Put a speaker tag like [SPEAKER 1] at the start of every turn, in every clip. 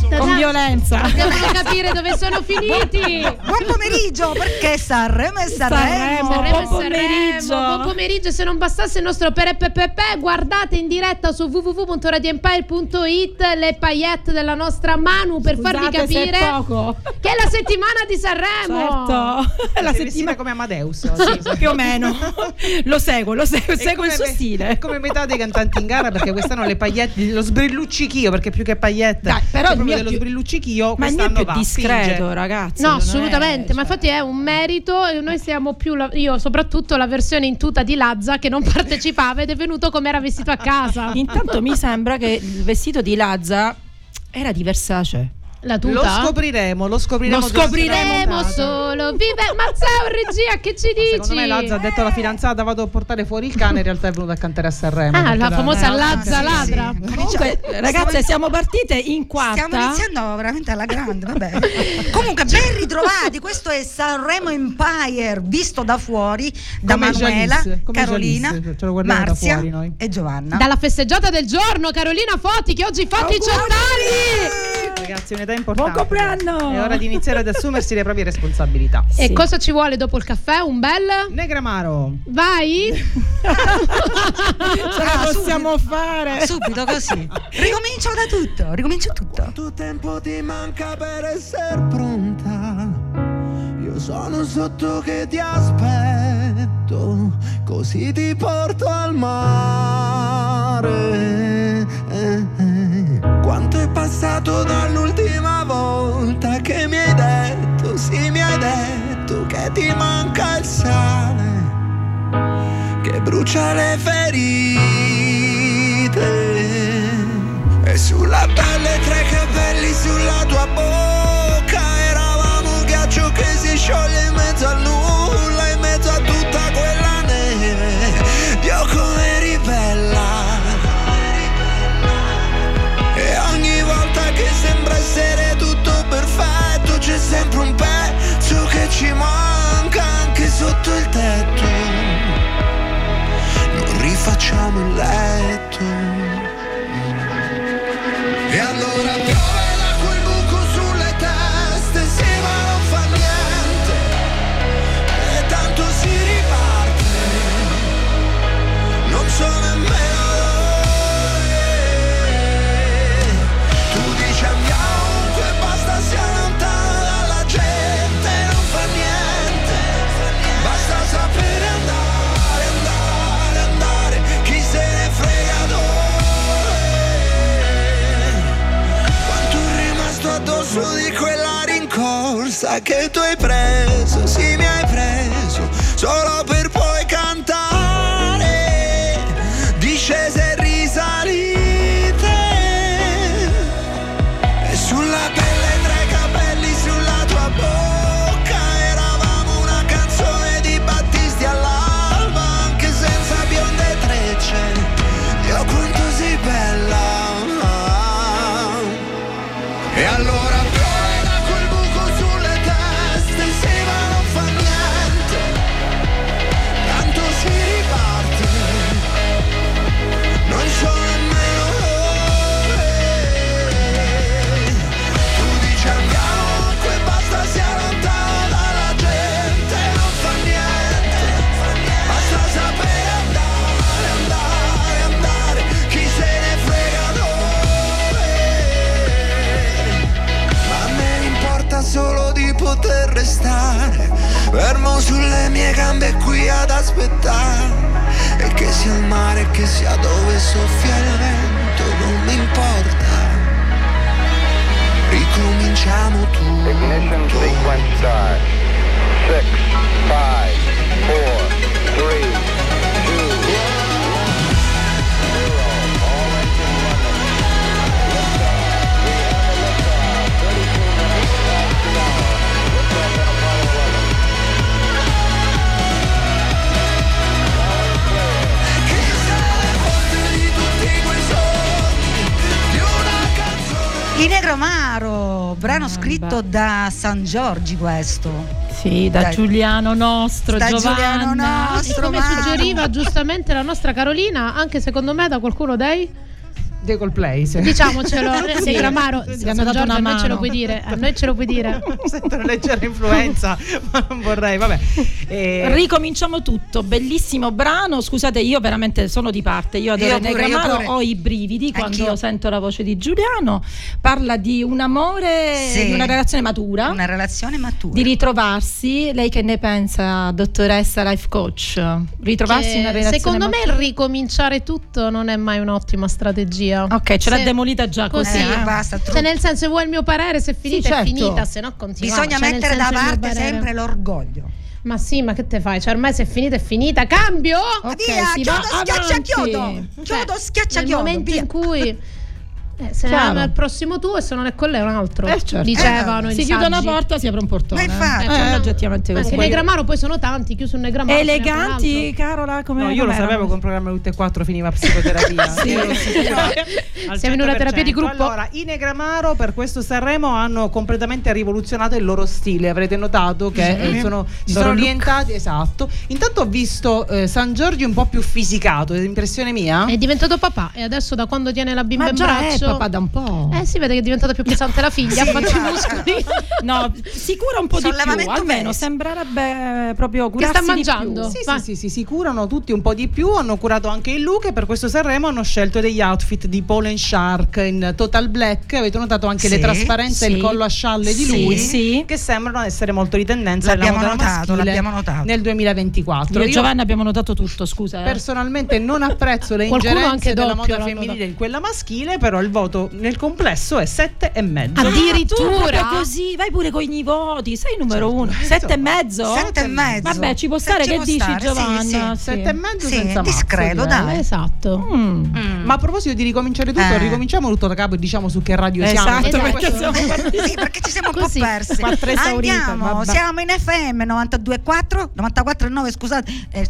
[SPEAKER 1] diretta
[SPEAKER 2] con violenza.
[SPEAKER 1] Dobbiamo capire dove sono finiti.
[SPEAKER 3] Buon pomeriggio, perché Sanremo e Sanremo.
[SPEAKER 2] Buon pomeriggio.
[SPEAKER 1] Buon pomeriggio. Se non bastasse il nostro perepepepe, guardate in diretta su www.radioempire.it le paillette della nostra Manu per farvi capire che è la settimana di Sanremo.
[SPEAKER 2] Certo. È la settimana
[SPEAKER 4] come Amadeus.
[SPEAKER 2] Sì, più o meno. Lo seguo il suo stile.
[SPEAKER 4] Come metà dei cantanti in gara, perché quest'anno le paillette, lo sbrilluccichio, perché più che paillette,
[SPEAKER 2] dai, però
[SPEAKER 4] il dello sbrilluccichio,
[SPEAKER 2] ma il mio è più discreto, ragazzi.
[SPEAKER 1] No, assolutamente, ma infatti è un merito. E noi siamo più io soprattutto la versione in tuta di Lazza, che non partecipava ed è venuto come era vestito a casa.
[SPEAKER 2] Intanto mi sembra che il vestito di Lazza era di Versace.
[SPEAKER 1] La tuta?
[SPEAKER 4] Lo scopriremo
[SPEAKER 1] solo vive Mazzeo regia, che ci dici?
[SPEAKER 4] Secondo me Lazza ha detto alla fidanzata vado a portare fuori il cane, in realtà è venuto a cantare a Sanremo.
[SPEAKER 1] La famosa Lazza ladra.
[SPEAKER 3] Sì.
[SPEAKER 2] Comunque, ragazze, siamo partite in quarta.
[SPEAKER 3] Stiamo iniziando veramente alla grande, vabbè. Comunque ben ritrovati, questo è Sanremo Empire visto da fuori da
[SPEAKER 4] come
[SPEAKER 3] Manuela,
[SPEAKER 4] Jalice,
[SPEAKER 3] Carolina,
[SPEAKER 4] Jalice, ce lo guardiamo
[SPEAKER 3] Marzia
[SPEAKER 4] da fuori noi.
[SPEAKER 3] e Giovanna.
[SPEAKER 1] Dalla festeggiata del giorno Carolina Foti, che oggi fatti 100 anni.
[SPEAKER 4] Ragazzi, un'età importante.
[SPEAKER 2] Buon compleanno!
[SPEAKER 4] È ora di iniziare ad assumersi le proprie responsabilità.
[SPEAKER 1] E
[SPEAKER 2] Sì.
[SPEAKER 1] cosa ci vuole dopo il caffè? Un bel
[SPEAKER 4] Negramaro.
[SPEAKER 1] vai.
[SPEAKER 2] Ce la possiamo fare
[SPEAKER 3] subito così. Ricomincio tutto.
[SPEAKER 5] Quanto tempo ti manca per essere pronta? Io sono sotto che ti aspetto, così ti porto al mare. Quanto è passato dall'ultima volta che mi hai detto, sì mi hai detto che ti manca il sale, che brucia le ferite. E sulla pelle 3 capelli sulla tua bocca, eravamo un ghiaccio che si scioglie in mezzo al nulla, in mezzo a tutta quella neve. Dio come ribella, e ogni volta che sembra essere tutto perfetto c'è sempre un pezzo che ci manca anche sotto il tetto. Non rifacciamo il letto. E allora piove da quel buco sulle teste, sì ma non fa niente, e tanto si riparte, non so nemmeno dove. Tu dici andiamo e basta, sia lontano dalla gente, non fa niente, basta sapere andare, andare, andare, chi se ne frega dove. Addosso di quella rincorsa che tu hai preso, sì mi hai preso, solo per poi cantare discese e risalite. E sulla pelle 3 capelli sulla tua bocca, eravamo una canzone di Battisti all'alba, anche senza bionde trecce. Dio quanto sei bella. E allora piove da quel buco sulle teste, sì ma non fa niente, tanto si riparte, non so nemmeno dove. Tu dici andiamo e basta, sia lontano dalla gente, non fa niente, basta sapere andare, andare, andare, chi se ne frega dove. Solo di poter restare fermo sulle mie gambe qui ad aspettare, e che sia il mare, che sia dove soffia il vento, non mi importa, ricominciamo tutto.
[SPEAKER 6] Ignition sequence start. 6, 5, 4, 3, 2, 1.
[SPEAKER 3] Il Negramaro, brano scritto da San Giorgi, questo.
[SPEAKER 2] Sì, da Giuliano nostro,
[SPEAKER 3] da
[SPEAKER 2] Giovanna.
[SPEAKER 3] Giuliano nostro,
[SPEAKER 1] Come
[SPEAKER 3] Manu.
[SPEAKER 1] suggeriva giustamente la nostra Carolina, anche secondo me da qualcuno dei
[SPEAKER 4] dei Coldplay.
[SPEAKER 1] Diciamocelo, Negramaro,
[SPEAKER 2] Sì, hanno dato una
[SPEAKER 1] a noi
[SPEAKER 2] mano.
[SPEAKER 1] ce lo puoi dire, a noi ce lo puoi dire.
[SPEAKER 4] Sento una leggera influenza, ma non vorrei, vabbè.
[SPEAKER 2] Ricominciamo tutto, bellissimo brano. Scusate, io veramente sono di parte. Io adoro Negramaro, ho i brividi quando sento la voce di Giuliano. Parla di un amore, di una relazione matura.
[SPEAKER 3] Una relazione matura.
[SPEAKER 2] Di ritrovarsi. Lei che ne pensa, dottoressa life coach? Ritrovarsi in una relazione
[SPEAKER 1] secondo me
[SPEAKER 2] matura?
[SPEAKER 1] ricominciare tutto non è mai un'ottima strategia.
[SPEAKER 2] Ok, ce l'ha demolita già così.
[SPEAKER 3] Basta,
[SPEAKER 1] cioè, nel senso, vuoi il mio parere, se finita
[SPEAKER 2] certo.
[SPEAKER 1] è finita, se no continua.
[SPEAKER 3] Bisogna mettere da parte sempre l'orgoglio.
[SPEAKER 1] Ma sì, ma che te fai? Cioè, ormai se è finita è finita, cambio!
[SPEAKER 3] Via, chiodo, schiaccia chiodo. Chiodo, schiaccia chiodo.
[SPEAKER 1] Nel momento in cui se ne ama il prossimo tuo e se non è quello è un altro.
[SPEAKER 2] Certo.
[SPEAKER 1] Dicevano
[SPEAKER 2] si chiude una porta, si apre un portone.
[SPEAKER 3] Ma infatti,
[SPEAKER 2] oggettivamente così.
[SPEAKER 1] Anche Negramaro poi sono tanti, chiuso un Negramaro.
[SPEAKER 2] Eleganti, Carola, come
[SPEAKER 4] no, io lo sapevo con programma tutte e 4 finiva psicoterapia.
[SPEAKER 1] Siamo in una terapia di gruppo.
[SPEAKER 4] Allora, i Negramaro per questo Sanremo hanno completamente rivoluzionato il loro stile. Avrete notato che si sono orientati, esatto. Intanto ho visto San Giorgio un po' più fisicato, è impressione mia.
[SPEAKER 1] È diventato papà e adesso da quando tiene la bimba in braccio
[SPEAKER 2] papà da un po'.
[SPEAKER 1] Si vede che è diventata più pesante la figlia, ha fatto i muscoli.
[SPEAKER 2] No, si cura un po' di più, almeno sembrerebbe proprio curarsi
[SPEAKER 1] che sta mangiando.
[SPEAKER 2] Sì,
[SPEAKER 4] si curano tutti un po' di più, hanno curato anche il look e per questo Sanremo hanno scelto degli outfit di Paul & Shark in total black. Avete notato anche le trasparenze e il collo a scialle di lui, che sembrano essere molto di tendenza
[SPEAKER 3] l'abbiamo notato
[SPEAKER 4] nel 2024.
[SPEAKER 2] Io e Giovanna abbiamo notato tutto, scusa.
[SPEAKER 4] Personalmente non apprezzo le ingerenze della moda femminile in quella maschile, però il voto nel complesso è 7,5.
[SPEAKER 1] Addirittura
[SPEAKER 2] così, vai pure con i voti, sei numero 1. 7,5?
[SPEAKER 3] 7,5.
[SPEAKER 2] Vabbè, ci può stare, che dici Giovanna?
[SPEAKER 4] 7,5 senza
[SPEAKER 3] discreto, dai.
[SPEAKER 1] Esatto.
[SPEAKER 4] Ma a proposito di ricominciare tutto, ricominciamo tutto da capo e diciamo su che radio siamo.
[SPEAKER 3] Perché ci siamo un po' persi. Andiamo, siamo in FM 92,4, 94,9, scusate.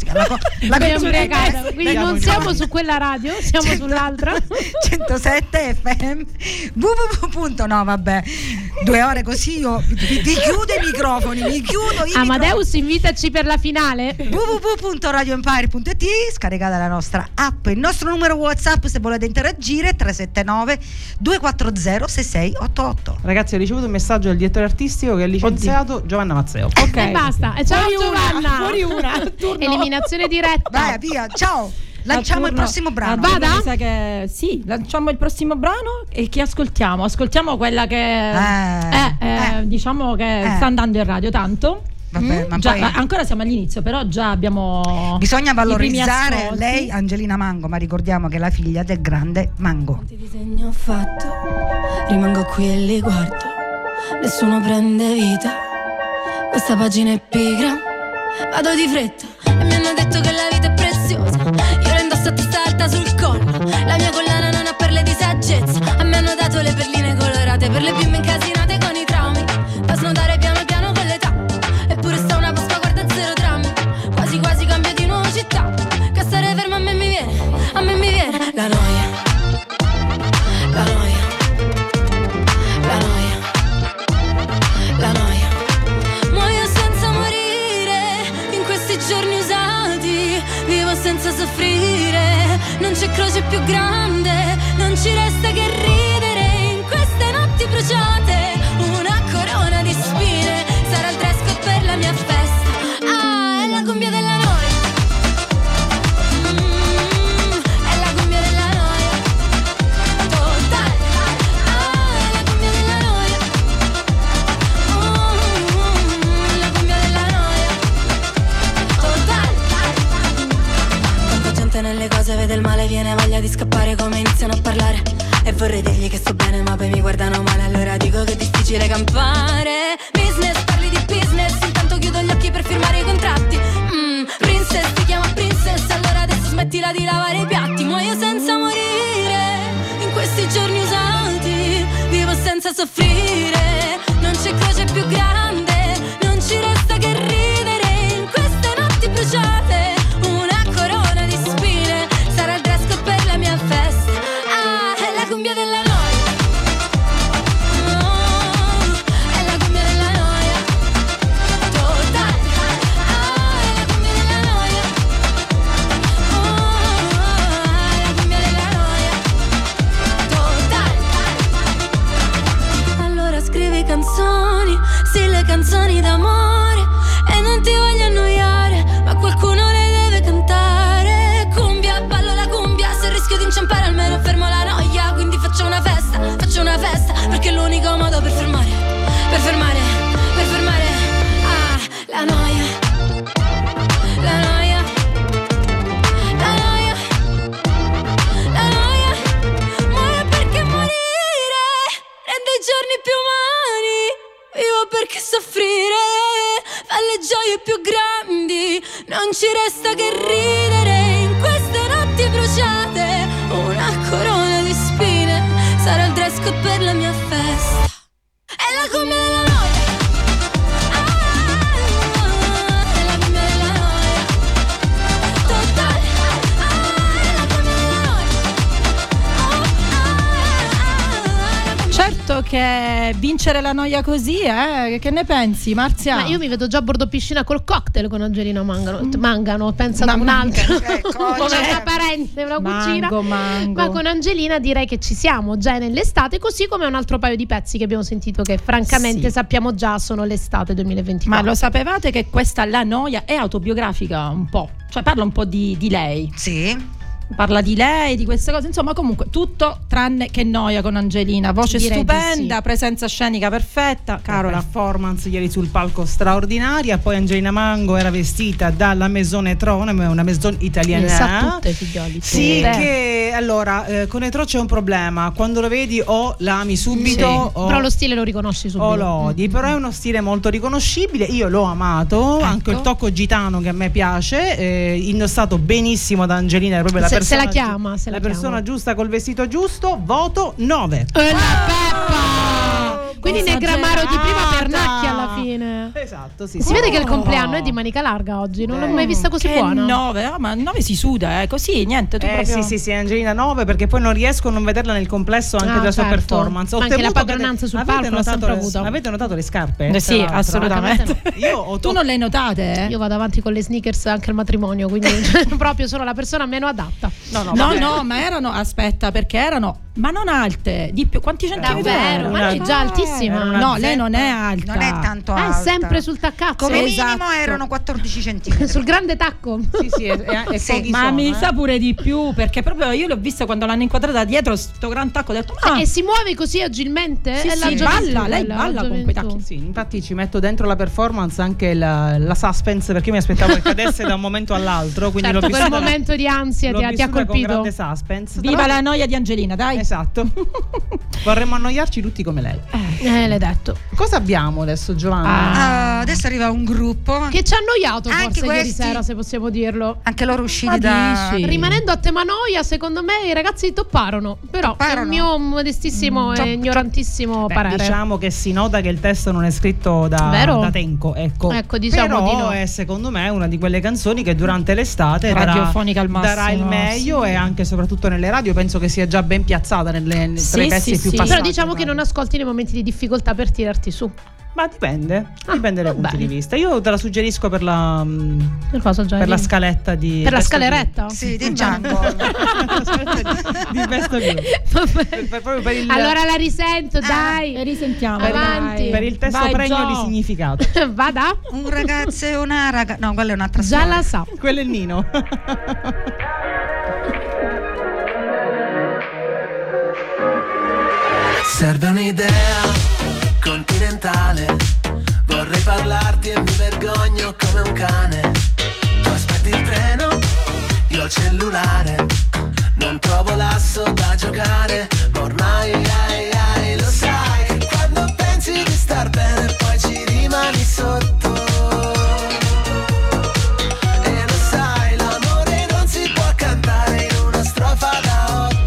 [SPEAKER 1] Quindi non siamo su quella radio, siamo sull'altra.
[SPEAKER 3] 107 FM no vabbè 2 ore così io vi chiudo i microfoni,
[SPEAKER 1] Amadeus, invitaci per la finale.
[SPEAKER 3] www.radioempire.it, scaricate la nostra app, il nostro numero WhatsApp se volete interagire 379 240 6688.
[SPEAKER 4] Ragazzi, ho ricevuto un messaggio del direttore artistico che ha licenziato Giovanna Mazzeo.
[SPEAKER 1] Ok, e basta. Ciao Giovanna.
[SPEAKER 2] Fuori una.
[SPEAKER 1] Eliminazione diretta.
[SPEAKER 3] Vai via, ciao. Lanciamo il prossimo brano.
[SPEAKER 2] Vada? Mi sa che sì, lanciamo il prossimo brano e chi ascoltiamo? Ascoltiamo quella che diciamo che sta andando in radio tanto.
[SPEAKER 3] Vabbè, ma
[SPEAKER 2] già,
[SPEAKER 3] poi
[SPEAKER 2] ancora siamo all'inizio, però già abbiamo.
[SPEAKER 3] Bisogna valorizzare lei, Angelina Mango, ma ricordiamo che è la figlia del grande Mango.
[SPEAKER 7] Quanti disegni ho fatto, rimango qui e li guardo, nessuno prende vita, questa pagina è pigra, vado di fretta e mi hanno detto che la vita è preziosa, io la indosso a testa alta sul collo, la mia collana non ha perle di saggezza, a me hanno dato le perline colorate per le bimbe incasinate con i traumi, da snodare piano piano con l'età, eppure sta una Pasqua guarda zero drammi, quasi quasi cambio di nuovo città, che stare fermo a me mi viene la noia, la noia, la noia, la noia, muoio senza morire in questi giorni usati, vivo senza soffrire, non c'è croce più grande, non ci resta che ridere in queste notti bruciate, una corona di spine, sarà il dress code per la mia festa, è la cumbia della noia, è la cumbia della noia, totale, è la cumbia della noia, la cumbia della noia, totale. Tanta gente nelle cose vede il male, viene voglia di scappare come iniziano a parlare, e vorrei dirgli che sto bene ma poi mi guardano male, allora dico che è difficile campare. Business, parli di business, intanto chiudo gli occhi per firmare i contratti. Princess, ti chiama princess, allora adesso smettila di lavare i piatti. Muoio senza morire in questi giorni usati, vivo senza soffrire, non c'è croce più grande, non ci resta che ridere in queste notti bruciate, una corona di spine, sarà il dress code per la mia festa, è la cumbia della noia, è canzoni, sì le canzoni d'amore, e non ti voglio annoiare, ma qualcuno le deve cantare. Cumbia, ballo la cumbia, se rischio di inciampare almeno fermo la noia. Quindi faccio una festa, perché è l'unico modo per fermare la noia, la noia, la noia, la noia. Muore perché morire rende i giorni più umani, vivo perché soffrire fa le gioie più grandi. Non ci resta che ridere in queste notti bruciate, una corona di spine sarà il dress code per la mia festa. È la cumbia della noia, è la cumbia della noia totale, è la cumbia della noia.
[SPEAKER 2] Certo che vincere la noia così, che ne pensi, Marzia?
[SPEAKER 1] Ma io mi vedo già a bordo piscina col cocktail con Angelina Mangano, pensa ad un altro, come una parente, una cucina. Ma con Angelina direi che ci siamo già nell'estate, così come un altro paio di pezzi che abbiamo sentito che francamente sappiamo già sono l'estate 2024.
[SPEAKER 2] Ma lo sapevate che questa La Noia è autobiografica un po'? Cioè parla un po' di lei.
[SPEAKER 3] Sì.
[SPEAKER 2] Parla di lei, di queste cose, insomma comunque tutto tranne che noia con Angelina. Voce direi stupenda, presenza scenica perfetta. Carola,
[SPEAKER 4] performance ieri sul palco straordinaria. Poi Angelina Mango era vestita dalla Maison Etro, una maison italiana.
[SPEAKER 1] Sa tutte, figlioli.
[SPEAKER 4] Sì, che allora con Etro c'è un problema: quando lo vedi o la ami subito,
[SPEAKER 1] però lo stile lo riconosci subito,
[SPEAKER 4] o lo odi. Però è uno stile molto riconoscibile, io l'ho amato, anche il tocco gitano che a me piace, indossato benissimo da Angelina, è proprio la
[SPEAKER 1] se la chiama,
[SPEAKER 4] la persona giusta col vestito giusto. Voto 9.
[SPEAKER 1] La Peppa! Quindi ne Gramaro di prima Pernacchi alla fine.
[SPEAKER 4] Esatto, sì.
[SPEAKER 1] Si vede che il compleanno è di manica larga oggi, non l'ho mai vista così buona.
[SPEAKER 2] 9, ma 9 si suda, così, niente, tu proprio...
[SPEAKER 4] Sì, Angelina 9, perché poi non riesco a non vederla nel complesso anche della sua performance.
[SPEAKER 1] Anche la padronanza sul palco l'ha sempre avuta.
[SPEAKER 4] Avete notato le scarpe?
[SPEAKER 2] Sì, assolutamente.
[SPEAKER 4] Tu
[SPEAKER 2] non le hai notate?
[SPEAKER 1] Io vado avanti con le sneakers anche al matrimonio, quindi proprio sono la persona meno adatta.
[SPEAKER 2] No, ma erano, aspetta, perché erano, ma non alte, di più, quanti centimetri?
[SPEAKER 1] Davvero, ma lei è già altissima.
[SPEAKER 2] No, lei non è alta.
[SPEAKER 3] Non è tanto alta.
[SPEAKER 1] È sempre sul taccazzo.
[SPEAKER 3] Come minimo erano 14 centimetri.
[SPEAKER 1] Sul grande tacco.
[SPEAKER 4] Sì,
[SPEAKER 2] ma mi sa pure di più, perché proprio io l'ho vista quando l'hanno inquadrata dietro sto gran tacco, ho detto
[SPEAKER 1] e si muove così agilmente?
[SPEAKER 2] Sì, balla, lei balla con quei tacchi.
[SPEAKER 4] Sì, infatti ci metto dentro la performance anche la suspense, perché io mi aspettavo che cadesse da un momento all'altro, quindi
[SPEAKER 1] certo, quel momento di ansia ti ha colpito.
[SPEAKER 4] Con grande suspense.
[SPEAKER 2] Viva la noia di Angelina, dai.
[SPEAKER 4] Esatto. Vorremmo annoiarci tutti come lei.
[SPEAKER 1] L'hai detto.
[SPEAKER 4] Cosa abbiamo adesso, Giovanna?
[SPEAKER 3] Adesso arriva un gruppo
[SPEAKER 1] che ci ha annoiato
[SPEAKER 3] anche
[SPEAKER 1] forse ieri sera, se possiamo dirlo.
[SPEAKER 3] Anche loro usciti da...
[SPEAKER 1] Rimanendo a tema noia, secondo me i ragazzi topparono. Però è un mio modestissimo e ignorantissimo parere.
[SPEAKER 4] Diciamo che si nota che il testo non è scritto da Tenco, ecco diciamo. Però
[SPEAKER 1] di no.
[SPEAKER 4] È secondo me una di quelle canzoni che durante l'estate
[SPEAKER 2] radiofonica al massimo,
[SPEAKER 4] darà il meglio, e anche soprattutto nelle radio penso che sia già ben piazzata tra i pezzi più passati.
[SPEAKER 1] Però diciamo che non ascolti nei momenti di difficoltà per tirarti su.
[SPEAKER 4] Ma dipende dai punti di vista. Io te la suggerisco per la scaletta di
[SPEAKER 1] per la scaleretta?
[SPEAKER 3] Sì, di Django.
[SPEAKER 4] di Best of You.
[SPEAKER 1] Allora la risento, dai.
[SPEAKER 2] Risentiamo.
[SPEAKER 1] Avanti.
[SPEAKER 4] Per il testo pregno di significato.
[SPEAKER 1] Vada.
[SPEAKER 3] Un ragazzo e una ragazza. No, quella è un'altra
[SPEAKER 1] storia. Già la sa.
[SPEAKER 4] Quello è il Nino.
[SPEAKER 5] Serve un'idea continentale, vorrei parlarti e mi vergogno come un cane. Tu aspetti il treno, io il cellulare, non trovo l'asso da giocare, ma ormai lo sai che quando pensi di star bene poi ci rimani sotto. E lo sai, l'amore non si può cantare in una strofa da 8.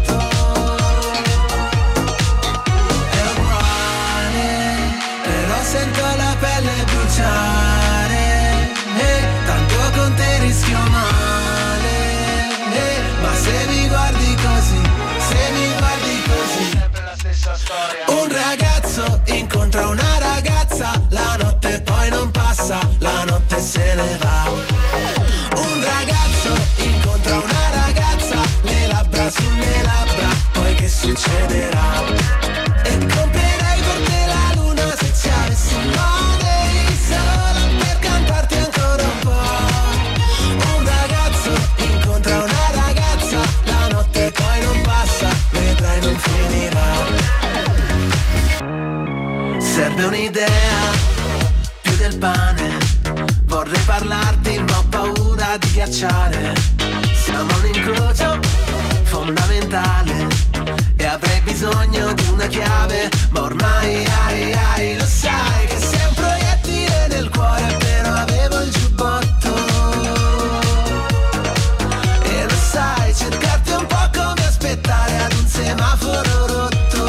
[SPEAKER 5] Sento la pelle bruciare, tanto con te rischio male, ma se mi guardi così, sempre la stessa storia. Un ragazzo incontra una ragazza, la notte poi non passa, la notte se ne va. Un ragazzo incontra una ragazza, le labbra sulle labbra, poi che succederà? E comprerei per te la luna se c'è serve un'idea più del pane. Vorrei parlarti ma ho paura di ghiacciare. Siamo un incrocio fondamentale e avrei bisogno di una chiave, ma ormai lo sai che sei un proiettile nel cuore, però avevo il giubbotto. E lo sai, cercarti un po' come aspettare ad un semaforo rotto.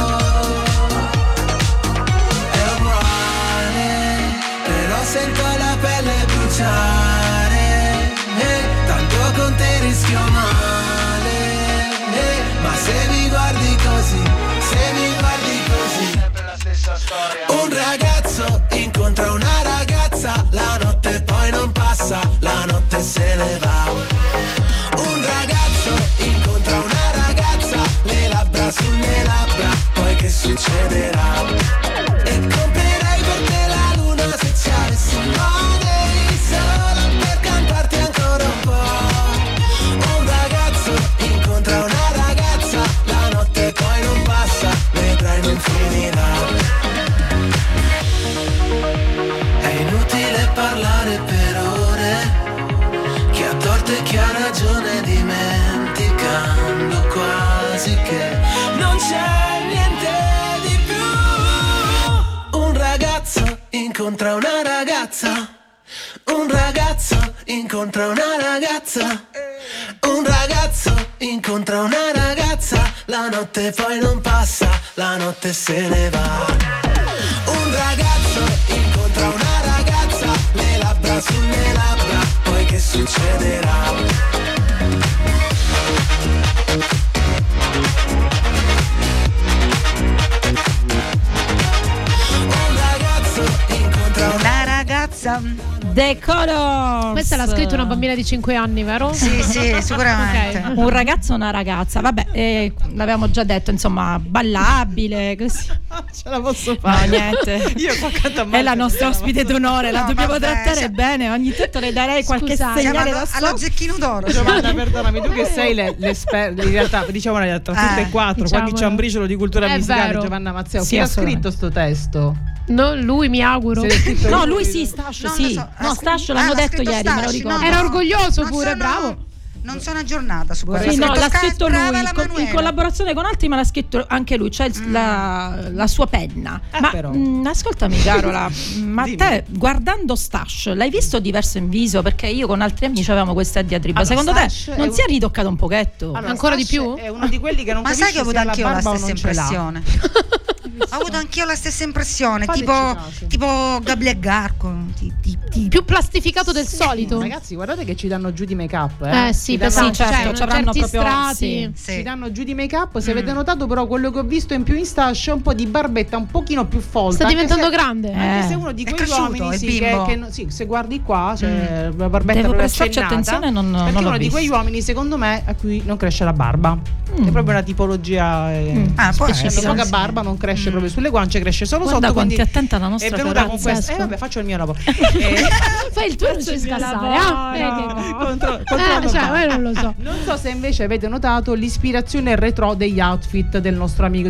[SPEAKER 5] È uguale, però sento la pelle bruciare, tanto con te rischio male, ma se mi guardi così, sempre la stessa storia. Un ragazzo incontra una ragazza, la notte poi non passa, la notte se ne va. Un ragazzo incontra una ragazza, le labbra sulle labbra, poi che succederà? E comprerei per te la luna se ci avessi money, solo per cantarti ancora un po'. Un ragazzo incontra una ragazza, la notte poi non passa, vedrai non finirà. È inutile parlare per ore, chi ha torto e chi ha ragione, dimenticando quasi che non c'è niente di più. Un ragazzo incontra una ragazza, un ragazzo incontra una ragazza, un ragazzo incontra una ragazza, la notte poi non passa, la notte se ne va. Un ragazzo incontra una ragazza, le labbra sulle labbra, poi che succederà?
[SPEAKER 3] Una ragazza.
[SPEAKER 2] The Colors.
[SPEAKER 1] Questa l'ha scritto una bambina di 5 anni, vero?
[SPEAKER 3] Sì, sicuramente.
[SPEAKER 1] Okay.
[SPEAKER 2] Un ragazzo e una ragazza, vabbè, l'avevamo già detto, insomma, ballabile, così.
[SPEAKER 4] Ce la posso fare.
[SPEAKER 2] No, niente.
[SPEAKER 4] Io
[SPEAKER 2] è la nostra ospite d'onore, la dobbiamo trattare bene. Ogni tanto le darei qualche segnale da
[SPEAKER 3] allo Zecchino d'Oro.
[SPEAKER 4] Giovanna, perdonami, tu che sei l'esperta, in realtà diciamo tra tutte e quattro,
[SPEAKER 1] diciamo,
[SPEAKER 4] qua c'è un briciolo di cultura musicale,
[SPEAKER 1] vero.
[SPEAKER 4] Giovanna Mazzeo.
[SPEAKER 2] Sì,
[SPEAKER 4] chi ha scritto sto testo?
[SPEAKER 1] No, lui mi auguro.
[SPEAKER 2] No, lui sì, Stascio, sì.
[SPEAKER 3] So.
[SPEAKER 2] No, Stascio l'hanno detto ieri, me lo ricordo.
[SPEAKER 1] Era orgoglioso pure, bravo.
[SPEAKER 3] Non sono aggiornata su questo.
[SPEAKER 2] Sì, no, l'ha scritto lui in
[SPEAKER 3] in
[SPEAKER 2] collaborazione con altri, ma l'ha scritto anche lui, cioè la sua penna. Ma
[SPEAKER 4] però.
[SPEAKER 2] Ascoltami Carola, ma te guardando Stash l'hai visto diverso in viso? Perché io con altri amici avevamo questa diatriba. Secondo te non si è ritoccato un pochetto?
[SPEAKER 4] Allora,
[SPEAKER 1] ancora
[SPEAKER 4] Stash
[SPEAKER 1] di più?
[SPEAKER 4] È uno di quelli che non
[SPEAKER 3] Ma sai che ho avuto anch'io la stessa
[SPEAKER 4] impressione.
[SPEAKER 3] Ho avuto anch'io la stessa impressione,
[SPEAKER 4] Fateci
[SPEAKER 3] tipo Gabriele Garco,
[SPEAKER 1] più plastificato del solito.
[SPEAKER 4] Ragazzi, guardate che ci danno giù di make up.
[SPEAKER 1] Sì,
[SPEAKER 2] certo,
[SPEAKER 1] cioè,
[SPEAKER 2] ci avranno
[SPEAKER 1] certi
[SPEAKER 2] proprio
[SPEAKER 1] strati.
[SPEAKER 3] Sì.
[SPEAKER 4] Ci danno giù di make up. Se avete notato, però, quello che ho visto in più in Stash è un po' di barbetta un pochino più folta.
[SPEAKER 1] Sta diventando grande.
[SPEAKER 4] Anche se uno di
[SPEAKER 3] È
[SPEAKER 4] quegli
[SPEAKER 3] cresciuto,
[SPEAKER 4] uomini
[SPEAKER 3] il
[SPEAKER 4] sì,
[SPEAKER 3] bimbo.
[SPEAKER 4] che se guardi qua c'è la barbetta
[SPEAKER 2] Devo
[SPEAKER 4] proprio
[SPEAKER 2] prestarci
[SPEAKER 4] accennata,
[SPEAKER 2] attenzione, non
[SPEAKER 4] perché
[SPEAKER 2] l'ho
[SPEAKER 4] uno di
[SPEAKER 2] visto.
[SPEAKER 4] quegli uomini, secondo me, a cui non cresce la barba. È proprio una tipologia
[SPEAKER 3] può
[SPEAKER 4] hanno
[SPEAKER 3] essere,
[SPEAKER 4] poca
[SPEAKER 3] sì.
[SPEAKER 4] barba, non cresce proprio sulle guance, cresce solo
[SPEAKER 2] Guarda
[SPEAKER 4] sotto.
[SPEAKER 2] quanto è
[SPEAKER 4] Quindi
[SPEAKER 2] attenta la nostra
[SPEAKER 4] è venuta con
[SPEAKER 2] Carola.
[SPEAKER 4] questo. Vabbè, faccio il mio lavoro.
[SPEAKER 1] Fai il tuo e ci scassare. Cioè, non lo so.
[SPEAKER 4] Non so se invece avete notato l'ispirazione retro degli outfit del nostro amico,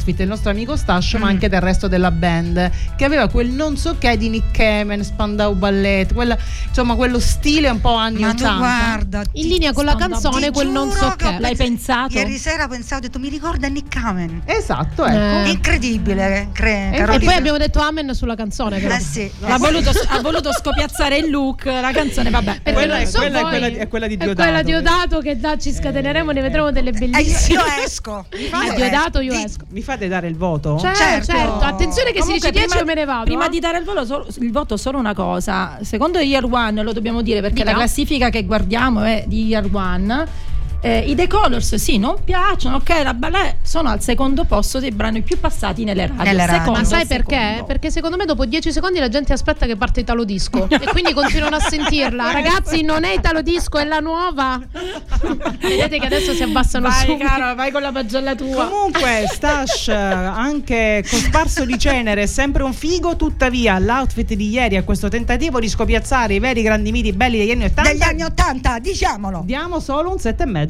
[SPEAKER 4] Stash, ma anche del resto della band, che aveva quel non so che di Nick Kamen, Spandau Ballet, quello stile un po' anni
[SPEAKER 3] Ma
[SPEAKER 4] 80.
[SPEAKER 3] tu guarda,
[SPEAKER 1] In linea con la canzone, quel non so che.
[SPEAKER 2] L'hai pensato?
[SPEAKER 3] Ieri sera ho detto mi ricorda Nick Kamen.
[SPEAKER 4] Esatto, ecco.
[SPEAKER 3] Incredibile,
[SPEAKER 1] E
[SPEAKER 3] Carolina.
[SPEAKER 1] poi abbiamo detto amen sulla canzone, però.
[SPEAKER 3] Sì.
[SPEAKER 2] Ha voluto scopiazzare il look, la canzone, vabbè.
[SPEAKER 4] Quella
[SPEAKER 1] non so
[SPEAKER 4] è
[SPEAKER 1] voi,
[SPEAKER 4] quella di
[SPEAKER 1] è
[SPEAKER 4] Diodato.
[SPEAKER 1] quella di Diodato che ci scateneremo, ne vedremo delle bellissime.
[SPEAKER 3] Io esco.
[SPEAKER 1] A Diodato io esco.
[SPEAKER 4] Mi fate dare il voto?
[SPEAKER 1] Certo. Attenzione che
[SPEAKER 2] Comunque,
[SPEAKER 1] si dice 10 io me ne vado.
[SPEAKER 2] Prima di dare il voto solo una cosa. Secondo Year One, lo dobbiamo dire perché
[SPEAKER 1] Dica.
[SPEAKER 2] la classifica che guardiamo è di Year One. I The Colors sì, non piacciono, ok, la ballet sono al secondo posto dei brani più passati nelle radio.
[SPEAKER 1] Ma sai perché? Perché secondo me dopo 10 secondi la gente aspetta che parte Italo Disco e quindi continuano a sentirla. Ragazzi, non è Italo Disco, è la nuova. Vedete che adesso si abbassano
[SPEAKER 2] Vai caro, vai con la pagella tua.
[SPEAKER 4] Comunque Stash, anche cosparso di cenere, è sempre un figo. Tuttavia l'outfit di ieri a questo tentativo di scopiazzare i veri grandi miti belli degli anni 80,
[SPEAKER 3] Degli anni 80, diciamolo.
[SPEAKER 4] diamo solo un 7,5.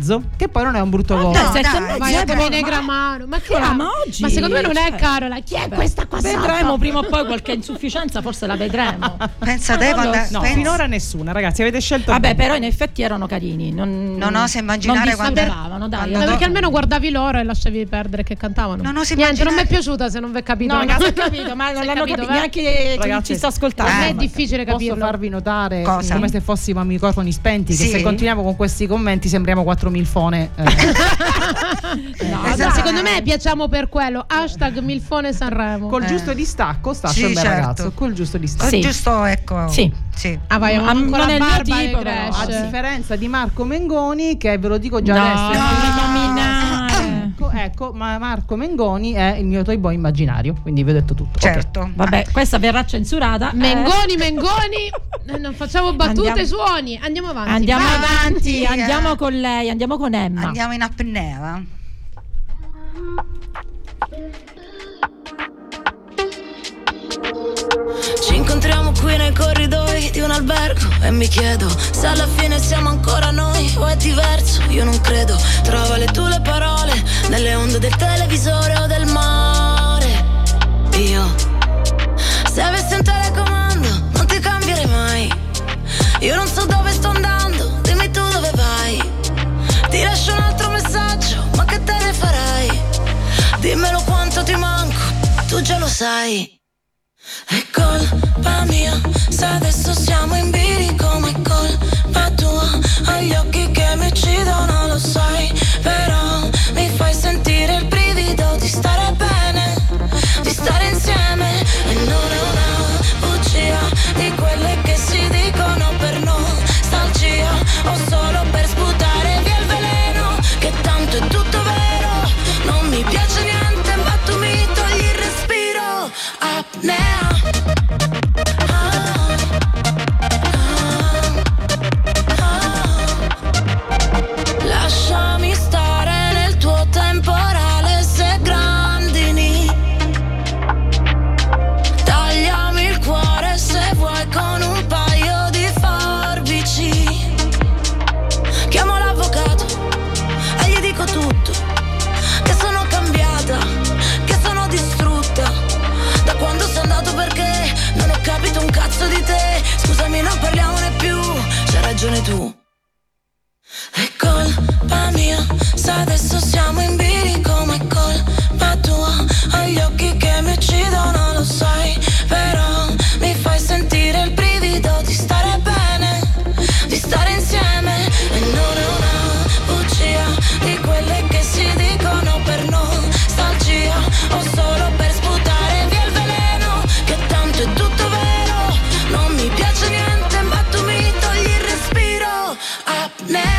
[SPEAKER 4] 7,5, che poi non è un brutto voto.
[SPEAKER 3] No, dai,
[SPEAKER 1] ma Negramaro, ma che
[SPEAKER 2] ma oggi,
[SPEAKER 1] ma secondo me non è Carola. Chi è questa qua?
[SPEAKER 2] Vedremo prima o poi qualche insufficienza, forse la vedremo.
[SPEAKER 3] Pensa te
[SPEAKER 4] No, finora nessuna, ragazzi, avete scelto.
[SPEAKER 2] Vabbè, però in effetti erano carini. Non
[SPEAKER 3] oso immaginare
[SPEAKER 2] quando
[SPEAKER 3] cantavano,
[SPEAKER 2] dai.
[SPEAKER 1] Ma perché almeno guardavi loro e lasciavi perdere che cantavano.
[SPEAKER 3] Non oso
[SPEAKER 1] Niente, non mi è piaciuta se non vi è capito.
[SPEAKER 2] No, ragazzi, ho capito, ma non l'hanno capito neanche chi ci sta ascoltando.
[SPEAKER 1] A me è difficile capirlo.
[SPEAKER 4] Posso farvi notare
[SPEAKER 3] cosa?
[SPEAKER 4] come se fossimo a microfoni spenti, che
[SPEAKER 3] Sì.
[SPEAKER 4] se continuiamo con questi commenti sembriamo 4.000 fone.
[SPEAKER 1] No,
[SPEAKER 3] Esatto.
[SPEAKER 1] secondo me piacciamo per quello. Hashtag Milfone Sanremo.
[SPEAKER 4] Col giusto distacco sta
[SPEAKER 3] Sì,
[SPEAKER 4] un bel
[SPEAKER 3] certo.
[SPEAKER 4] ragazzo. Col giusto distacco.
[SPEAKER 2] Sì.
[SPEAKER 3] Giusto, ecco.
[SPEAKER 2] Sì.
[SPEAKER 1] Ah, vai,
[SPEAKER 2] Non
[SPEAKER 1] ancora
[SPEAKER 2] è il mio
[SPEAKER 1] barba
[SPEAKER 2] tipo,
[SPEAKER 1] e
[SPEAKER 2] però.
[SPEAKER 4] A
[SPEAKER 1] cresce.
[SPEAKER 4] differenza di Marco Mengoni, che ve lo dico già
[SPEAKER 2] No,
[SPEAKER 4] adesso.
[SPEAKER 2] non lo nominare.
[SPEAKER 4] Ecco, ma Marco Mengoni è il mio toy boy immaginario, quindi vi ho detto tutto.
[SPEAKER 3] Certo.
[SPEAKER 4] Ok.
[SPEAKER 2] Vabbè, questa verrà censurata.
[SPEAKER 1] Mengoni, non facciamo battute,
[SPEAKER 2] Andiamo-
[SPEAKER 1] suoni. Andiamo avanti.
[SPEAKER 2] Andiamo
[SPEAKER 1] Vai.
[SPEAKER 2] avanti, andiamo con lei, andiamo con Emma.
[SPEAKER 3] Andiamo in apnea, va?
[SPEAKER 7] Ci incontriamo qui nei corridoi di un albergo e mi chiedo se alla fine siamo ancora noi o è diverso, io non credo. Trova le tue parole nelle onde del televisore o del mare. Io, se avessi un telecomando, non ti cambierei mai. Io non so dove sto andando, dimmi tu dove vai. Ti lascio un altro messaggio, ma che te ne farai? Dimmelo quanto ti manco, tu già lo sai. È colpa mia, se adesso siamo in bilico, ma è colpa tua. Ho gli occhi che mi uccidono, lo sai. Però mi fai sentire il brivido di stare bene, di stare insieme. E non è una bugia di quelle che si dicono per nostalgia, o solo per sputare via il veleno, che tanto è tutto vero. Non mi piace niente, ma tu mi togli il respiro. Apnea. Lasciami stare nel tuo temporale se grandini. Tagliami il cuore se vuoi con un paio di forbici. Chiamo l'avvocato e gli dico tutto, che sono cambiata, che sono distrutta da quando sei andato, perché non ho capito un cazzo di te. Scusami, non parliamone più, c'hai ragione tu. È colpa mia, se adesso siamo in bilico, ma è colpa tua. Ho gli occhi che mi uccidono, lo sai. Però mi fai sentire il brivido di stare bene, di stare insieme. E non è una bugia di quelle che si dicono per nostalgia, o solo per sputare via il veleno, che tanto è tutto vero. Non mi piace niente, ma tu mi togli il respiro. Apnea.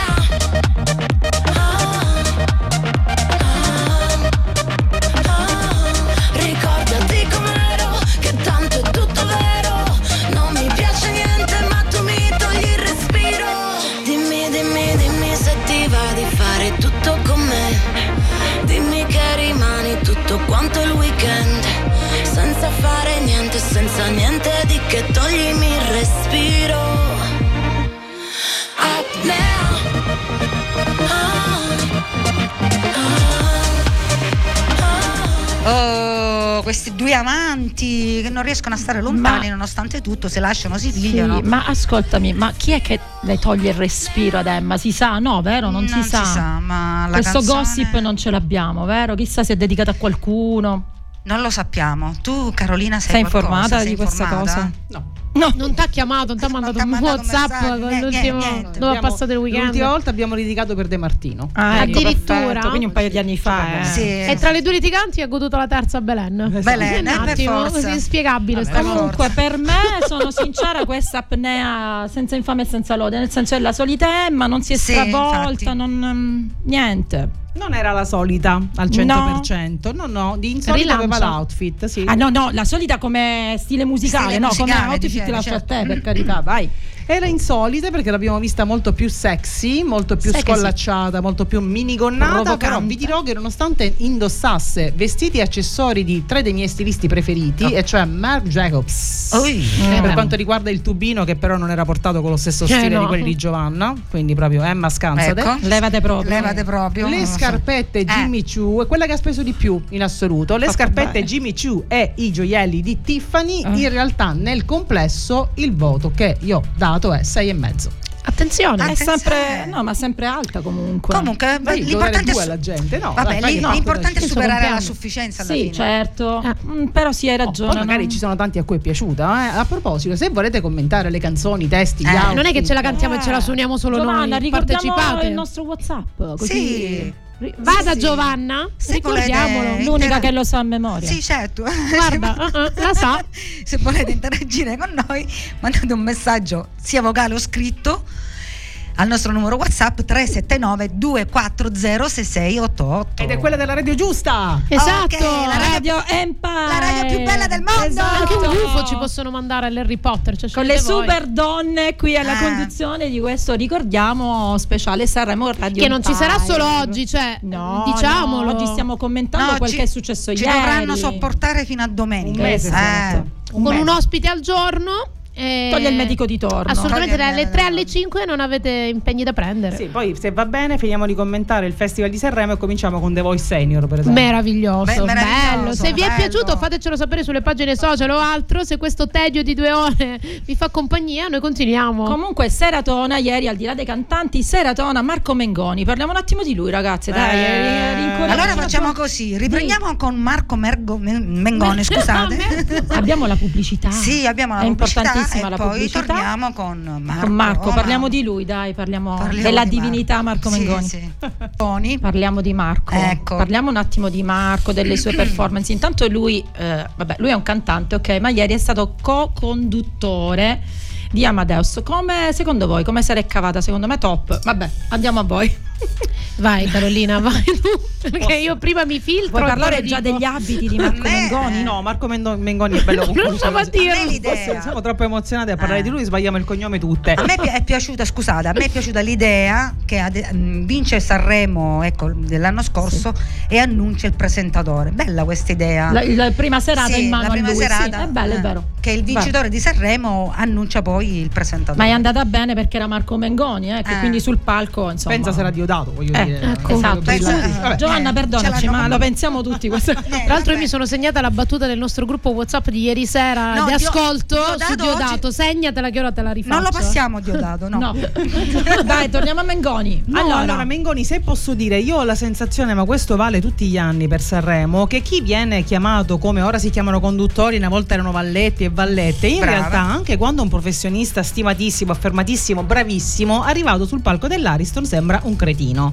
[SPEAKER 7] Ricordati com'ero, che tanto è tutto vero. Non mi piace niente, ma tu mi togli il respiro. Dimmi, dimmi, dimmi se ti va di fare tutto con me. Dimmi che rimani tutto quanto il weekend, senza fare niente, senza niente di che, toglimi il respiro. Apnea.
[SPEAKER 3] Oh, questi due amanti che non riescono a stare lontani, nonostante tutto, se lasciano si pigliano.
[SPEAKER 2] Sì, ma ascoltami, ma chi è che le toglie il respiro ad Emma? Si sa, no, vero? Non si sa.
[SPEAKER 3] Ma la
[SPEAKER 2] questo
[SPEAKER 3] canzone...
[SPEAKER 2] gossip non ce l'abbiamo, vero? Chissà se è dedicato a qualcuno.
[SPEAKER 3] Non lo sappiamo. Tu, Carolina,
[SPEAKER 2] sei
[SPEAKER 3] informata
[SPEAKER 2] di questa cosa?
[SPEAKER 4] No.
[SPEAKER 1] Non ti ha chiamato, non ti ha mandato un WhatsApp con l'ultimo dove ha passato il weekend.
[SPEAKER 4] L'ultima volta abbiamo litigato per De Martino.
[SPEAKER 1] Addirittura,
[SPEAKER 2] perfetto, quindi un paio di anni fa.
[SPEAKER 3] Sì.
[SPEAKER 1] E tra le due litiganti ha goduto la terza Belen.
[SPEAKER 3] Belen,
[SPEAKER 1] un
[SPEAKER 3] per
[SPEAKER 1] attimo,
[SPEAKER 3] forza.
[SPEAKER 1] così inspiegabile.
[SPEAKER 3] Vabbè,
[SPEAKER 1] sta
[SPEAKER 2] Comunque per me, sono sincera, questa apnea senza infame e senza lode, nel senso è la solita Emma, non si è
[SPEAKER 3] Sì,
[SPEAKER 2] stravolta,
[SPEAKER 3] infatti.
[SPEAKER 2] niente.
[SPEAKER 4] Non era la solita al 100%, no, di insolito aveva l'outfit, sì.
[SPEAKER 2] Ah no, la solita come stile musicale,
[SPEAKER 3] Stile
[SPEAKER 2] no,
[SPEAKER 3] musicale,
[SPEAKER 2] come outfit
[SPEAKER 3] dicevi,
[SPEAKER 2] lascio
[SPEAKER 3] certo.
[SPEAKER 2] a te, per carità, vai.
[SPEAKER 4] Era insolita perché l'abbiamo vista molto più sexy, molto più scollacciata, molto più minigonnata, però vi dirò che nonostante indossasse vestiti e accessori di 3 dei miei stilisti preferiti, e cioè Marc Jacobs, per quanto riguarda il tubino, che però non era portato con lo stesso stile di quelli di Giovanna, quindi proprio Emma scansate,
[SPEAKER 2] levate proprio
[SPEAKER 4] le scarpette Jimmy Choo è quella che ha speso di più in assoluto. Le scarpette Jimmy Choo e i gioielli di Tiffany, in realtà nel complesso il voto che io ho dato è 6,5.
[SPEAKER 1] Attenzione,
[SPEAKER 2] è sempre sempre alta comunque.
[SPEAKER 3] Comunque l'importante è
[SPEAKER 4] la gente, no?
[SPEAKER 3] L'importante è superare la sufficienza alla fine.
[SPEAKER 2] Sì, certo. Però sì, hai ragione.
[SPEAKER 4] Poi magari ci sono tanti a cui è piaciuta. A proposito, se volete commentare le canzoni, i testi, gli outfit,
[SPEAKER 1] non è che ce la cantiamo e ce la suoniamo solo
[SPEAKER 2] Giovanna,
[SPEAKER 1] noi.
[SPEAKER 2] Partecipate il nostro WhatsApp. Così.
[SPEAKER 3] Sì.
[SPEAKER 1] Vada Giovanna, ricordiamolo,
[SPEAKER 2] l'unica che lo sa a memoria.
[SPEAKER 3] Sì, certo.
[SPEAKER 1] Guarda, la sa.
[SPEAKER 3] Se volete interagire con noi, mandate un messaggio sia vocale o scritto al nostro numero WhatsApp 379 240 6688.
[SPEAKER 4] Ed è quella della radio giusta.
[SPEAKER 1] Esatto,
[SPEAKER 3] la
[SPEAKER 2] radio Empire,
[SPEAKER 3] la radio più bella del mondo.
[SPEAKER 1] Esatto. Anche un UFO ci possono mandare all'Harry Potter, cioè
[SPEAKER 2] con le super donne qui alla conduzione di questo, ricordiamo, speciale Sanremo Radio
[SPEAKER 1] che non
[SPEAKER 2] Empire.
[SPEAKER 1] Ci sarà solo oggi, cioè diciamolo.
[SPEAKER 2] Oggi stiamo commentando quel che è successo ieri.
[SPEAKER 3] Ci dovranno sopportare fino a domenica.
[SPEAKER 4] Un mese,
[SPEAKER 1] con un ospite al giorno.
[SPEAKER 2] Toglie il medico di torno.
[SPEAKER 1] Assolutamente, dalle 3 alle 5 non avete impegni da prendere.
[SPEAKER 4] Sì, poi se va bene finiamo di commentare il Festival di Sanremo e cominciamo con The Voice Senior, per esempio.
[SPEAKER 1] Meraviglioso, bello. Se vi è piaciuto fatecelo sapere sulle pagine social o altro. Se questo tedio di 2 ore vi fa compagnia, noi continuiamo.
[SPEAKER 2] Comunque seratona ieri, al di là dei cantanti, seratona Marco Mengoni. Parliamo un attimo di lui, ragazzi, dai.
[SPEAKER 3] Allora facciamo così, riprendiamo con Marco Mengoni, scusate.
[SPEAKER 2] Abbiamo la pubblicità.
[SPEAKER 3] Sì, abbiamo la pubblicità. E
[SPEAKER 2] la
[SPEAKER 3] poi
[SPEAKER 2] pubblicità.
[SPEAKER 3] torniamo con Marco.
[SPEAKER 2] Parliamo di lui, dai, parliamo della divinità Marco Mengoni.
[SPEAKER 3] Sì.
[SPEAKER 2] Parliamo di Marco.
[SPEAKER 3] Ecco.
[SPEAKER 2] Parliamo un attimo di Marco, delle sue performance. Intanto lui lui è un cantante, ok, ma ieri è stato co-conduttore di Amadeus. Come secondo voi, come se l'è cavata? Secondo me top. Vabbè, andiamo a voi.
[SPEAKER 1] Vai Carolina, vai tu, perché io prima mi filtro.
[SPEAKER 2] Vuoi parlare già degli abiti di Marco Mengoni?
[SPEAKER 4] No, Marco Mengoni è bello confuso. Siamo troppo emozionati a parlare di lui, sbagliamo il cognome tutte.
[SPEAKER 3] A me è piaciuta, scusate, a me è piaciuta l'idea che vince Sanremo, ecco, dell'anno scorso, e annuncia il presentatore. Bella questa idea.
[SPEAKER 2] La prima serata in mano a lui.
[SPEAKER 3] Serata,
[SPEAKER 2] è bello, è vero.
[SPEAKER 3] Che il vincitore di Sanremo annuncia poi il presentatore.
[SPEAKER 2] Ma è andata bene perché era Marco Mengoni, che quindi sul palco, insomma.
[SPEAKER 4] Pensa se era diodato, voglio dire.
[SPEAKER 2] Ecco. Esatto. Giovanna, perdonaci, ma lo pensiamo tutti. Tra
[SPEAKER 1] l'altro io mi sono segnata la battuta del nostro gruppo WhatsApp di ieri sera di ascolto su Diodato. Segnatela che ora te la rifaccio.
[SPEAKER 3] Non lo passiamo Diodato, no.
[SPEAKER 2] Dai, torniamo a Mengoni.
[SPEAKER 4] Allora Mengoni, se posso dire, io ho la sensazione, ma questo vale tutti gli anni per Sanremo, che chi viene chiamato come ora si chiamano conduttori, una volta erano valletti e vallette, in realtà anche quando un professionista stimatissimo, affermatissimo, bravissimo, arrivato sul palco dell'Ariston sembra un cretino.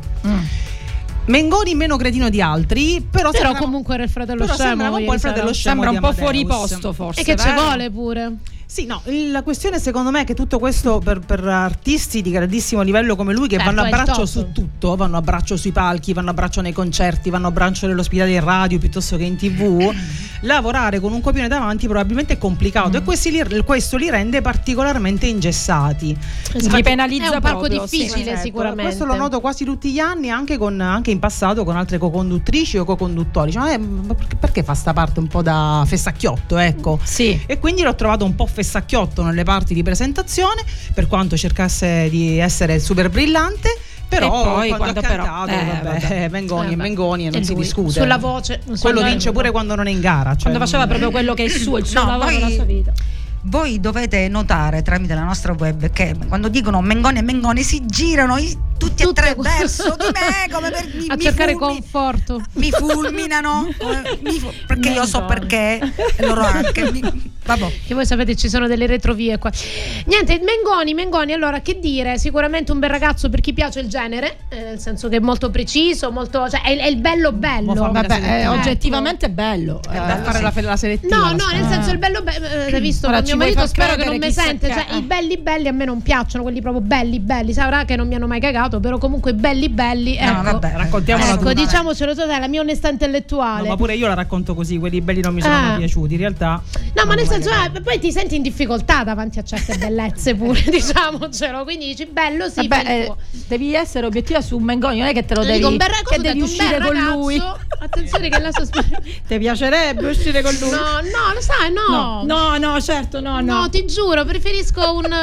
[SPEAKER 4] Mengoni meno cretino di altri, però
[SPEAKER 1] comunque era il fratello scemo.
[SPEAKER 4] Sembrava un po' il fratello scemo.
[SPEAKER 2] Sembra un po' fuori posto, forse.
[SPEAKER 1] E che ci vuole pure.
[SPEAKER 4] Sì, no, la questione secondo me è che tutto questo per artisti di grandissimo livello come lui, che vanno a braccio su tutto, vanno a braccio sui palchi, vanno a braccio nei concerti, vanno a braccio nell'ospitale in radio piuttosto che in TV, lavorare con un copione davanti probabilmente è complicato e questo li rende particolarmente ingessati.
[SPEAKER 2] Li penalizza.
[SPEAKER 1] È un palco
[SPEAKER 2] proprio,
[SPEAKER 1] difficile, sicuramente.
[SPEAKER 4] Questo lo noto quasi tutti gli anni, anche in passato con altre co-conduttrici o co-conduttori. Cioè, perché fa sta parte un po' da fessacchiotto, ecco.
[SPEAKER 2] Sì.
[SPEAKER 4] E quindi l'ho trovato un po' fessacchiotto nelle parti di presentazione, per quanto cercasse di essere super brillante. Però
[SPEAKER 2] poi
[SPEAKER 4] quando ha cantato Mengoni e non si discute.
[SPEAKER 1] Sulla voce
[SPEAKER 4] quello vince pure quando non è in gara,
[SPEAKER 2] quando faceva proprio quello che è il suo lavoro, la sua vita.
[SPEAKER 3] Voi dovete notare tramite la nostra web che quando dicono Mengoni e Mengoni si girano tutti e tre verso di me come per
[SPEAKER 1] a cercare conforto.
[SPEAKER 3] Mi fulminano perché io so perché e loro anche. Vabbè.
[SPEAKER 1] Che voi sapete ci sono delle retrovie qua. Niente, Mengoni, allora che dire? Sicuramente un bel ragazzo per chi piace il genere, nel senso che è molto preciso, molto, cioè è il bello.
[SPEAKER 2] Vabbè, è oggettivamente bello.
[SPEAKER 4] Da fare la selettiva.
[SPEAKER 1] No, nel senso il bello l'avete visto con mio marito, spero che non mi sente, cioè i belli a me non piacciono, quelli proprio belli, saprà che non mi hanno mai cagato, però comunque belli, ecco.
[SPEAKER 4] No, vabbè, raccontiamola
[SPEAKER 1] ecco, diciamocelo, la mia onestà intellettuale.
[SPEAKER 4] No, ma pure io la racconto così, quelli belli non mi sono mai piaciuti, in realtà.
[SPEAKER 1] No, ma nel senso, poi ti senti in difficoltà davanti a certe bellezze pure, diciamocelo, quindi dici bello sì,
[SPEAKER 2] devi essere obiettiva su Mengoni, non è che te lo devi, che devi uscire con lui.
[SPEAKER 1] Attenzione che la sospetti.
[SPEAKER 2] Ti piacerebbe uscire con lui?
[SPEAKER 1] No, lo sai,
[SPEAKER 2] no, certo, no.
[SPEAKER 1] No, ti giuro, preferisco un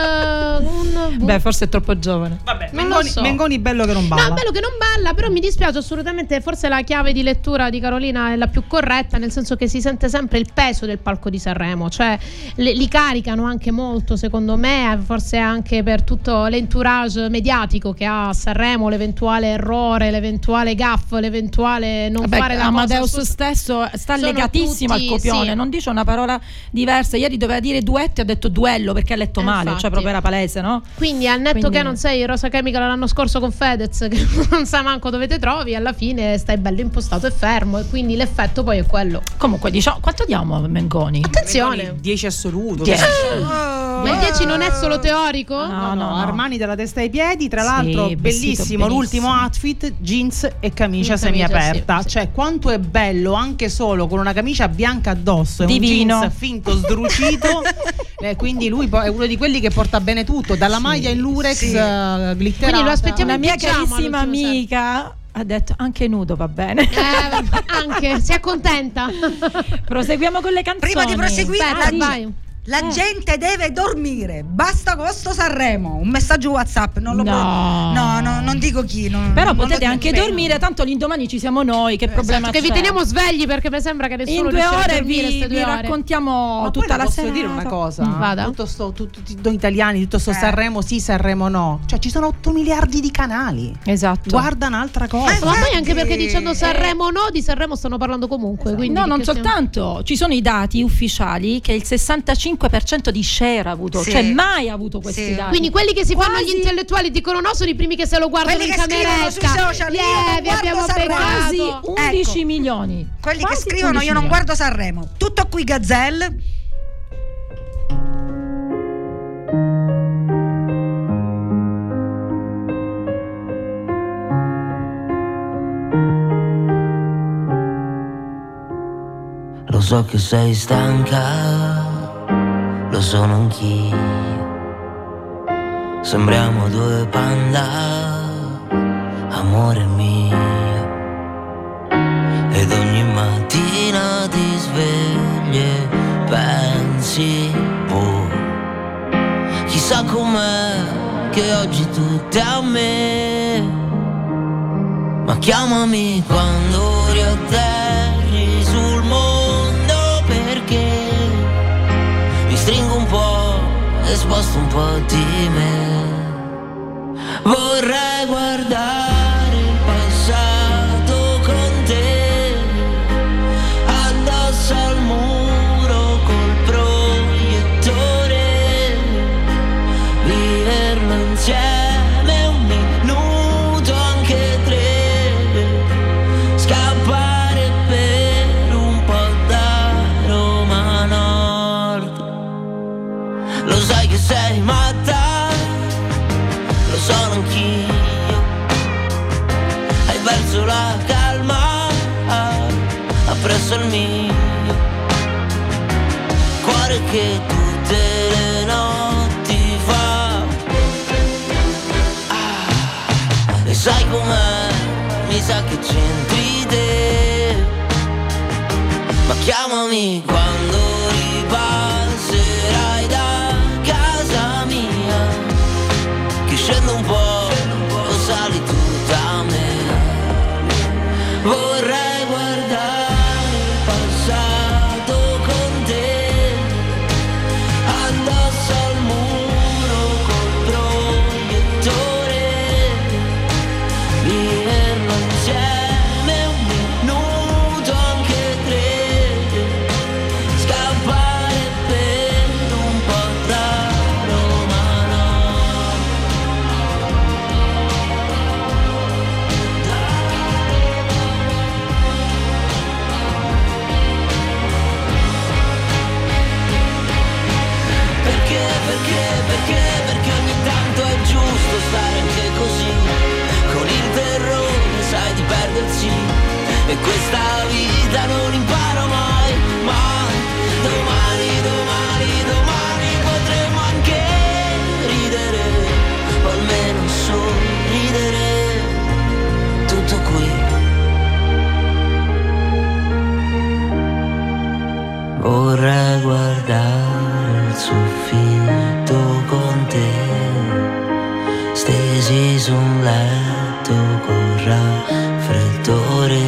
[SPEAKER 2] Beh, forse è troppo giovane.
[SPEAKER 4] Vabbè,
[SPEAKER 2] Mengoni
[SPEAKER 4] bello che non balla.
[SPEAKER 1] No, bello che non balla, però mi dispiace assolutamente, forse la chiave di lettura di Carolina è la più corretta, nel senso che si sente sempre il peso del palco di Sanremo, cioè li caricano anche molto, secondo me, forse anche per tutto l'entourage mediatico che ha Sanremo, l'eventuale errore, l'eventuale gaff, l'eventuale non fare la
[SPEAKER 2] Amadeus
[SPEAKER 1] cosa
[SPEAKER 2] stesso sta legatissimo al copione, non dice una parola diversa. Ieri doveva dire duetti, ha detto duello perché ha letto male,
[SPEAKER 1] infatti.
[SPEAKER 2] Cioè proprio era palese, no?
[SPEAKER 1] Quindi al netto che non sei Rosa Chemical l'anno scorso con Fedez, che non sa manco dove te trovi, alla fine stai bello impostato e fermo, e quindi l'effetto poi è quello.
[SPEAKER 2] Comunque diciamo, quanto diamo a Mengoni?
[SPEAKER 1] Attenzione,
[SPEAKER 4] 10 assoluto.
[SPEAKER 2] 10.
[SPEAKER 1] Ma il 10 non è solo teorico?
[SPEAKER 4] No. Armani dalla testa ai piedi, tra l'altro bellissimo l'ultimo outfit, jeans e camicia semiaperta,
[SPEAKER 1] sì.
[SPEAKER 4] Cioè quanto è bello anche solo con una camicia bianca addosso,
[SPEAKER 2] divino,
[SPEAKER 4] un jeans finto sdrucito. Quindi lui è uno di quelli che porta bene tutto, dalla maglia in lurex glitterata.
[SPEAKER 1] Quindi lo aspettiamo.
[SPEAKER 2] Una mia carissima amica ha detto anche nudo va bene.
[SPEAKER 1] Anche si accontenta.
[SPEAKER 2] Proseguiamo con le canzoni.
[SPEAKER 3] Prima di proseguire,
[SPEAKER 1] vai.
[SPEAKER 3] La gente deve dormire, basta con sto Sanremo. Un messaggio WhatsApp, non lo non dico chi.
[SPEAKER 2] Però potete anche dormire, tanto l'indomani ci siamo noi. Che problema c'è?
[SPEAKER 1] Che vi teniamo svegli perché mi sembra che nessuno
[SPEAKER 2] in 2 ore
[SPEAKER 1] vi
[SPEAKER 2] raccontiamo tutta la sera.
[SPEAKER 4] Posso dire una cosa?
[SPEAKER 1] Vada.
[SPEAKER 4] Tutti noi italiani, tutto sto Sanremo sì, Sanremo no. Cioè ci sono 8 miliardi di canali.
[SPEAKER 2] Esatto.
[SPEAKER 4] Guarda un'altra cosa.
[SPEAKER 1] Ma poi anche perché dicendo Sanremo no, di Sanremo stanno parlando comunque. Quindi
[SPEAKER 2] no, non soltanto. Ci sono i dati ufficiali che il 65% di share ha avuto, cioè mai ha avuto questi dati.
[SPEAKER 1] Quindi quelli che si fanno gli intellettuali dicono no sono i primi che se lo guardano
[SPEAKER 3] quelli
[SPEAKER 1] in
[SPEAKER 3] che
[SPEAKER 1] cameretta.
[SPEAKER 3] Sui social,
[SPEAKER 1] vi abbiamo
[SPEAKER 2] quasi 11
[SPEAKER 3] ecco.
[SPEAKER 2] milioni.
[SPEAKER 3] Quelli
[SPEAKER 2] quasi
[SPEAKER 3] che scrivono io non guardo Sanremo. Tutto qui Gazelle.
[SPEAKER 8] Lo so che sei stanca, lo sono anch'io. Sembriamo 2 panda, amore mio. Ed ogni mattina ti svegli e pensi, chissà com'è che oggi tutto è a me. Ma chiamami quando riatterri sul mondo, perché mi stringo un po' e sposto un po' di me. Vorrei guardare il passato con te, addosso al muro col proiettore, viverlo insieme un minuto, anche 3, scappare per un po' da Roma Nord. Lo sai che sei matta, lo sono anch'io. Hai perso la calma appresso il mio cuore che tutte le notti fa. E sai com'è? Mi sa che c'entri te. Ma chiamami quando ripasserai da casa mia, che scendo un po' o sali tu da me. Vorrei guardare il passato con te, addosso al muro col proiettore, viverlo insieme un minuto, anche 3, perché ogni tanto è giusto stare anche così, con il terrore sai di perdersi, e questa vita non imparo mai, mai. Domani potremo anche ridere, o almeno sorridere, tutto qui. Vorrei guardare il soffitto con te, stesi su un letto con raffreddore,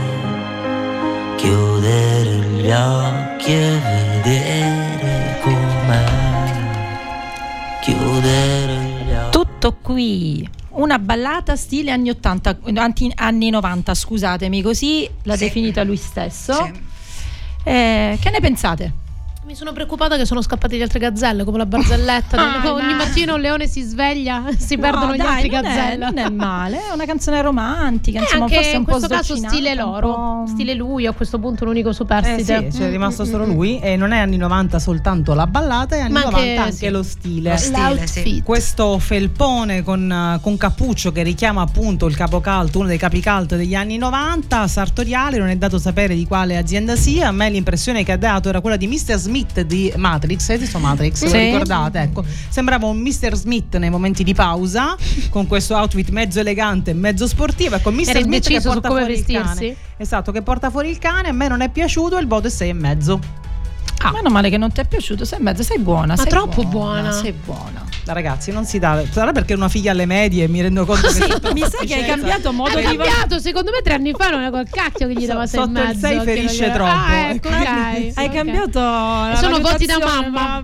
[SPEAKER 8] chiudere gli occhi e vedere com'è, chiudere gli occhi.
[SPEAKER 2] Tutto qui. Una ballata stile anni 80, anni 90, scusatemi, così l'ha definita lui stesso.
[SPEAKER 3] Sì.
[SPEAKER 2] Che ne pensate?
[SPEAKER 1] Mi sono preoccupata che sono scappati gli altri gazzelle, come la barzelletta. Ogni mattino un leone si sveglia, si perdono gli altri gazzelle.
[SPEAKER 2] Non è male, è una canzone romantica, insomma,
[SPEAKER 1] anche
[SPEAKER 2] forse un
[SPEAKER 1] in questo
[SPEAKER 2] po'
[SPEAKER 1] caso stile loro, stile lui, a questo punto l'unico superstite.
[SPEAKER 4] Sì, c'è rimasto solo lui, e non è anni 90 soltanto la ballata, è anni 90 anche lo stile.
[SPEAKER 1] L'outfit.
[SPEAKER 4] Questo felpone con cappuccio che richiama appunto il capocalto, uno dei capicalto degli anni 90, sartoriale, non è dato sapere di quale azienda sia. A me l'impressione che ha dato era quella di Mr. Smith di Matrix, hai visto Matrix? Lo ricordate? Ecco, sembrava un Mr. Smith nei momenti di pausa, con questo outfit mezzo elegante e mezzo sportivo. Ecco, Mr. Smith che porta fuori il cane. Esatto, che porta fuori il cane. A me non è piaciuto, il voto è 6,5.
[SPEAKER 2] Meno male che non ti è piaciuto, 6,5, sei buona.
[SPEAKER 1] Ma
[SPEAKER 2] sei
[SPEAKER 1] troppo buona.
[SPEAKER 2] Sei buona.
[SPEAKER 4] Ragazzi, non si dà. Sarà perché è una figlia alle medie, mi rendo conto che
[SPEAKER 2] mi sa che hai cambiato modo di
[SPEAKER 1] cambiato, secondo me 3 anni fa non era col cacchio che gli dava 6,5.
[SPEAKER 4] Sotto il 6 ferisce troppo.
[SPEAKER 1] Ecco, okay.
[SPEAKER 2] Hai cambiato la
[SPEAKER 1] sono voti da mamma.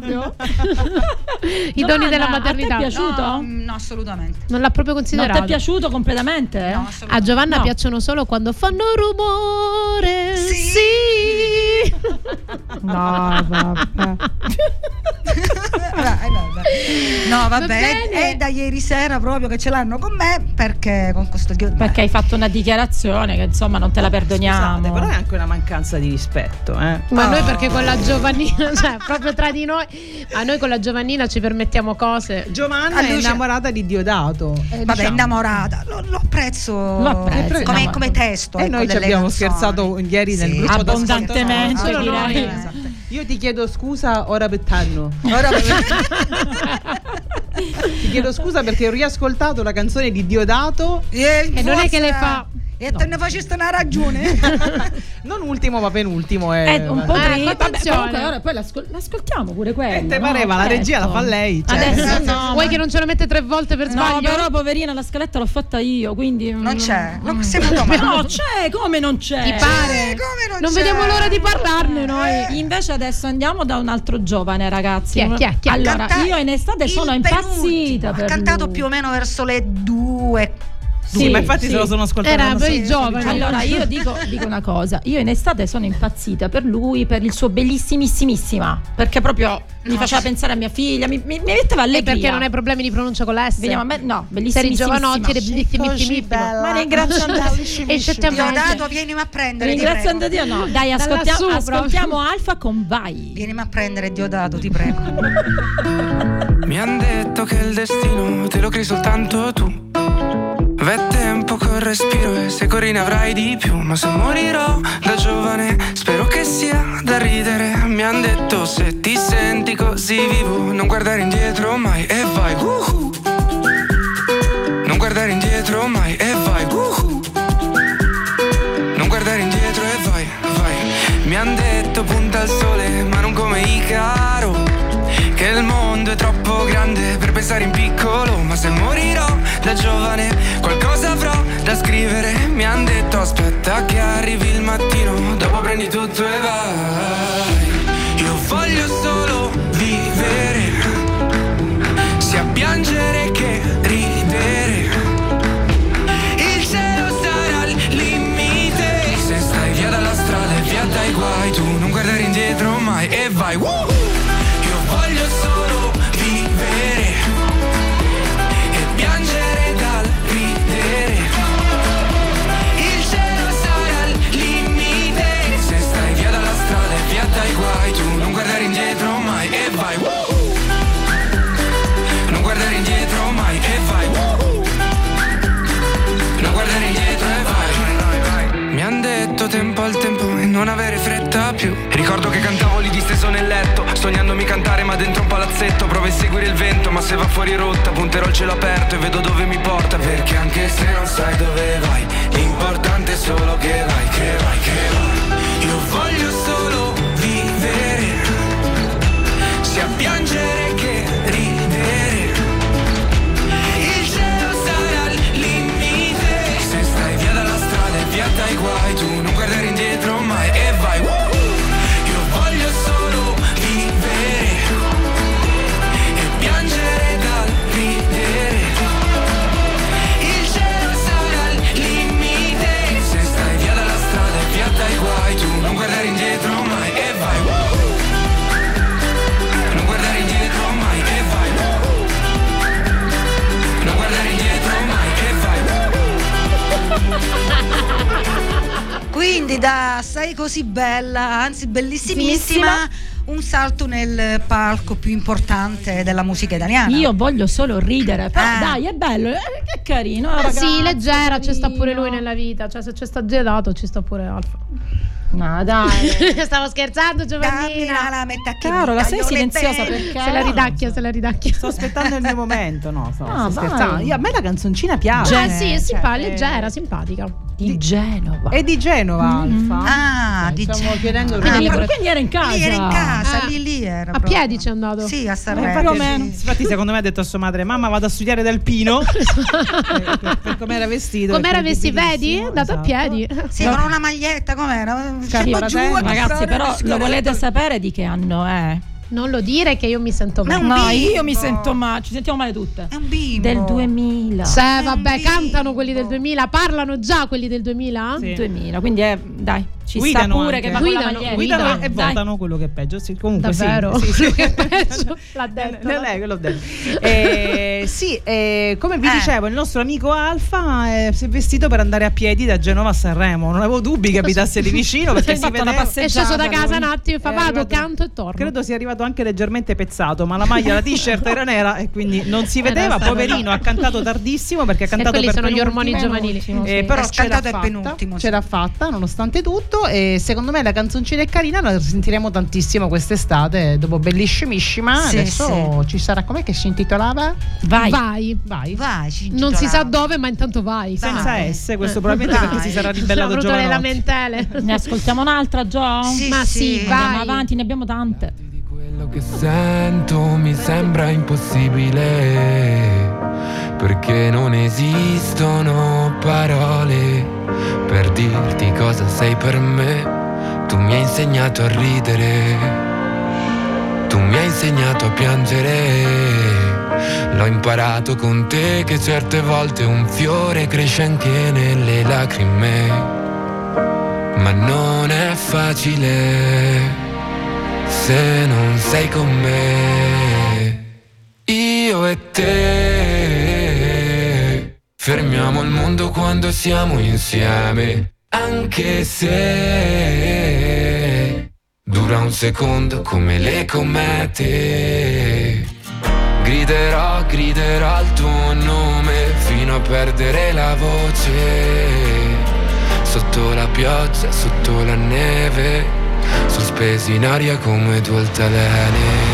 [SPEAKER 1] I doni della maternità.
[SPEAKER 2] Ti è piaciuto?
[SPEAKER 3] No, assolutamente.
[SPEAKER 1] Non l'ha proprio considerato.
[SPEAKER 2] Non ti è piaciuto completamente?
[SPEAKER 3] No,
[SPEAKER 1] a Giovanna piacciono solo quando fanno rumore. Sì.
[SPEAKER 2] No, vabbè.
[SPEAKER 3] No, vabbè, è da ieri sera proprio che ce l'hanno con me, perché con questo
[SPEAKER 2] perché hai fatto una dichiarazione che insomma non te la perdoniamo.
[SPEAKER 4] Scusate, però è anche una mancanza di rispetto,
[SPEAKER 1] Ma noi perché con la Giovannina, cioè proprio tra di noi, a noi con la Giovannina ci permettiamo cose.
[SPEAKER 4] Giovanna è innamorata di Diodato.
[SPEAKER 3] Vabbè, innamorata, lo apprezzo come testo.
[SPEAKER 4] E noi ci abbiamo scherzato ieri nel gruppo
[SPEAKER 2] abbondantemente, direi.
[SPEAKER 4] Io ti chiedo scusa ora per tanno. Ti chiedo scusa perché ho riascoltato la canzone di Diodato
[SPEAKER 1] e non è che le fa.
[SPEAKER 3] E te ne faceste una ragione.
[SPEAKER 4] Non ultimo ma penultimo è
[SPEAKER 2] un po'
[SPEAKER 1] attenzione.
[SPEAKER 2] Ora poi l'ascoltiamo pure quello.
[SPEAKER 4] Te pareva la regia la fa lei, cioè.
[SPEAKER 2] Adesso no.
[SPEAKER 1] Vuoi che non ce lo mette 3 volte per sbaglio?
[SPEAKER 2] No, però poverina la scaletta l'ho fatta io, quindi
[SPEAKER 3] non c'è. Non siamo domani.
[SPEAKER 2] No, c'è, come non c'è?
[SPEAKER 1] Ti pare?
[SPEAKER 3] Come
[SPEAKER 1] non vediamo l'ora di parlarne noi.
[SPEAKER 2] Invece adesso andiamo da un altro giovane, ragazzi.
[SPEAKER 1] Chi è?
[SPEAKER 2] Allora, io in estate sono impazzita per
[SPEAKER 3] ha cantato
[SPEAKER 2] lui.
[SPEAKER 3] più o meno verso le 2.
[SPEAKER 4] Sì, ma infatti se lo sono ascoltato.
[SPEAKER 1] Era per i giovani.
[SPEAKER 2] Allora io dico una cosa, io in estate sono impazzita per lui, per il suo bellissimissimissima, perché proprio mi faceva pensare a mia figlia, mi metteva allegria.
[SPEAKER 1] Perché non hai problemi di pronuncia con la S?
[SPEAKER 2] Veniamo a me, no,
[SPEAKER 1] bellissimi giovanotti, bellissimi.
[SPEAKER 2] Ma ringraziando
[SPEAKER 3] Diodato, vienimi a prendere.
[SPEAKER 2] Ringraziando Dio, no. Dai, ascoltiamo Alfa con Vai.
[SPEAKER 3] Vienimi a prendere, Diodato, ti prego.
[SPEAKER 5] Mi han detto che il destino te lo crei soltanto tu. V'è tempo col respiro e se corri ne avrai di più. Ma se morirò da giovane spero che sia da ridere. Mi han detto se ti senti così vivo non guardare indietro mai e vai. Non guardare indietro mai e vai. Non guardare indietro e vai, vai. Mi han detto punta al sole ma non come Icaro, che il mondo è troppo grande per pensare in piccolo. Ma se morirò da giovane qualcosa avrò da scrivere. Mi han detto aspetta che arrivi il mattino, dopo prendi tutto e vai. Io voglio solo vivere, sia piangere che ridere. Il cielo sarà il limite, se stai via dalla strada e via dai guai. Tu non guardare indietro mai e vai. Voglio solo vivere e piangere dal ridere. Il cielo sarà il limite, se stai via dalla strada e via dai guai. Tu non guardare indietro mai e vai.
[SPEAKER 9] più. Ricordo che cantavo lì disteso nel letto, sognandomi cantare ma dentro un palazzetto. Provo a seguire il vento, ma se va fuori rotta punterò il cielo aperto e vedo dove mi porta. Perché anche se non sai dove vai, l'importante è solo che vai, che vai, che vai. Io voglio solo vivere, sia piangere che ridere. Il cielo sarà al limite, se stai via dalla strada e via dai guai, tu non guardare indietro mai e vai. Io voglio solo vivere e piangere dal ridere. Il cielo sarà al limite, se stai via dalla strada e via dai guai, tu non guardare indietro mai e vai. Non guardare indietro mai e vai. Non guardare indietro mai e vai.
[SPEAKER 3] Quindi da Sei così bella, anzi bellissimissima, un salto nel palco più importante della musica italiana.
[SPEAKER 2] Io voglio solo ridere, però dai, è bello, che carino.
[SPEAKER 1] Ragazzi, sì, leggera, ci sta pure lui nella vita, cioè se ci sta Gedato ci sta pure Alfa.
[SPEAKER 2] No, dai.
[SPEAKER 1] Stavo scherzando, Giovannina.
[SPEAKER 3] La metta
[SPEAKER 2] Caro, la sei silenziosa perché?
[SPEAKER 1] Se la ridacchia.
[SPEAKER 4] Sto aspettando il mio momento, no? Sto scherzando.
[SPEAKER 2] A
[SPEAKER 4] me la canzoncina piace.
[SPEAKER 1] Sì, è leggera, simpatica.
[SPEAKER 2] Di Genova.
[SPEAKER 4] È di Genova, Alfa.
[SPEAKER 3] Di
[SPEAKER 4] Stiamo chiedendo
[SPEAKER 2] quindi era in casa.
[SPEAKER 3] Lì era in casa, lì era.
[SPEAKER 1] A piedi ci è andato?
[SPEAKER 3] Sì, a Sanremo.
[SPEAKER 4] Infatti, secondo me ha detto a sua madre: mamma, vado a studiare d'alpino. per com'era vestito.
[SPEAKER 1] Com'era vestito, vedi? È andato a piedi.
[SPEAKER 3] Sì, con una maglietta, com'era?
[SPEAKER 2] Ragazzi, però lo volete sapere di che anno è?
[SPEAKER 1] Non lo dire che io mi sento male.
[SPEAKER 2] No, io mi sento male, ci sentiamo male tutte.
[SPEAKER 3] È un bimbo.
[SPEAKER 2] Del 2000.
[SPEAKER 1] Vabbè, cantano quelli del 2000, parlano già quelli del 2000?
[SPEAKER 2] Sì. 2000, quindi dai, ci
[SPEAKER 4] guidano
[SPEAKER 2] sta pure
[SPEAKER 4] anche.
[SPEAKER 2] Che va
[SPEAKER 4] guidano e votano quello che è peggio. Sì, comunque
[SPEAKER 1] davvero?
[SPEAKER 4] Sì.
[SPEAKER 1] Che è peggio l'ha detto.
[SPEAKER 4] L'ho detto. Come vi dicevo, il nostro amico Alfa si è vestito per andare a piedi da Genova a Sanremo. Non avevo dubbi che abitasse di vicino perché si vedeva.
[SPEAKER 1] È sceso da casa un attimo e fa vado, canto e torno.
[SPEAKER 4] Credo sia arrivato anche leggermente pezzato, ma la maglia, la t-shirt era nera e quindi non si vedeva. Poverino, ha cantato tardissimo perché ha cantato
[SPEAKER 1] quelli
[SPEAKER 4] per
[SPEAKER 1] sono gli ormoni giovanili.
[SPEAKER 4] Però ce l'ha fatta nonostante tutto. E secondo me la canzoncina è carina, la sentiremo tantissimo quest'estate dopo Bellissimissima. Adesso ci sarà, com'è che si intitolava?
[SPEAKER 1] Vai. Non si sa dove, ma intanto vai.
[SPEAKER 4] Senza S, questo probabilmente perché si sarà ribellato giovanotti.
[SPEAKER 1] le lamentele.
[SPEAKER 2] Ne ascoltiamo un'altra, Gio?
[SPEAKER 1] Sì, vai.
[SPEAKER 2] Andiamo avanti, ne abbiamo tante.
[SPEAKER 5] Quello che sento mi sembra impossibile, perché non esistono parole per dirti cosa sei per me. Tu mi hai insegnato a ridere, tu mi hai insegnato a piangere. L'ho imparato con te che certe volte un fiore cresce anche nelle lacrime, ma non è facile se non sei con me. Io e te fermiamo il mondo quando siamo insieme, anche se dura un secondo come le comete. Griderò il tuo nome fino a perdere la voce, sotto la pioggia, sotto la neve, sospesi in aria come due altalene.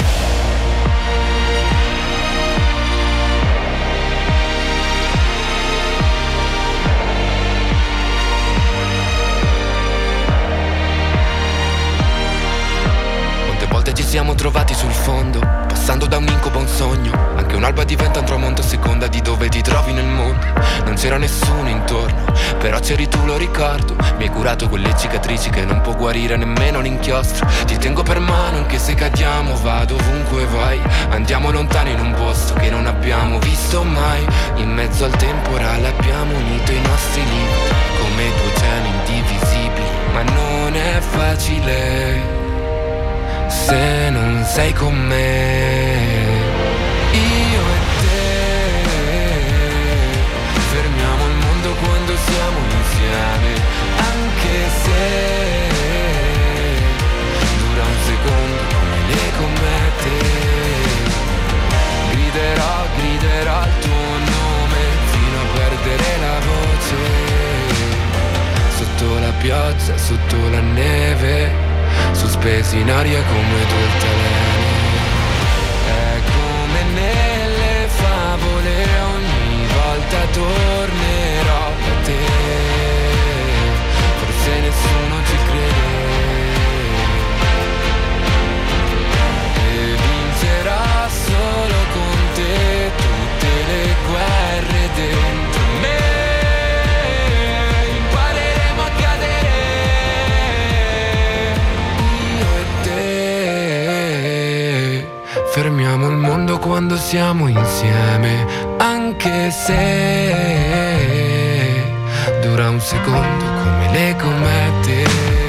[SPEAKER 5] Ci siamo trovati sul fondo, passando da un incubo a un sogno. Anche un'alba diventa un tramonto a seconda di dove ti trovi nel mondo. Non c'era nessuno intorno, però c'eri tu, lo ricordo. Mi hai curato quelle cicatrici che non può guarire nemmeno l'inchiostro. Ti tengo per mano anche se cadiamo, vado ovunque vai. Andiamo lontano in un posto che non abbiamo visto mai. In mezzo al temporale abbiamo unito i nostri limiti come due oceani indivisibili, ma non è facile se non sei con me. Io e te fermiamo il mondo quando siamo insieme, anche se dura un secondo come le comete. Griderò il tuo nome fino a perdere la voce, sotto la pioggia, sotto la neve,
[SPEAKER 9] sospesi in aria come due altalene. È come nelle favole, ogni volta tornerò da te, forse nessuno ci crede, e vincerà solo con te tutte le guerre dentro me. Impareremo a cadere, io e te. Fermiamo il mondo quando siamo insieme, anche se dura un secondo come le comete.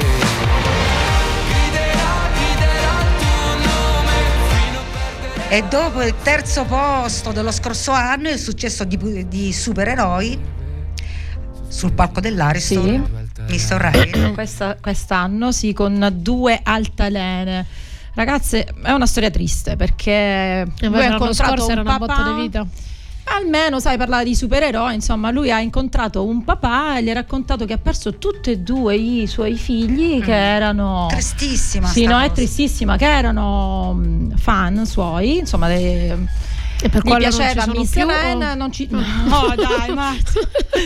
[SPEAKER 3] E dopo il terzo posto dello scorso anno, il successo di supereroi sul palco dell'Ariston, Mr. Ryan.
[SPEAKER 2] Quest'anno sì, con due altalene. Ragazze, è una storia triste perché lui ha incontrato un papà,
[SPEAKER 1] botta di vita.
[SPEAKER 2] almeno sai, parlava di supereroi, insomma lui ha incontrato un papà e gli ha raccontato che ha perso tutti e due i suoi figli che erano
[SPEAKER 3] tristissima.
[SPEAKER 2] Sì, no, è tristissima, che erano fan suoi, insomma e per gli piaceva Miss Ren, non ci... No, dai, Marta.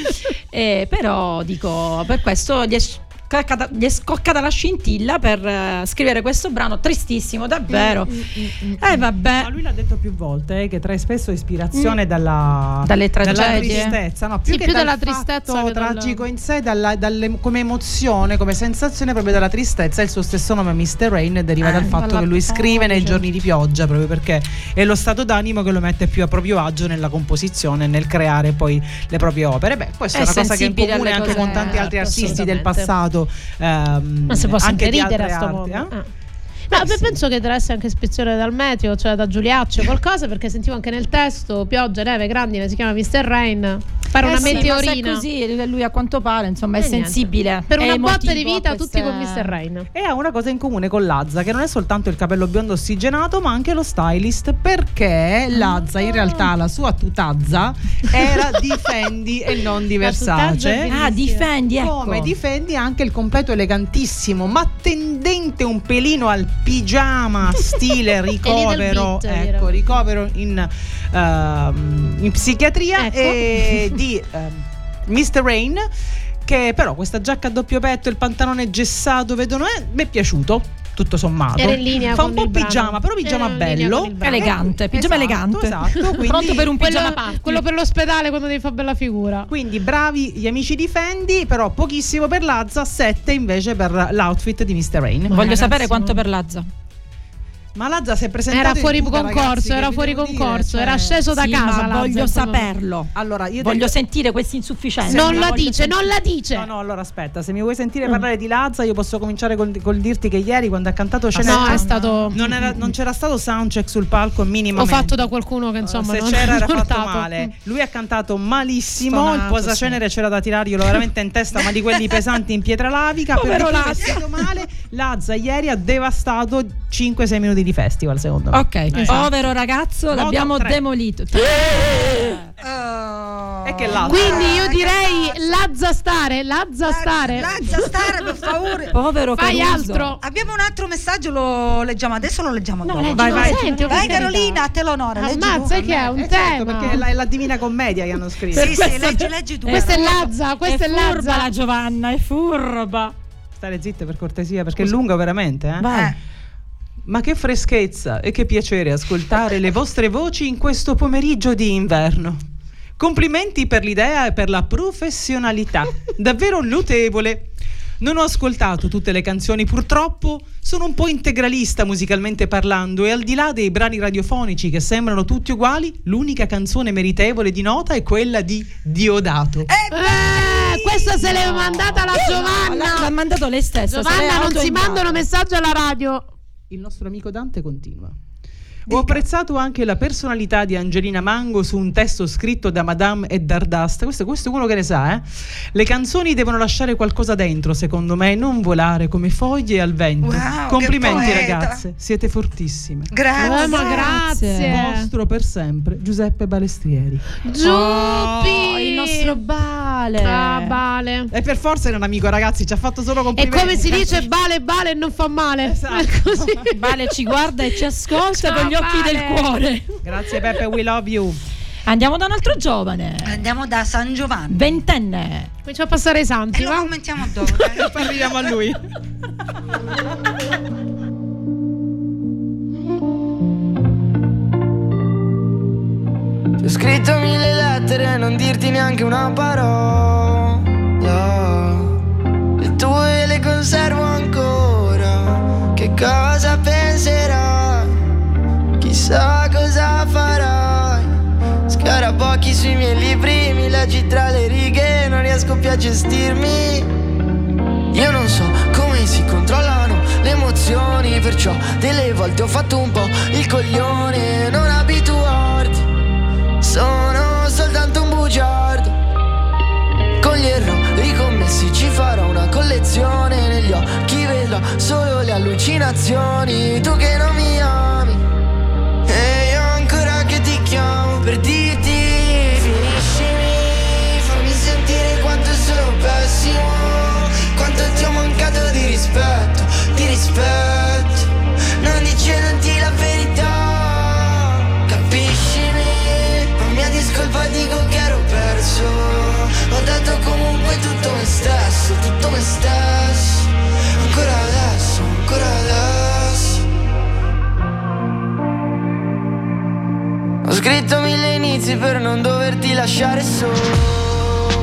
[SPEAKER 2] Però dico, per questo gli è scoccata la scintilla per scrivere questo brano tristissimo, davvero. Vabbè.
[SPEAKER 4] Ma lui l'ha detto più volte che trae spesso ispirazione dalle
[SPEAKER 2] tragedie,
[SPEAKER 4] dalla tristezza, no, più
[SPEAKER 1] sì,
[SPEAKER 4] che
[SPEAKER 1] più
[SPEAKER 4] dal
[SPEAKER 1] dalla tristezza che
[SPEAKER 4] tragico in sé, come emozione, come sensazione proprio dalla tristezza. Il suo stesso nome Mr. Rain deriva dal fatto che lui scrive nei giorni di pioggia, proprio perché è lo stato d'animo che lo mette più a proprio agio nella composizione, nel creare poi le proprie opere. Beh, questa è una cosa che è in comune anche con tanti altri artisti del passato.
[SPEAKER 1] Ma si può
[SPEAKER 4] anche
[SPEAKER 1] sempre
[SPEAKER 4] di
[SPEAKER 1] ridere
[SPEAKER 4] altre
[SPEAKER 1] a sto
[SPEAKER 4] arti,
[SPEAKER 1] modo. No, penso che deve essere anche ispezione dal meteo, cioè da Giuliaccio, qualcosa, perché sentivo anche nel testo pioggia, neve, grandine, si chiama Mr. Rain. Pare una meteorina.
[SPEAKER 2] Ma così, lui a quanto pare, insomma, è sensibile.
[SPEAKER 1] Per una botta di vita tutti con Mr. Rain.
[SPEAKER 4] E ha una cosa in comune con Lazza, che non è soltanto il capello biondo ossigenato, ma anche lo stylist, perché Lazza in realtà la sua tutazza era di Fendi e non di Versace.
[SPEAKER 2] Di Fendi, ecco.
[SPEAKER 4] Come di Fendi anche il completo elegantissimo, ma tendente un pelino al pigiama stile ricovero, ricovero in psichiatria, e di Mr. Rain, che però questa giacca a doppio petto e il pantalone gessato, vedono, mi è piaciuto tutto sommato.
[SPEAKER 1] Era in linea
[SPEAKER 4] fa
[SPEAKER 1] con
[SPEAKER 4] un po'
[SPEAKER 1] il
[SPEAKER 4] pigiama, però pigiama bello,
[SPEAKER 2] elegante, pigiama elegante.
[SPEAKER 4] Esatto,
[SPEAKER 2] pronto per un pigiama party.
[SPEAKER 1] Quello per l'ospedale quando devi fare bella figura.
[SPEAKER 4] Quindi bravi gli amici di Fendi, però pochissimo per Lazza, 7 invece per l'outfit di Mr. Rain.
[SPEAKER 2] Voglio sapere quanto per Lazza.
[SPEAKER 4] Ma Lazza si è presentato
[SPEAKER 1] era fuori
[SPEAKER 4] tuta,
[SPEAKER 1] concorso,
[SPEAKER 4] ragazzi,
[SPEAKER 1] era sceso da casa.
[SPEAKER 2] Ma voglio saperlo.
[SPEAKER 4] Allora, io
[SPEAKER 2] voglio sentire questi insufficienti.
[SPEAKER 1] Non la dice.
[SPEAKER 4] No, allora aspetta, se mi vuoi sentire parlare di Lazza, io posso cominciare col dirti che ieri quando ha cantato Scenetta,
[SPEAKER 1] è stato
[SPEAKER 4] non c'era stato soundcheck sul palco minimamente.
[SPEAKER 1] Ho fatto da qualcuno che insomma
[SPEAKER 4] se
[SPEAKER 1] non
[SPEAKER 4] c'era era
[SPEAKER 1] portato.
[SPEAKER 4] fatto male. Lui ha cantato malissimo, il posacenere c'era da tirarglielo veramente in testa, ma di quelli pesanti in pietra lavica.
[SPEAKER 2] Povero
[SPEAKER 4] Lazza. Male. Lazza ieri ha devastato 5-6 minuti di festival, secondo me.
[SPEAKER 2] Ok, povero ragazzo, l'abbiamo demolito.
[SPEAKER 4] E che Lazza.
[SPEAKER 1] Quindi io direi Lazza stare,
[SPEAKER 3] per favore.
[SPEAKER 2] Povero
[SPEAKER 1] Fai
[SPEAKER 2] Caruso.
[SPEAKER 1] altro.
[SPEAKER 3] Abbiamo un altro messaggio, lo leggiamo adesso o lo leggiamo dopo?
[SPEAKER 1] Vai,
[SPEAKER 3] vai Carolina, a te l'onore.
[SPEAKER 1] Ammazza, che è un tema.
[SPEAKER 4] Perché è la Divina Commedia che hanno scritto.
[SPEAKER 3] Sì, leggi tu.
[SPEAKER 1] Questa è Lazza, questa è
[SPEAKER 2] furba la Giovanna, è furba.
[SPEAKER 4] Stare zitte per cortesia, perché è lungo veramente,
[SPEAKER 2] Vai.
[SPEAKER 4] Ma che freschezza e che piacere ascoltare le vostre voci in questo pomeriggio di inverno. Complimenti per l'idea e per la professionalità, davvero notevole. Non ho ascoltato tutte le canzoni, purtroppo sono un po' integralista musicalmente parlando, e al di là dei brani radiofonici che sembrano tutti uguali, l'unica canzone meritevole di nota è quella di Diodato.
[SPEAKER 1] Questa se l'è mandata la Giovanna.
[SPEAKER 2] L'ha mandato lei stessa.
[SPEAKER 1] Giovanna, non si mandano messaggi alla radio.
[SPEAKER 4] Il nostro amico Dante continua. Ho apprezzato anche la personalità di Angelina Mango su un testo scritto da Madame e Dardasta. Questo è uno che ne sa, Le canzoni devono lasciare qualcosa dentro, secondo me, non volare come foglie al vento.
[SPEAKER 3] Wow,
[SPEAKER 4] complimenti ragazze, siete fortissime.
[SPEAKER 1] Grazie.
[SPEAKER 4] Vostro per sempre, Giuseppe Balestrieri.
[SPEAKER 1] Giuppi,
[SPEAKER 2] il nostro Bale. Bale.
[SPEAKER 1] Ah, Bale.
[SPEAKER 4] E per forza era un amico, ragazzi, ci ha fatto solo complimenti.
[SPEAKER 1] E come si dice, Bale e non fa male.
[SPEAKER 4] Esatto.
[SPEAKER 1] Così.
[SPEAKER 2] Bale ci guarda e ci ascolta con gli occhi del cuore.
[SPEAKER 4] Grazie Peppe, we love you.
[SPEAKER 2] Andiamo da un altro giovane.
[SPEAKER 3] Andiamo da San Giovanni.
[SPEAKER 2] 20enne.
[SPEAKER 1] Cominciamo a passare i santi,
[SPEAKER 3] E lo
[SPEAKER 1] va?
[SPEAKER 3] commentiamo dopo.
[SPEAKER 4] E poi arriviamo a lui.
[SPEAKER 10] Ti ho scritto 1000 lettere e non dirti neanche una parola. Le tue le conservo ancora. Che cosa penserai? Chissà cosa farai. Scarabocchi sui miei libri, mi leggi tra le righe, non riesco più a gestirmi. Io non so come si controllano le emozioni, perciò delle volte ho fatto un po' il coglione. Non abituarti, sono soltanto un bugiardo. Con gli errori commessi ci farò una collezione. Negli occhi vedrò solo le allucinazioni. Tu che non mi ami e io ancora che ti chiamo per dirti finiscimi, fammi sentire quanto sono pessimo, quanto ti ho mancato di rispetto, di rispetto. Non dicendoti la verità, capiscimi, non mi discolpa, dico che ero perso. Ho dato comunque tutto me stesso, tutto me stesso. Ancora adesso, ancora adesso. Ho scritto 1000 inizi per non doverti lasciare solo.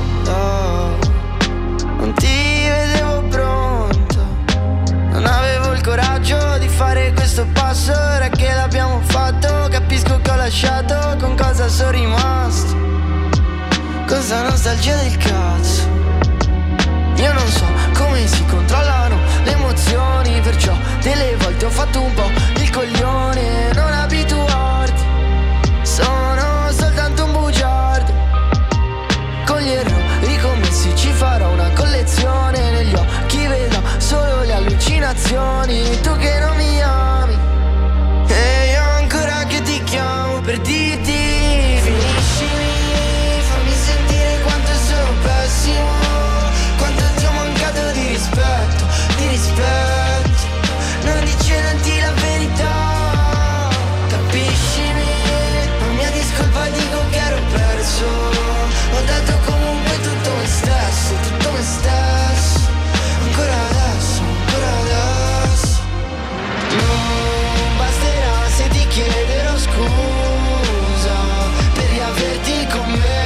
[SPEAKER 10] Non ti vedevo pronto, non avevo il coraggio di fare questo passo. Ora che l'abbiamo fatto capisco che ho lasciato. Con cosa sono rimasto? Cosa nostalgia del cazzo. Io non so come si controllano le emozioni, perciò delle volte ho fatto un po' il coglione. Non abituarti, sono soltanto un bugiardo. Con gli errori commessi ci farò una collezione. Negli occhi vedo solo le allucinazioni. Tu che non mi ami e io ancora che ti chiamo per dirti finiscimi, fammi sentire quanto sono pessimo, quanto ti ho mancato di rispetto, di rispetto. Non dicendoti la verità, capiscimi, non mi discolpa, dico che ero perso. Ho dato comunque tutto me stesso, tutto me stesso. Ancora adesso, ancora adesso. Non basterà se ti chiederò scusa per riaverti con me.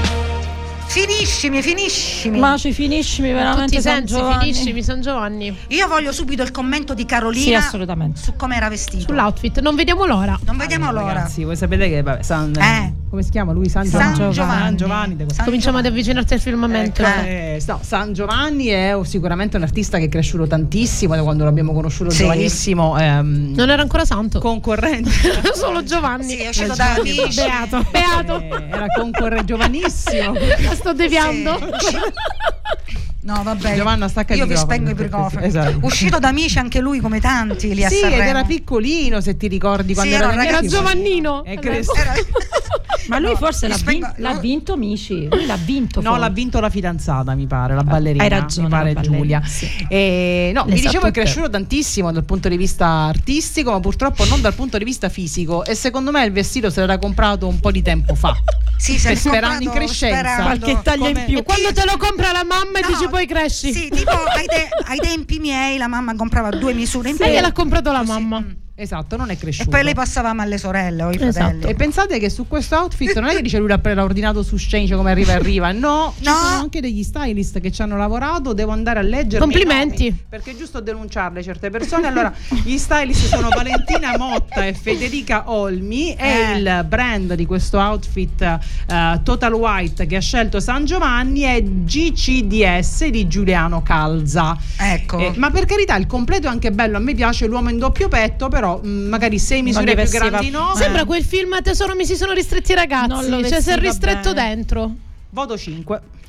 [SPEAKER 3] Finiscimi.
[SPEAKER 2] Ma ci finiscimi veramente.
[SPEAKER 1] Tutti i
[SPEAKER 2] San
[SPEAKER 1] sensi,
[SPEAKER 2] Giovanni.
[SPEAKER 1] finiscimi San Giovanni.
[SPEAKER 3] Io voglio subito il commento di Carolina.
[SPEAKER 2] Sì, assolutamente.
[SPEAKER 3] Su come era vestito.
[SPEAKER 1] Sull'outfit, non vediamo l'ora.
[SPEAKER 3] Non vediamo l'ora.
[SPEAKER 4] Ragazzi, voi sapete che vabbè, come si chiama lui? San
[SPEAKER 3] Giovanni.
[SPEAKER 4] San Giovanni.
[SPEAKER 1] Cominciamo ad avvicinarti al firmamento.
[SPEAKER 4] No, San Giovanni è sicuramente un artista che è cresciuto tantissimo da quando l'abbiamo conosciuto giovanissimo.
[SPEAKER 1] Non era ancora santo.
[SPEAKER 4] Concorrente.
[SPEAKER 1] Solo Giovanni.
[SPEAKER 3] Sì, è uscito da Amici.
[SPEAKER 1] Beato.
[SPEAKER 4] Era giovanissimo.
[SPEAKER 1] La sto deviando.
[SPEAKER 3] No, vabbè.
[SPEAKER 4] Giovanna, stacca il
[SPEAKER 3] Io vi
[SPEAKER 4] microfono,
[SPEAKER 3] spengo i microfoni.
[SPEAKER 4] Esatto.
[SPEAKER 3] Uscito da Amici anche lui come tanti lì a
[SPEAKER 4] sì,
[SPEAKER 3] Sanremo.
[SPEAKER 4] ed era piccolino, se ti ricordi quando
[SPEAKER 3] Sì,
[SPEAKER 1] Era Giovannino.
[SPEAKER 2] Ma lui forse l'ha vinto Mici. Lui l'ha vinto.
[SPEAKER 4] No, l'ha vinto la fidanzata, mi pare, la ballerina.
[SPEAKER 2] Hai ragione,
[SPEAKER 4] mi pare
[SPEAKER 2] la ballerina,
[SPEAKER 4] Giulia.
[SPEAKER 2] sì.
[SPEAKER 4] No,
[SPEAKER 2] Le
[SPEAKER 4] vi
[SPEAKER 2] sa
[SPEAKER 4] dicevo è
[SPEAKER 2] tutte.
[SPEAKER 4] cresciuto tantissimo dal punto di vista artistico, ma purtroppo non dal punto di vista fisico. E secondo me il vestito se l'era comprato un po' di tempo fa.
[SPEAKER 3] Sì,
[SPEAKER 4] sperando in crescenza.
[SPEAKER 2] Qualche taglia in più.
[SPEAKER 1] E quando te lo compra la mamma e dici poi cresci.
[SPEAKER 3] Sì, tipo ai tempi miei la mamma comprava 2 misure in più.
[SPEAKER 1] E gliel'ha comprato la mamma.
[SPEAKER 4] Esatto, non è cresciuto.
[SPEAKER 3] E poi lei passavamo alle sorelle o ai fratelli.
[SPEAKER 4] E pensate che su questo outfit non è che dice lui l'ha ordinato su Change come arriva. No, ci sono anche degli stylist che ci hanno lavorato. Devo andare a leggere.
[SPEAKER 1] Complimenti.
[SPEAKER 4] Perché è giusto denunciarle certe persone. Allora, gli stylist sono Valentina Motta e Federica Olmi. E il brand di questo outfit Total White che ha scelto San Giovanni è GCDS di Giuliano Calza.
[SPEAKER 3] Ecco.
[SPEAKER 4] Ma per carità, il completo è anche bello. A me piace l'uomo in doppio petto, però magari 6 misure più grandi no.
[SPEAKER 1] Sembra quel film Tesoro mi si sono ristretti i ragazzi.
[SPEAKER 2] Non lo
[SPEAKER 1] Cioè si è
[SPEAKER 2] vestiva
[SPEAKER 1] ristretto
[SPEAKER 2] bene.
[SPEAKER 1] dentro.
[SPEAKER 4] Voto 5.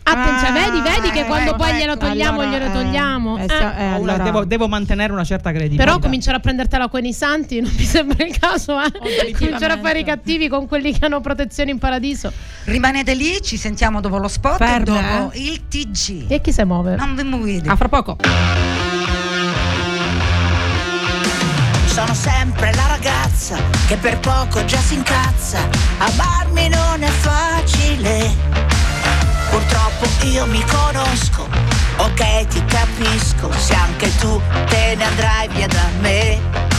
[SPEAKER 1] Attenzione, vedi che quando poi glielo togliamo, glielo togliamo.
[SPEAKER 4] Allora, devo mantenere una certa credibilità.
[SPEAKER 1] Però cominciare a prendertela con i santi non mi sembra il caso, cominciare a fare i cattivi con quelli che hanno protezione in paradiso.
[SPEAKER 3] Rimanete lì, ci sentiamo dopo lo spot e dopo il TG.
[SPEAKER 1] E chi si muove?
[SPEAKER 3] Non vi muovete.
[SPEAKER 2] A fra poco.
[SPEAKER 11] Sono sempre la ragazza che per poco già si incazza. Amarmi non è facile. Purtroppo io mi conosco, ok ti capisco, se anche tu te ne andrai via da me.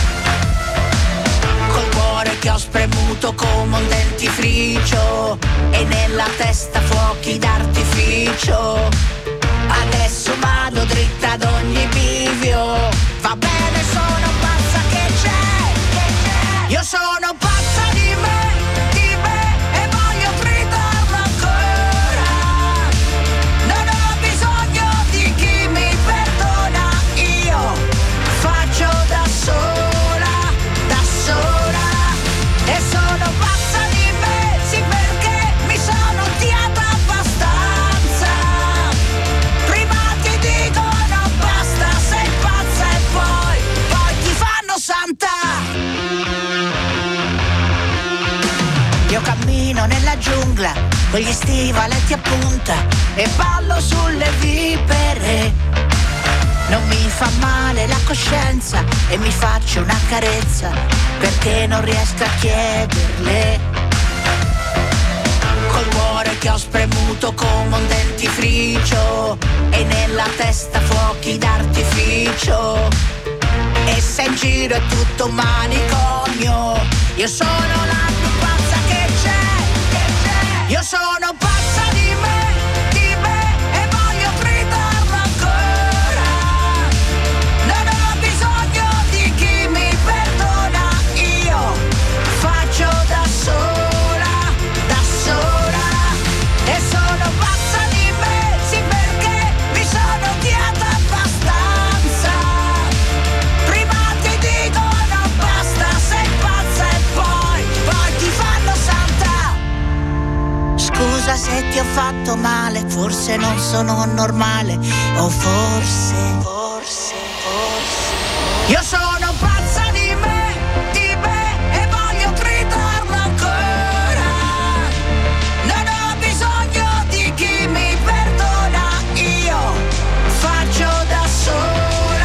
[SPEAKER 11] Col cuore che ho spremuto come un dentifricio e nella testa fuochi d'artificio. Adesso vado dritta ad ogni bivio, va bene sono pazza che c'è. Io sono pazza di me e voglio gridarlo ancora. Non ho bisogno di chi mi perdona, io faccio da sola, e sono pazza di me, sì perché mi sono odiata abbastanza. Prima ti dicono basta, sei pazza e poi ti fanno santa. Io cammino nella giungla con gli stivaletti a punta e ballo sulle vipere. Non mi fa male la coscienza e mi faccio una carezza perché non riesco a chiederle. Col cuore che ho spremuto come un dentifricio e nella testa fuochi d'artificio. E se in giro è tutto un manicomio, io sono la più pazza che c'è. Io sono pazza di me e voglio gridarlo ancora. Non ho bisogno di chi mi perdona, io faccio da sola, e sono pazza di me, sì perché mi sono odiata abbastanza. Prima ti dicono basta, sei pazza e poi ti fanno santa. Scusa se ti ho fatto male, forse non sono normale, o forse io sono pazza di me e voglio gridarlo ancora. Non ho bisogno di chi mi perdona, io faccio da sola,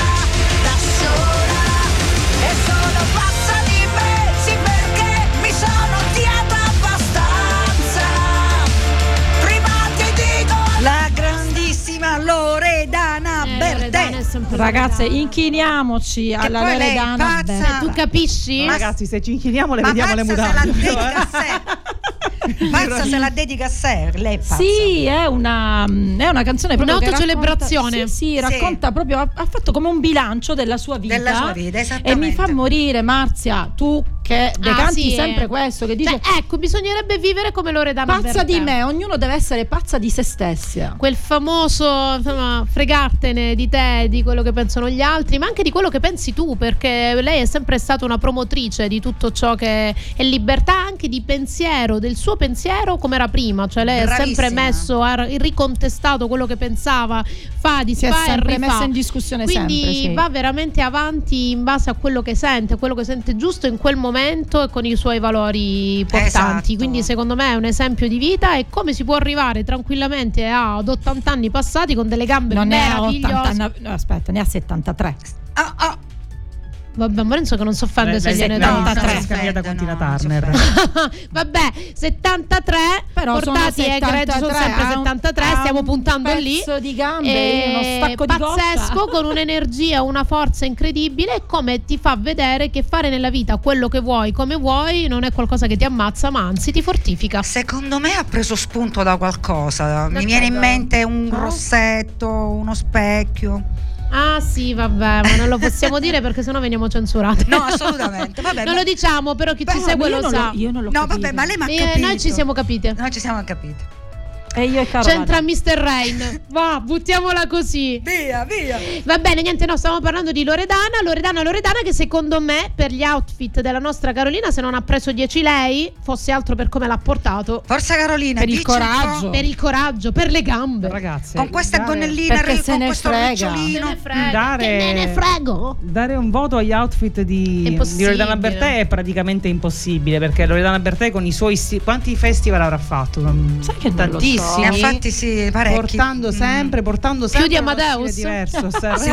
[SPEAKER 11] e sono pazza di me, sì perché mi sono odiata abbastanza. Prima ti dico
[SPEAKER 3] la grandissima Loredana Bertè.
[SPEAKER 2] Ragazze, inchiniamoci alla Loredana Bertè.
[SPEAKER 1] Tu capisci?
[SPEAKER 4] Ragazzi, se ci inchiniamo le vediamo le mutande.
[SPEAKER 3] Pazza se la dedica a sé, lei è pazza.
[SPEAKER 2] Sì, è una canzone proprio
[SPEAKER 1] un'autocelebrazione.
[SPEAKER 2] Sì, racconta proprio, ha fatto come un bilancio della sua vita.
[SPEAKER 3] Esattamente.
[SPEAKER 2] E mi fa morire, Marzia, tu che decanti sempre questo, che dice
[SPEAKER 1] ecco, bisognerebbe vivere come Loredana Bertè.
[SPEAKER 2] Pazza di me, ognuno deve essere pazza di se stessa.
[SPEAKER 1] Quel famoso, insomma, fregartene di te, di quello che pensano gli altri, ma anche di quello che pensi tu, perché lei è sempre stata una promotrice di tutto ciò che è libertà, anche di pensiero, del suo pensiero come era prima, cioè lei
[SPEAKER 3] Bravissima.
[SPEAKER 1] ha sempre messo, ha ricontestato quello che pensava, fa di
[SPEAKER 2] si è sempre messa in discussione,
[SPEAKER 1] quindi
[SPEAKER 2] sempre, sì.
[SPEAKER 1] Va veramente avanti in base a quello che sente giusto in quel momento e con i suoi valori portanti.
[SPEAKER 3] Esatto.
[SPEAKER 1] Quindi secondo me è un esempio di vita e come si può arrivare tranquillamente ad 80 anni passati con delle gambe
[SPEAKER 2] non
[SPEAKER 1] meravigliose.
[SPEAKER 2] Ne ha 80, no, aspetta, ne ha 73.
[SPEAKER 1] Vabbè, Lorenzo che non so fare se gliene dà
[SPEAKER 4] 73 scambiata con Tina Turner.
[SPEAKER 1] Vabbè, 73
[SPEAKER 2] però
[SPEAKER 1] portati e egregi sono sempre 73, stiamo puntando lì.
[SPEAKER 2] Un pezzo di gambe, uno stacco di
[SPEAKER 1] pazzesco,
[SPEAKER 2] goccia.
[SPEAKER 1] con un'energia, una forza incredibile, e come ti fa vedere che fare nella vita quello che vuoi, come vuoi, non è qualcosa che ti ammazza, ma anzi ti fortifica.
[SPEAKER 3] Secondo me ha preso spunto da qualcosa. Mi viene in mente un rossetto, uno specchio.
[SPEAKER 1] Ah sì, vabbè, ma non lo possiamo dire perché sennò veniamo censurate.
[SPEAKER 3] No, assolutamente. Vabbè,
[SPEAKER 1] non lo diciamo, però chi ci segue lo sa.
[SPEAKER 2] Io non l'ho
[SPEAKER 3] No,
[SPEAKER 2] capito.
[SPEAKER 3] vabbè, ma lei mi ha capito.
[SPEAKER 1] Noi ci siamo capite.
[SPEAKER 3] Noi ci siamo capite.
[SPEAKER 2] E io e Carola.
[SPEAKER 1] C'entra Mr. Rain. Va, buttiamola così.
[SPEAKER 3] Via.
[SPEAKER 1] Va bene, niente, no, stiamo parlando di Loredana che secondo me per gli outfit della nostra Carolina, se non ha preso 10 lei, fosse altro per come l'ha portato.
[SPEAKER 3] Forza Carolina,
[SPEAKER 2] per il coraggio.
[SPEAKER 1] Per il coraggio, per le gambe.
[SPEAKER 4] Ragazzi,
[SPEAKER 3] con questa gonnellina, con questo ricciolino.
[SPEAKER 1] Che ne frego.
[SPEAKER 4] Dare un voto agli outfit di Loredana Bertè è praticamente impossibile, perché Loredana Bertè con i suoi quanti festival avrà fatto?
[SPEAKER 2] Sai che
[SPEAKER 4] tantissimi.
[SPEAKER 3] Infatti sì, parecchi.
[SPEAKER 4] Portando sempre
[SPEAKER 1] più di Amadeus.
[SPEAKER 3] Diverso,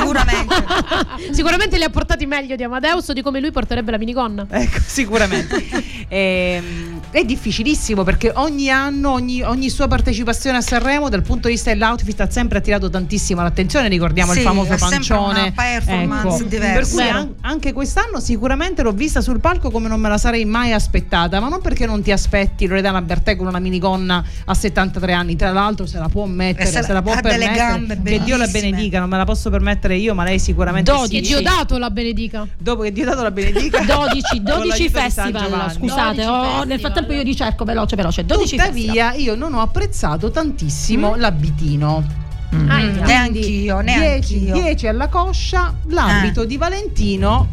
[SPEAKER 1] Sicuramente li ha portati meglio di Amadeus o di come lui porterebbe la minigonna.
[SPEAKER 4] Ecco, sicuramente. È difficilissimo perché ogni anno, ogni sua partecipazione a Sanremo dal punto di vista dell'outfit ha sempre attirato tantissimo l'attenzione. Ricordiamo il famoso pancione,
[SPEAKER 3] una performance diversa.
[SPEAKER 4] Per cui anche quest'anno sicuramente l'ho vista sul palco come non me la sarei mai aspettata, ma non perché non ti aspetti Loredana Bertè con una minigonna a 73 anni, tra l'altro se la può mettere, se la può permettere,
[SPEAKER 3] delle gambe
[SPEAKER 4] che Dio la benedica, non me la posso permettere io, ma lei sicuramente
[SPEAKER 1] 12, Dio dato la benedica.
[SPEAKER 4] Dopo che Dio dato la benedica
[SPEAKER 2] 12 festival, scusate, nel frattempo io ricerco veloce 12
[SPEAKER 4] tuttavia festival. Io non ho apprezzato tantissimo l'abitino.
[SPEAKER 3] Neanch'io
[SPEAKER 4] 10 alla coscia, l'abito di Valentino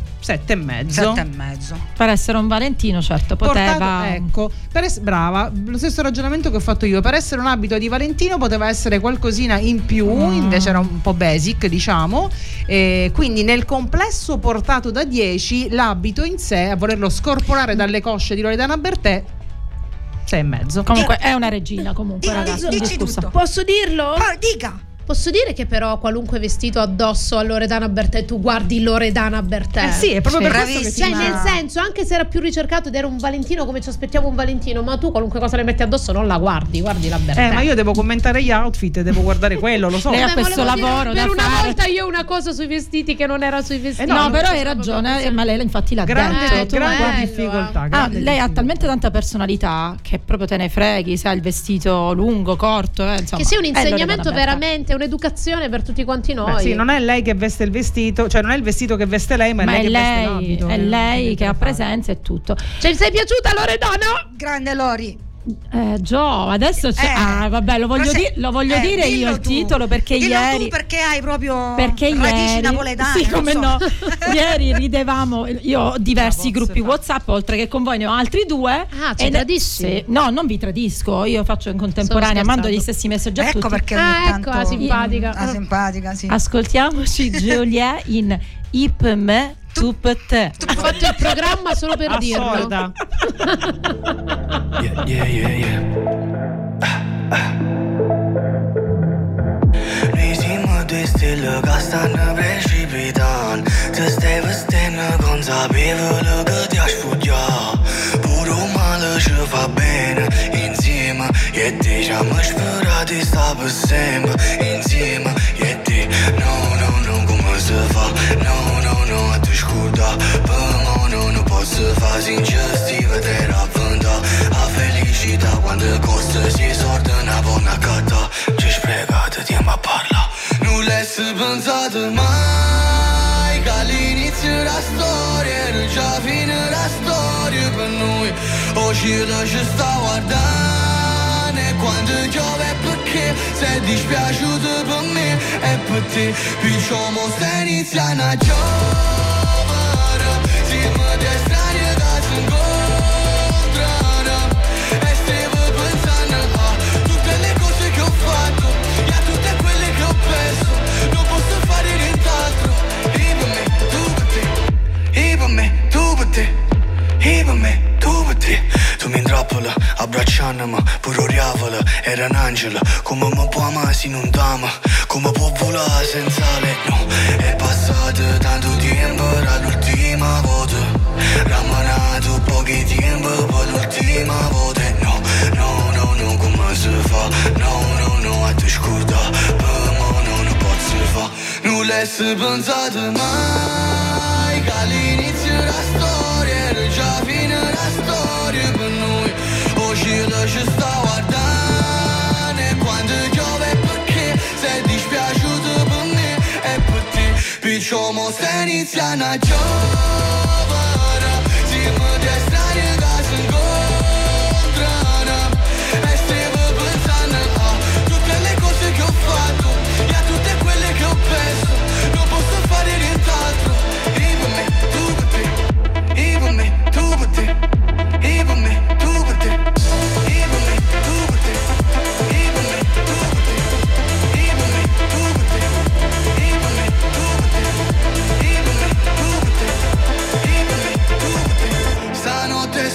[SPEAKER 4] 7,5.
[SPEAKER 2] Per essere un Valentino, certo, poteva.
[SPEAKER 4] Brava, lo stesso ragionamento che ho fatto io. Per essere un abito di Valentino poteva essere qualcosina in più, invece era un po' basic, diciamo. Quindi nel complesso portato da 10, l'abito in sé, a volerlo scorporare dalle cosce di Loredana Bertè, 6,5.
[SPEAKER 2] Comunque è una regina, comunque, ragazzi.
[SPEAKER 1] Posso dirlo?
[SPEAKER 3] Dica.
[SPEAKER 1] Posso dire che però qualunque vestito addosso a Loredana Bertè, tu guardi Loredana Bertè.
[SPEAKER 4] Sì, è proprio per questo che
[SPEAKER 1] cioè, nel senso, anche se era più ricercato ed era un Valentino come ci aspettiamo un Valentino, ma tu qualunque cosa le metti addosso non la guardi la Bertè.
[SPEAKER 4] Ma io devo commentare gli outfit, devo guardare quello, lo so.
[SPEAKER 2] Lei ha questo lavoro
[SPEAKER 1] per
[SPEAKER 2] da
[SPEAKER 1] una
[SPEAKER 2] fare.
[SPEAKER 1] volta io una cosa sui vestiti che non era sui vestiti.
[SPEAKER 2] No, però hai ragione, ma lei infatti l'ha detto.
[SPEAKER 4] Grande difficoltà.
[SPEAKER 2] Lei ha talmente tanta personalità che proprio te ne freghi, sai, il vestito lungo, corto, insomma.
[SPEAKER 1] Che sia un insegnamento veramente, un'educazione per tutti quanti noi.
[SPEAKER 4] Sì, non è lei che veste il vestito, cioè non è il vestito che veste lei, ma è lei che veste l'abito.
[SPEAKER 2] È lei che ha presenza e tutto.
[SPEAKER 1] Cioè, sei piaciuta Loredana?
[SPEAKER 3] Grande Lori.
[SPEAKER 2] Gio, adesso c'è. Vabbè, lo voglio dire io il titolo, perché
[SPEAKER 3] dillo
[SPEAKER 2] ieri.
[SPEAKER 3] Tu perché hai proprio
[SPEAKER 2] radici
[SPEAKER 3] ieri, napoletane.
[SPEAKER 2] Sì, come no. Ieri ridevamo. Io ho diversi gruppi WhatsApp, oltre che con voi ne ho altri 2.
[SPEAKER 1] Ci tradisci?
[SPEAKER 2] Sì. No, non vi tradisco. Io faccio in contemporanea, mando gli stessi messaggi a tutti.
[SPEAKER 3] Ecco perché ogni tanto
[SPEAKER 1] la
[SPEAKER 3] simpatica, sì.
[SPEAKER 2] Ascoltiamoci Giulia in Ip me Tup-te.
[SPEAKER 1] Ha fatto il programma solo per dirlo.
[SPEAKER 5] Risiamo due stelle che stanno precipitando. Ti stai vestendo consapevole che ti sfuggiamo. Pure un male ci fa bene insieme. E te ci abbiamo sperato di stare per sempre insieme. E te no, come si fa? No, a te scorda. Per me non posso fare sincero, vedere avventa. A felicità quando costa si sorda una buona catta. Ci sprecate, tiamo a parlare. Non l'hai pensato mai che all'inizio della storia era già fine la storia per noi. Oggi ci sta guardando e quando piove perché sei dispiaciuto per me e per te. Diciamo stai iniziando a giovere, siamo dei strani che si incontrano e stiamo pensando a tutte le cose che ho fatto e a tutte quelle che ho perso. Non posso fare nient'altro. E per me, tu per te. E per me, tu per te. E per me, tu per te. Tu mi intrappola, abbracciandomi, pure oriavola, era un angelo. Come mi può amare se non t'ama? Come può volare senza lei? No, è passato tanto tempo dall'ultima volta. Rammanato pochi tempo per l'ultima volta. No, come si fa? No, a te scorda. Per me non posso fa. Non l'hai pensato mai che all'inizio della storia era già fine la storia per noi. Oggi ci sta guardando e quando piove perché sei dispiaciuto per me e per te. Diciamo stai iniziando a giovere, siamo dei strani che si incontrano e stiamo pensando a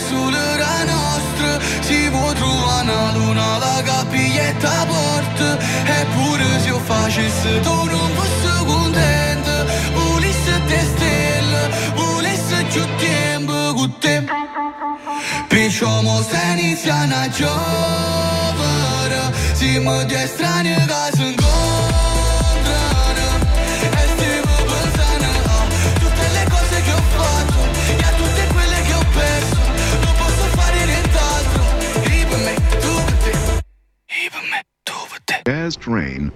[SPEAKER 5] solo la nostra, si può trovare una luna la capiglietta porta, eppure se io facessi tu non fossi contento, volessi te stelle, volessi più tempo con te, perciò mo se iniziano a giovere, siamo due estranei che si incontrano e stiamo pensando a tutte le cose che ho fatto e a tutte quelle che ho perso, non posso fare nient'altro, io per me, tu per te, io per me, tu per te.
[SPEAKER 12] Jazz Train.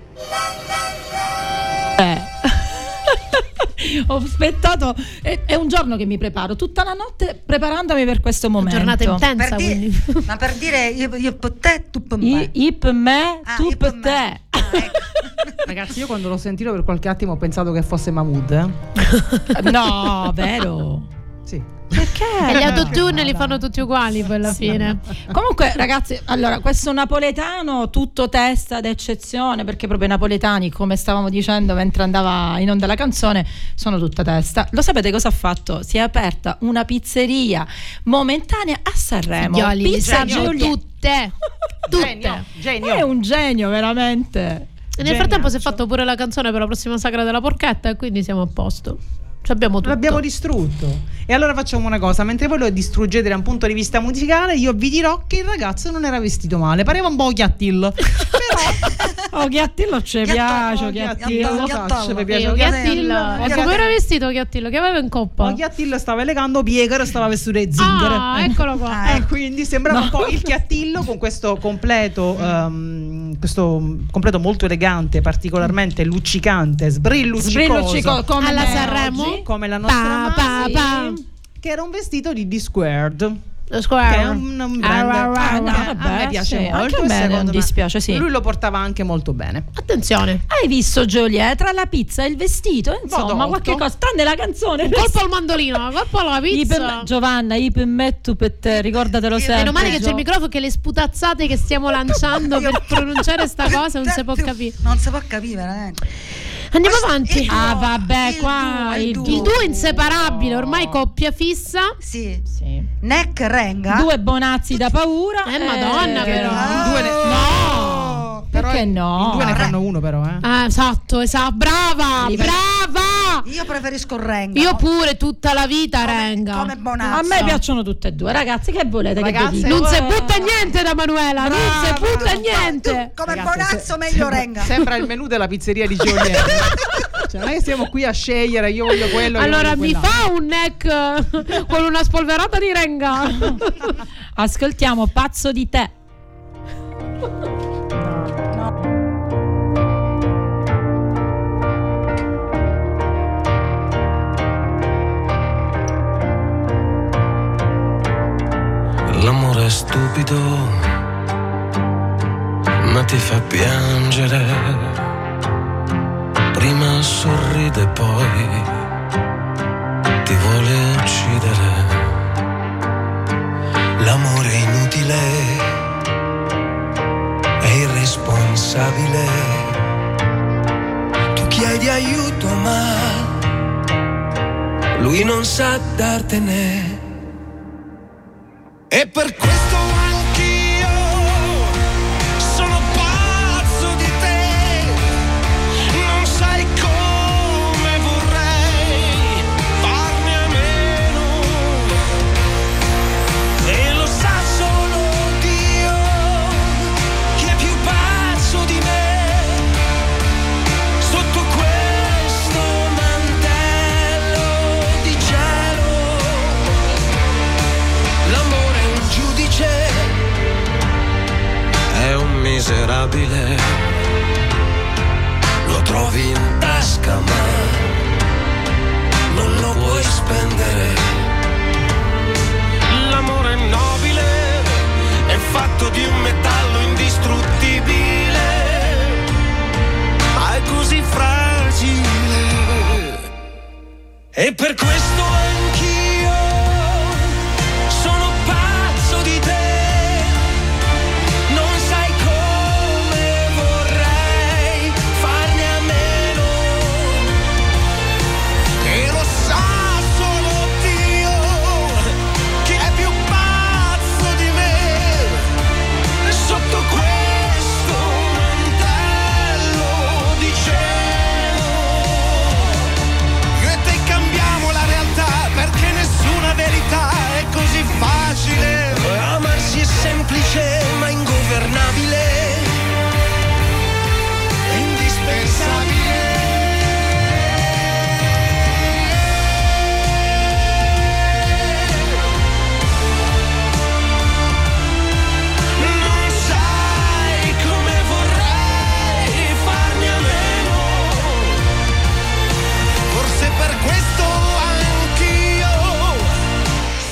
[SPEAKER 2] Ho aspettato, è un giorno che mi preparo tutta la notte preparandomi per questo momento.
[SPEAKER 1] Giornata intensa, quindi.
[SPEAKER 3] Ma per dire io per te, tu per me.
[SPEAKER 2] Io per me, tu per te.
[SPEAKER 4] Ragazzi, io quando l'ho sentito per qualche attimo ho pensato che fosse Mahmood.
[SPEAKER 2] No, vero?
[SPEAKER 4] Sì.
[SPEAKER 2] Perché?
[SPEAKER 1] E gli autotune li fanno tutti uguali poi alla fine.
[SPEAKER 2] Comunque ragazzi, allora questo napoletano tutto testa d'eccezione, perché proprio i napoletani, come stavamo dicendo mentre andava in onda la canzone, sono tutta testa. Lo sapete cosa ha fatto? Si è aperta una pizzeria momentanea a Sanremo.
[SPEAKER 1] Figlioli,
[SPEAKER 2] Pizza
[SPEAKER 1] Giulia. Tutte.
[SPEAKER 4] Genio.
[SPEAKER 2] È un genio veramente.
[SPEAKER 1] E nel frattempo si è fatto pure la canzone per la prossima sagra della porchetta e quindi siamo a posto. Abbiamo tutto.
[SPEAKER 4] L'abbiamo distrutto. E allora facciamo una cosa: mentre voi lo distruggete da un punto di vista musicale, io vi dirò che il ragazzo non era vestito male, pareva un po' Ghiattillo. Però
[SPEAKER 2] Ghiattillo ci piace.
[SPEAKER 4] Ghiattillo
[SPEAKER 1] E come era vestito Ghiattillo? Che aveva in coppa?
[SPEAKER 4] Ghiattillo stava elegando Piegaro, stava vestito di zingare.
[SPEAKER 1] Ah, eccolo qua.
[SPEAKER 4] E quindi sembrava un po' il Ghiattillo con questo completo molto elegante, particolarmente luccicante, sbrilluccicoso
[SPEAKER 1] come alla Sanremo,
[SPEAKER 4] come la nostra che era un vestito di D-Squared. Che è un band a me piace molto,
[SPEAKER 2] anche a me non dispiace, sì.
[SPEAKER 4] Lui lo portava anche molto bene.
[SPEAKER 1] Attenzione,
[SPEAKER 2] hai visto Giulia, tra la pizza e il vestito, insomma, qualche cosa, tranne la canzone.
[SPEAKER 1] Un colpo al mandolino, un colpo alla pizza.
[SPEAKER 2] Giovanna, io per me, tu per te, ricordatelo sempre.
[SPEAKER 1] Meno male che c'è il microfono, che le sputazzate che stiamo lanciando per pronunciare sta cosa non si può capire.
[SPEAKER 3] Non si può capire veramente.
[SPEAKER 1] Andiamo avanti.
[SPEAKER 2] Vabbè, qua
[SPEAKER 1] il duo inseparabile, ormai coppia fissa.
[SPEAKER 3] Sì. Neck Renga.
[SPEAKER 2] Due bonazzi da paura.
[SPEAKER 1] Madonna, però.
[SPEAKER 2] No. Perché no?
[SPEAKER 4] I due ne fanno uno, però.
[SPEAKER 1] Esatto. Brava.
[SPEAKER 3] Io preferisco Renga.
[SPEAKER 1] Io pure tutta la vita Renga.
[SPEAKER 3] Come bonazzo.
[SPEAKER 2] A me piacciono tutte e due, ragazzi. Che volete?
[SPEAKER 1] Ragazzi, non si butta niente da Manuela. Non si butta niente.
[SPEAKER 3] Come bonazzo meglio Renga.
[SPEAKER 4] Sembra il menù della pizzeria di Giulia. Cioè, non è che siamo qui a scegliere, io voglio quello.
[SPEAKER 1] Allora mi fa un neck con una spolverata di Renga.
[SPEAKER 2] Ascoltiamo Pazzo di te.
[SPEAKER 5] L'amore è stupido, ma ti fa piangere. Prima sorride, poi ti vuole uccidere. L'amore è inutile, è irresponsabile. Tu chiedi aiuto, ma lui non sa dartene. E per questo anch'io sono pazzo di te. Non sai come vorrei farne a meno. E lo sa solo Dio che è più pazzo di me. Sotto questo mantello di cielo, l'amore è un miserabile, lo trovi in tasca ma non lo puoi spendere. L'amore è nobile, è fatto di un metallo indistruttibile, ma è così fragile. E per questo anch'io sono pazzo di te.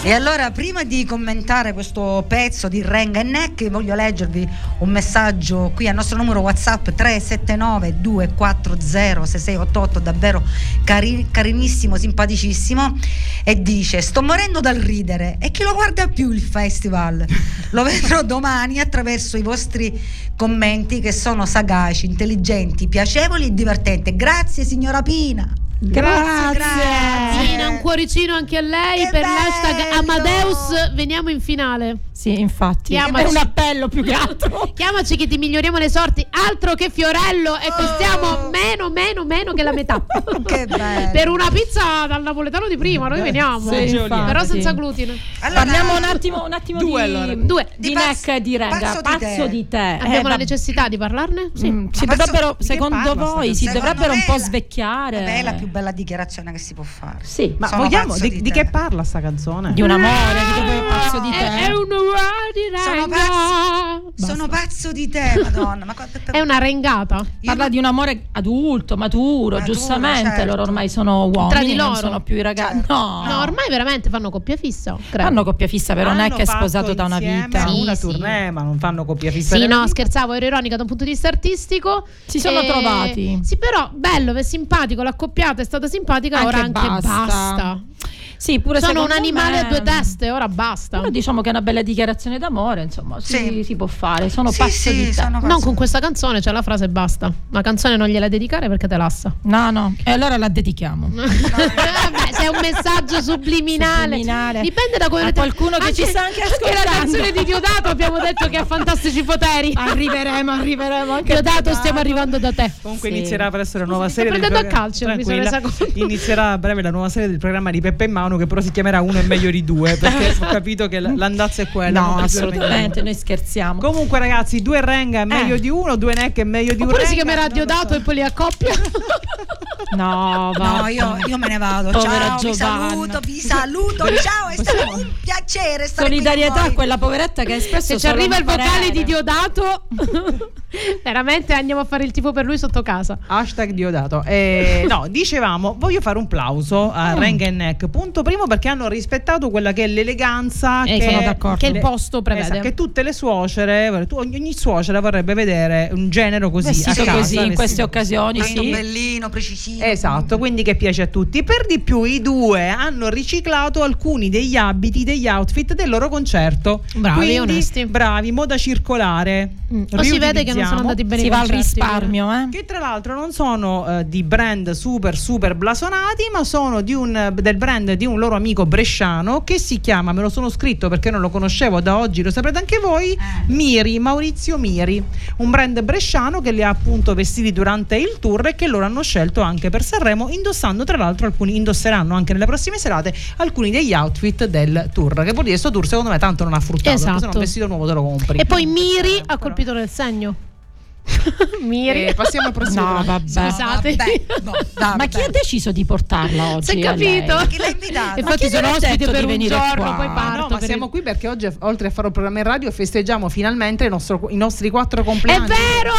[SPEAKER 3] E allora, prima di commentare questo pezzo di Renga e Neck, voglio leggervi un messaggio qui al nostro numero WhatsApp 379 240 6688, davvero carinissimo, simpaticissimo, e dice: sto morendo dal ridere, e chi lo guarda più il festival? Lo vedrò domani attraverso i vostri commenti, che sono sagaci, intelligenti, piacevoli e divertenti. Grazie signora Pina.
[SPEAKER 1] Grazie. Pina, un cuoricino anche a lei per l'hashtag Amadeus. Veniamo in finale.
[SPEAKER 2] Sì, infatti.
[SPEAKER 1] Chiamaci.
[SPEAKER 2] È un appello più che altro.
[SPEAKER 1] Chiamaci che ti miglioriamo le sorti. Altro che Fiorello, e costiamo meno che la metà.
[SPEAKER 3] Che bello.
[SPEAKER 1] Per una pizza dal napoletano di prima noi veniamo,
[SPEAKER 2] sì,
[SPEAKER 1] però senza glutine.
[SPEAKER 2] Allora, parliamo un attimo di Neck e di Renga.
[SPEAKER 3] Pazzo di te.
[SPEAKER 1] Abbiamo la necessità di parlarne? Sì.
[SPEAKER 2] Si dovrebbero, secondo voi, si dovrebbero un po' svecchiare.
[SPEAKER 3] È la più bella dichiarazione che si può fare.
[SPEAKER 2] Sì,
[SPEAKER 4] ma vogliamo di che parla sta canzone?
[SPEAKER 2] Di un amore, di che pazzo di te.
[SPEAKER 1] È un
[SPEAKER 3] sono pazzo di te, Madonna. Ma
[SPEAKER 1] è una rengata.
[SPEAKER 2] Parla di un amore adulto, maturo, giustamente.
[SPEAKER 3] Certo.
[SPEAKER 2] Loro ormai sono uomini,
[SPEAKER 1] tra di loro.
[SPEAKER 2] Non sono più i ragazzi.
[SPEAKER 3] Certo.
[SPEAKER 2] No,
[SPEAKER 1] ormai veramente fanno coppia fissa. Credo.
[SPEAKER 2] Fanno coppia fissa, però non è che è sposato da una vita.
[SPEAKER 4] Una tournée, ma non fanno coppia fissa.
[SPEAKER 1] Sì, no, scherzavo, ero ironica da un punto di vista artistico.
[SPEAKER 2] Si sono trovati.
[SPEAKER 1] Sì, però bello, è simpatico, l'accoppiata è stata simpatica, ora anche basta.
[SPEAKER 2] Sì, pure
[SPEAKER 1] sono un animale a due teste, ora basta.
[SPEAKER 2] Però diciamo che è una bella dichiarazione d'amore, insomma, si può fare. Sono pazzo di te.
[SPEAKER 1] Non con questa canzone, c'è la frase basta. La canzone non gliela dedicare perché te lassa.
[SPEAKER 2] No. E allora la dedichiamo.
[SPEAKER 1] Vabbè, se è un messaggio subliminale. Dipende da come
[SPEAKER 2] qualcuno che ci sta anche ascoltando.
[SPEAKER 1] Anche la canzone di Diodato abbiamo detto che ha fantastici poteri.
[SPEAKER 2] Arriveremo anche
[SPEAKER 1] Diodato, stiamo arrivando da te.
[SPEAKER 4] Comunque inizierà presto la nuova serie.
[SPEAKER 1] Sto prendendo a calcio,
[SPEAKER 4] inizierà a breve la nuova serie del programma di Peppe e Manu, che però si chiamerà Uno è meglio di due, perché ho capito che l'andazzo è quella.
[SPEAKER 2] No, assolutamente, noi scherziamo.
[SPEAKER 4] Comunque ragazzi, 2 Renga è meglio di uno, 2 Neck è meglio di uno.
[SPEAKER 1] Oppure si chiamerà Diodato e poi li accoppia.
[SPEAKER 2] No,
[SPEAKER 3] io me ne vado.
[SPEAKER 2] Povera
[SPEAKER 3] Ciao, vi saluto. Ciao, è stato un piacere stare
[SPEAKER 2] solidarietà
[SPEAKER 3] qui con
[SPEAKER 2] a quella poveretta che è spesso
[SPEAKER 1] se ci arriva il vocale di Diodato veramente andiamo a fare il tifo per lui sotto casa.
[SPEAKER 4] Hashtag Diodato. No, dicevamo, voglio fare un plauso a Renga e Neck. Punto primo, perché hanno rispettato quella che è l'eleganza
[SPEAKER 1] che il posto prevede.
[SPEAKER 4] Che tutte le suocere, ogni suocera vorrebbe vedere un genero così
[SPEAKER 2] vestito
[SPEAKER 4] a casa,
[SPEAKER 2] così in queste occasioni,
[SPEAKER 3] sì. Bellino, precisino.
[SPEAKER 4] Esatto, quindi che piace a tutti. Per di più i due hanno riciclato alcuni degli abiti, degli outfit del loro concerto.
[SPEAKER 1] Bravi,
[SPEAKER 4] quindi,
[SPEAKER 1] onesti.
[SPEAKER 4] Bravi, moda circolare.
[SPEAKER 1] O si vede che non sono andati bene.
[SPEAKER 2] Si va al risparmio,
[SPEAKER 4] che tra l'altro non sono di brand super blasonati, ma sono del brand di un loro amico bresciano che si chiama, me lo sono scritto perché non lo conoscevo, da oggi lo saprete anche voi, Maurizio Miri, un brand bresciano che li ha appunto vestiti durante il tour e che loro hanno scelto anche per Sanremo, indossando tra l'altro indosseranno anche nelle prossime serate alcuni degli outfit del tour, che vuol dire questo tour secondo me tanto non ha fruttato, perché se no un vestito nuovo te lo compri.
[SPEAKER 1] E poi Miri ha colpito nel segno. Miri.
[SPEAKER 4] Passiamo al prossimo.
[SPEAKER 2] No, vabbè.
[SPEAKER 1] Scusate.
[SPEAKER 2] Ma chi ha deciso di portarla oggi?
[SPEAKER 1] Si è capito?
[SPEAKER 3] Chi l'ha invitata?
[SPEAKER 1] Infatti sono ospite per un giorno,
[SPEAKER 2] qua?
[SPEAKER 1] poi parto.
[SPEAKER 4] No, ma siamo qui perché oggi, oltre a fare un programma in radio, festeggiamo finalmente i nostri 4 compleanni.
[SPEAKER 1] È vero,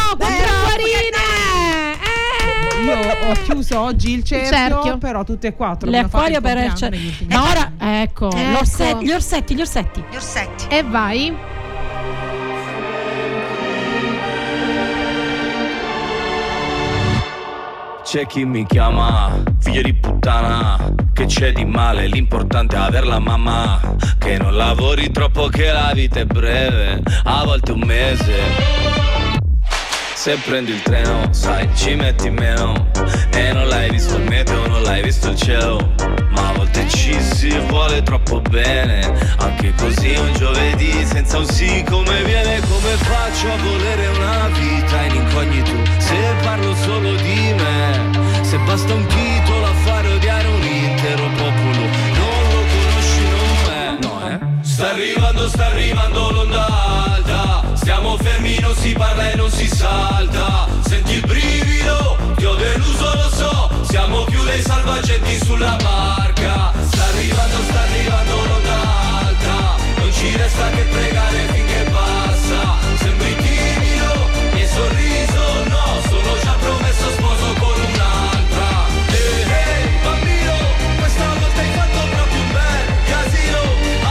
[SPEAKER 4] Io ho chiuso oggi il cerchio. Però tutte e 4
[SPEAKER 2] le acquario per ma ora ecco. Gli orsetti.
[SPEAKER 1] E vai.
[SPEAKER 12] C'è chi mi chiama figlio di puttana, che c'è di male, l'importante è aver la mamma, che non lavori troppo, che la vita è breve, a volte un mese. Se prendi il treno, sai, ci metti meno, e non l'hai visto il meteo, non l'hai visto il cielo, ma a volte ci si vuole troppo bene, anche così un giovedì senza un sì come viene. Come faccio a volere una vita in incognito se parlo solo di me, se basta un titolo a fare odiare un intero popolo, non lo conosci, non me. No, Sta arrivando l'onda alta, stiamo fermi, non si parla e non si salta, senti il brivido, ti ho deluso lo so, siamo più dei salvagenti sulla barca. Sta arrivando l'onda alta, non ci resta che pregare finché passa, sembri timido, e sorriso no, sono già promesso sposo con un'altra. Ehi, bambino, questa volta hai fatto proprio un bel casino,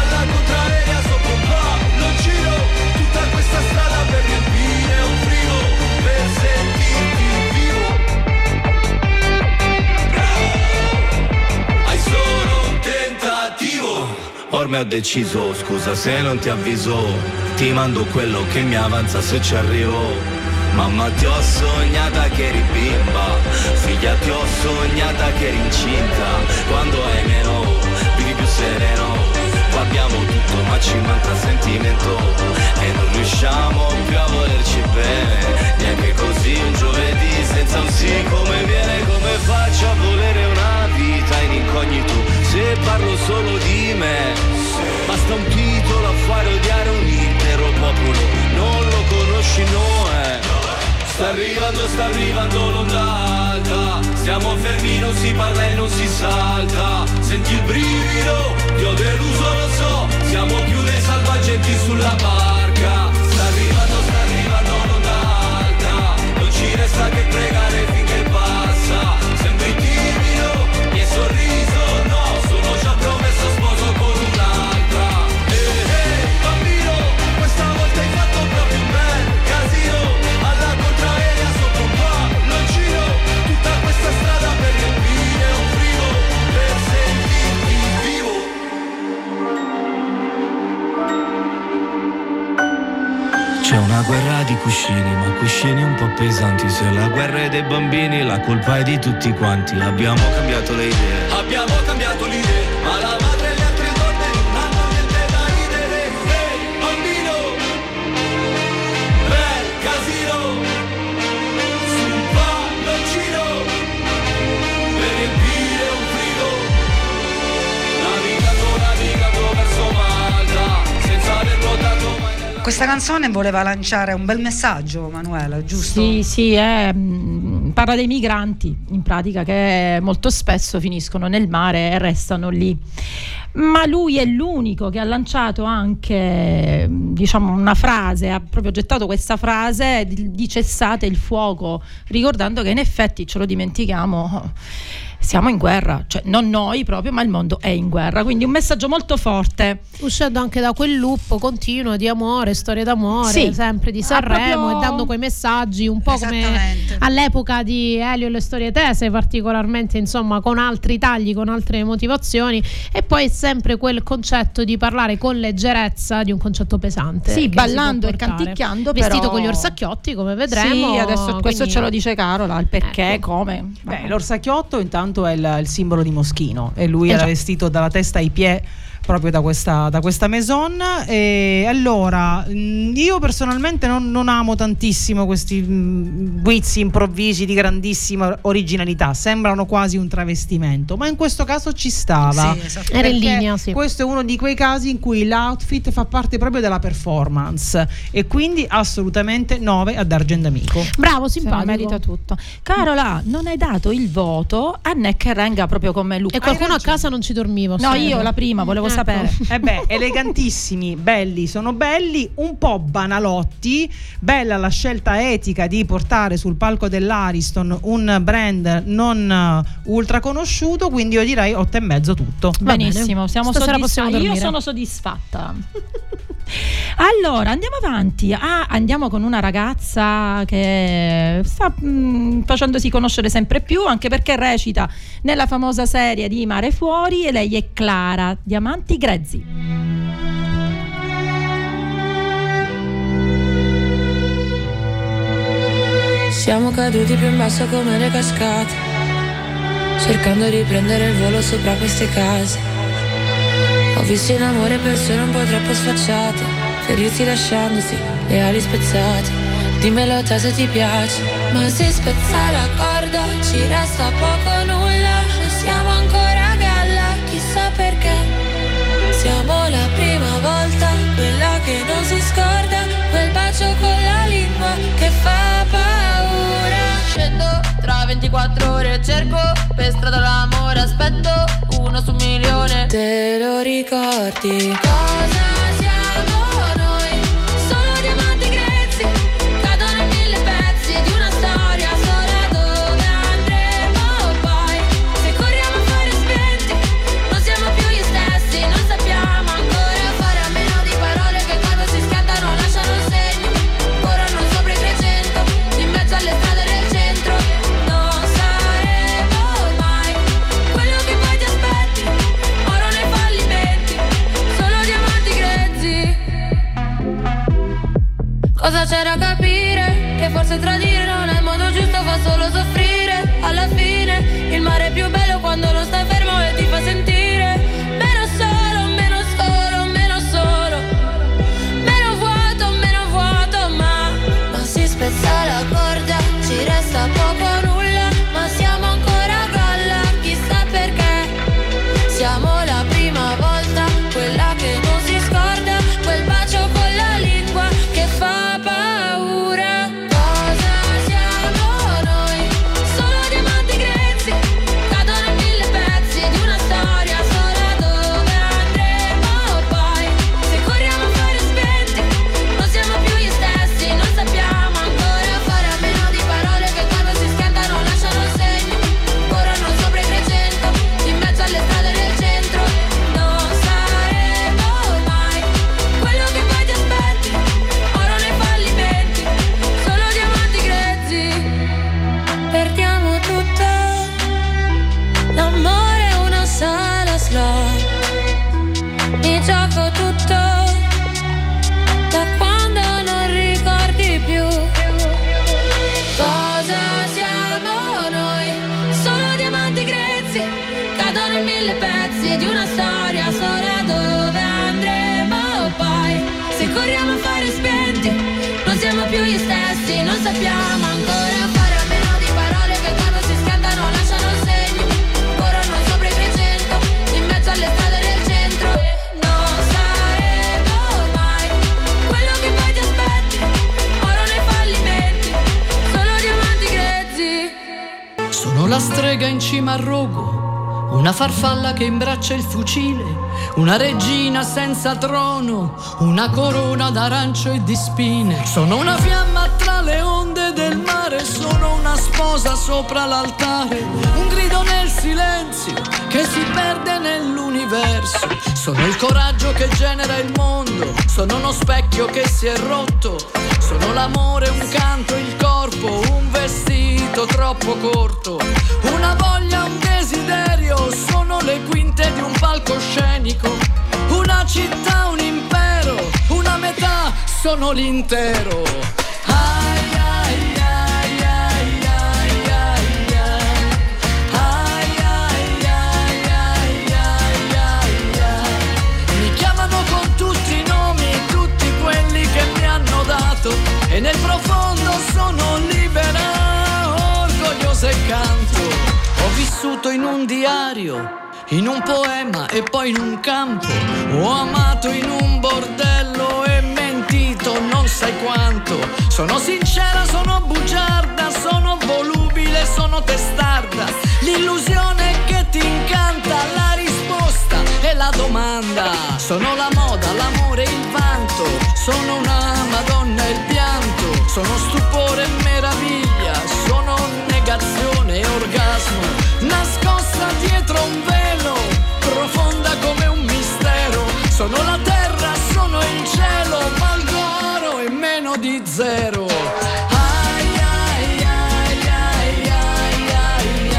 [SPEAKER 12] come ho deciso, scusa se non ti avviso, ti mando quello che mi avanza se ci arrivo. Mamma ti ho sognata che eri bimba, figlia ti ho sognata che eri incinta, quando hai meno, vivi più sereno, qua abbiamo tutto ma ci manca sentimento, e non riusciamo più a volerci bene, neanche così un giovedì senza un sì come viene, come faccio a volere una vita in incognito, se parlo solo di me, basta un titolo a fare odiare un intero popolo, non lo conosci Noè. Sta arrivando l'onda alta, stiamo fermi, non si parla e non si salta, senti il brivido, ti ho deluso lo so, siamo più dei salvagenti sulla barca. Sta arrivando l'onda alta, non ci resta che pregare finché passa, sembri timido, mi hai sorriso, no, sono già promesso sposo con un'altra. Bambino, questa volta hai fatto proprio un bel casino, alla contraerea sopra un palloncino, tutta questa strada per riempire un frigo, per sentirti vivo. C'è una guerra di cuscini, ma cuscini un po' pesanti, se la guerra è dei bambini la colpa è di tutti quanti, abbiamo cambiato le idee, ma la madre e le altre donne non hanno niente da ridere. Ehi, bambino, bel casino, sul palloncino, per riempire un frigo, navigando verso Malta, senza aver nuotato mai.
[SPEAKER 3] Questa canzone voleva lanciare un bel messaggio, Manuela, giusto?
[SPEAKER 2] Sì, parla dei migranti, in pratica, che molto spesso finiscono nel mare e restano lì. Ma lui è l'unico che ha lanciato anche, diciamo, una frase, ha proprio gettato questa frase di cessate il fuoco, ricordando che in effetti, ce lo dimentichiamo, siamo in guerra, cioè non noi proprio, ma il mondo è in guerra, quindi un messaggio molto forte,
[SPEAKER 1] uscendo anche da quel loop continuo di amore, storie d'amore, sì, sempre di Sanremo, proprio... e dando quei messaggi un po' come all'epoca di Elio e le storie tese, particolarmente, insomma, con altri tagli, con altre motivazioni, e poi sempre quel concetto di parlare con leggerezza di un concetto pesante,
[SPEAKER 2] sì, ballando e canticchiando,
[SPEAKER 1] vestito
[SPEAKER 2] però...
[SPEAKER 1] con gli orsacchiotti, come vedremo.
[SPEAKER 2] Sì, adesso quindi... questo ce lo dice Carola, il perché, ecco. Come.
[SPEAKER 4] Beh, l'orsacchiotto intanto è il simbolo di Moschino, e lui era vestito dalla testa ai piedi proprio da questa maison. E allora io personalmente non amo tantissimo questi guizzi improvvisi di grandissima originalità, sembrano quasi un travestimento, ma in questo caso ci stava,
[SPEAKER 1] sì, era in linea, sì.
[SPEAKER 4] Questo è uno di quei casi in cui l'outfit fa parte proprio della performance, e quindi assolutamente 9 ad Argendamico.
[SPEAKER 1] Bravo, simpatico,
[SPEAKER 2] merita tutto. Carola, non hai dato il voto a Neck e Renga proprio come look,
[SPEAKER 1] e qualcuno a casa non ci dormiva?
[SPEAKER 2] No, io la prima volevo sapere.
[SPEAKER 4] Elegantissimi, belli, sono belli, un po' banalotti. Bella la scelta etica di portare sul palco dell'Ariston un brand non ultra conosciuto, quindi io direi 8,5 tutto.
[SPEAKER 2] Benissimo, siamo soddisfatti. Io sono soddisfatta. Allora andiamo avanti, andiamo con una ragazza che sta facendosi conoscere sempre più, anche perché recita nella famosa serie di Mare Fuori, e lei è Clara Diamanti Grezzi.
[SPEAKER 13] Siamo caduti più in basso come le cascate, cercando di prendere il volo sopra queste case. Ho visto in amore persone un po' troppo sfacciate, ferirsi lasciandosi le ali spezzate. Dimmelo te se ti piace. Ma se spezza la corda ci resta poco o nulla, non siamo ancora a galla, chissà perché. Siamo la prima volta, quella che non si scorda, quel bacio con la lingua che fa paura. Scendo tra 24 ore, cerco per strada l'amore, aspetto 1 su 1.000.000. Te lo ricordi? Cosa siamo noi? Solo diamanti grezzi, cadono in 1000 pezzi di una storia sola. Dove andremo poi? Se corriamo a fare spenti, non siamo più gli stessi, non sappiamo ancora fare a meno di parole che quando si scattano lasciano segni. Corrono sopra i 300, in mezzo alle strade del centro. Non saremo mai quello che poi ti aspetti, oro nei fallimenti, solo Cosa c'è da capire? Che forse tradire non è il modo giusto, fa solo soffrire. Alla fine il mare è più bello quando non stai fermo e ti fa sentire meno solo, meno solo, meno solo, meno vuoto, ma si spezza la corda, ci resta poco o nulla, ma siamo ancora a galla, chissà perché. Siamo la prima volta, quella che non si scorda, quel bacio con la lingua che fa paura. Cosa siamo noi? Solo diamanti grezzi, cadono in mille pezzi di una storia sola. Dove andremo poi? Se corriamo a fare spenti, non siamo più gli stessi, non sappiamo ancora fare a meno di parole che quando si schiantano lasciano segno. Corrono sopra i 300, in mezzo alle strade del centro. Non saremo mai quello che poi ti aspetti, oro nei fallimenti, solo diamanti grezzi. Perdiamo tutto, l'amore è una sala slot. Mi gioco tutto, da quando non ricordi più. Cosa siamo noi? Solo diamanti grezzi, cadono in mille pezzi di una storia sola. Dove andremo poi? Se corriamo a fare spenti, non siamo più gli stessi, non sappiamo ancora fare a meno di parole che quando si schiantano lasciano segno. Corrono sopra i 300, in mezzo alle strade del centro. Non saremo mai quello che poi ti aspetti, oro nei fallimenti, solo diamanti grezzi.
[SPEAKER 14] Sono la strega in cima al rogo, una farfalla che imbraccia il fucile, una regina senza trono, una corona d'arancio e di spine. Sono una fiamma tra le onde del mare, sono una sposa sopra l'altare, un grido nel silenzio che si perde nell'universo. Sono il coraggio che genera il mondo, sono uno specchio che si è rotto, sono l'amore, un canto, il corpo, un vestito troppo corto, una voglia, un desiderio, sono le quinte di un palcoscenico, una città, un impero, una metà, sono l'intero. Ai, ai, ai, ai, ai, ai, ai, ai, ai, ai, ai, ai. Mi chiamano con tutti i nomi, tutti quelli che mi hanno dato, e nel profondo sono libera, orgogliosa e canto. Ho vissuto in un diario, in un poema e poi in un campo, ho amato in un bordello e mentito non sai quanto. Sono sincera, sono bugiarda, sono volubile, sono testarda, l'illusione che ti incanta, la risposta e la domanda. Sono la moda, l'amore, il vanto, sono una madonna e il pianto, sono stupore e meraviglia, sono negazione e orgasmo, nascosta dietro un velo, profonda come un mistero. Sono la terra, sono il cielo, valgo oro e meno di zero. Ai, ai, ai, ai, ai, ai,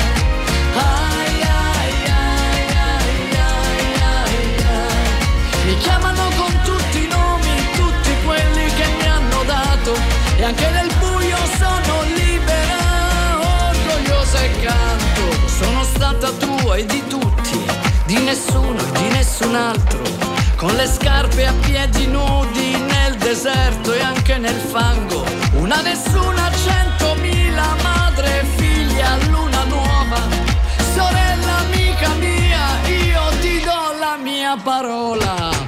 [SPEAKER 14] ai, ai, ai, ai, ai. Mi chiamano con tutti i nomi, tutti quelli che mi hanno dato, e anche nel buio sono libera, orgogliosa e canto. Sono stata tua e di tutti, di nessuno e di nessun altro, con le scarpe a piedi nudi nel deserto e anche nel fango. Una nessuna, 100.000, madre e figlia, luna nuova, sorella amica mia, io ti do la mia parola.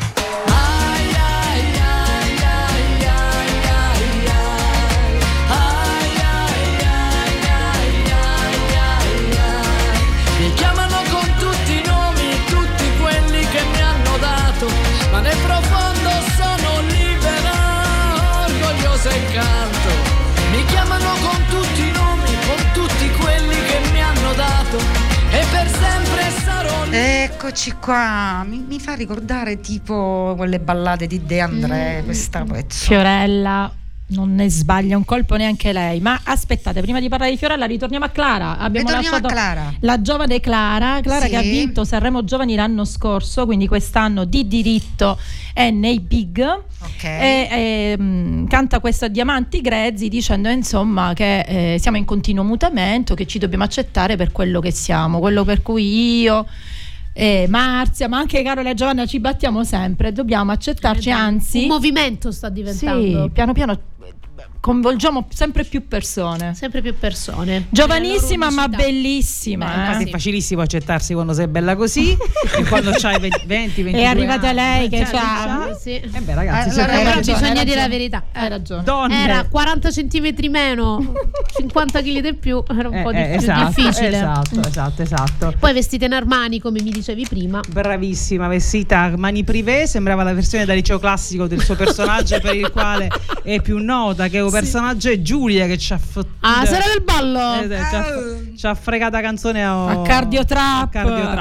[SPEAKER 14] Ma nel profondo sono libera, orgogliosa e canto. Mi chiamano con tutti i nomi, con tutti quelli che mi hanno dato, e per sempre sarò lì.
[SPEAKER 3] Eccoci qua, mi fa ricordare tipo quelle ballate di De André, questa pezzo.
[SPEAKER 2] Fiorella, Non ne sbaglia un colpo neanche lei. Ma aspettate, prima di parlare di Fiorella ritorniamo a Clara. Abbiamo lasciato la giovane Clara sì. Che ha vinto Sanremo Giovani l'anno scorso, quindi quest'anno di diritto è nei big. E canta questo a Diamanti Grezzi dicendo insomma che siamo in continuo mutamento, che ci dobbiamo accettare per quello che siamo, quello per cui io Marzia, ma anche Carola e Giovanna ci battiamo sempre, dobbiamo accettarci, anzi
[SPEAKER 1] un movimento sta diventando.
[SPEAKER 2] Sì, piano piano coinvolgiamo sempre più persone. Giovanissima ma bellissima.
[SPEAKER 4] Infatti è facilissimo accettarsi quando sei bella così e quando c'hai 20-22
[SPEAKER 2] è arrivata
[SPEAKER 4] anni,
[SPEAKER 2] lei che c'ha
[SPEAKER 1] sì.
[SPEAKER 4] Beh ragazzi,
[SPEAKER 1] allora bisogna dire la verità.
[SPEAKER 2] Hai ragione.
[SPEAKER 4] Donne.
[SPEAKER 1] Era 40 centimetri meno, 50 kg di più, era un po' difficile.
[SPEAKER 4] Esatto.
[SPEAKER 1] Poi vestita in Armani, come mi dicevi prima.
[SPEAKER 4] Bravissima, vestita a mani privé, sembrava la versione da liceo classico del suo personaggio per il quale è più nota, che personaggio è Giulia, che ci ha
[SPEAKER 1] sera del ballo
[SPEAKER 4] ci ha fregata canzone
[SPEAKER 2] a Cardiotrap.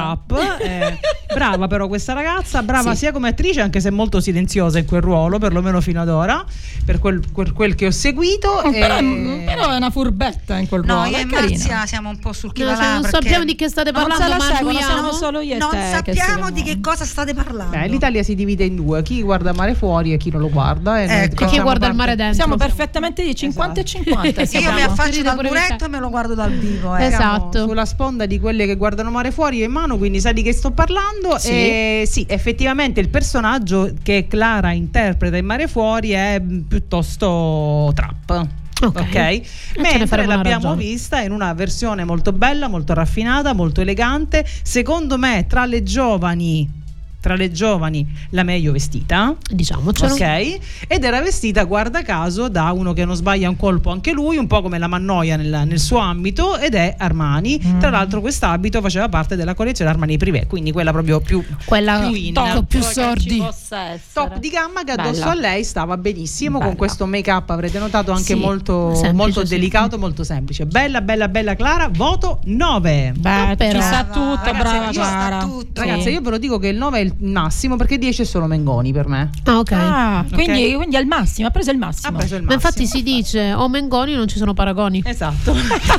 [SPEAKER 4] Brava però questa ragazza, brava sia come attrice, anche se molto silenziosa in quel ruolo, perlomeno fino ad ora, per quel che ho seguito.
[SPEAKER 2] Però è una furbetta in quel ruolo.
[SPEAKER 3] Io e Marzia siamo un po' sul chi va là,
[SPEAKER 1] non sappiamo di che state parlando, ma
[SPEAKER 2] siamo solo io e
[SPEAKER 3] non
[SPEAKER 2] te
[SPEAKER 3] sappiamo di che cosa state parlando.
[SPEAKER 4] L'Italia si divide in due: chi guarda Mare Fuori e chi non lo guarda,
[SPEAKER 1] e chi guarda il mare dentro.
[SPEAKER 2] Siamo perfettamente di 50 e 50.
[SPEAKER 3] Io mi affaccio dal muretto e me lo guardo dal vivo.
[SPEAKER 1] Esatto.
[SPEAKER 4] Siamo sulla sponda di quelle che guardano Mare Fuori e Manu, quindi sai di che sto parlando. Sì, effettivamente il personaggio che Clara interpreta in Mare Fuori è piuttosto trap. Ok, mentre l'abbiamo vista in una versione molto bella, molto raffinata, molto elegante. Secondo me tra le giovani la meglio vestita,
[SPEAKER 1] diciamocelo,
[SPEAKER 4] ok, ed era vestita, guarda caso, da uno che non sbaglia un colpo anche lui, un po' come la Mannoia nel suo ambito, ed è Armani. Tra l'altro quest'abito faceva parte della collezione Armani Privé, quindi quella proprio più in,
[SPEAKER 1] top, più sordi,
[SPEAKER 4] top di gamma, che addosso a lei stava benissimo. Con questo make up avrete notato anche molto delicato, molto semplice. Bella Clara, voto 9.
[SPEAKER 2] Ci sa tutto, brava Clara.
[SPEAKER 4] Ragazzi, io ve lo dico che il 9 è il massimo, perché 10 è solo Mengoni per me.
[SPEAKER 2] Quindi al massimo, ha preso il massimo.
[SPEAKER 1] Ma infatti si dice o Mengoni non ci sono paragoni.
[SPEAKER 4] Esatto.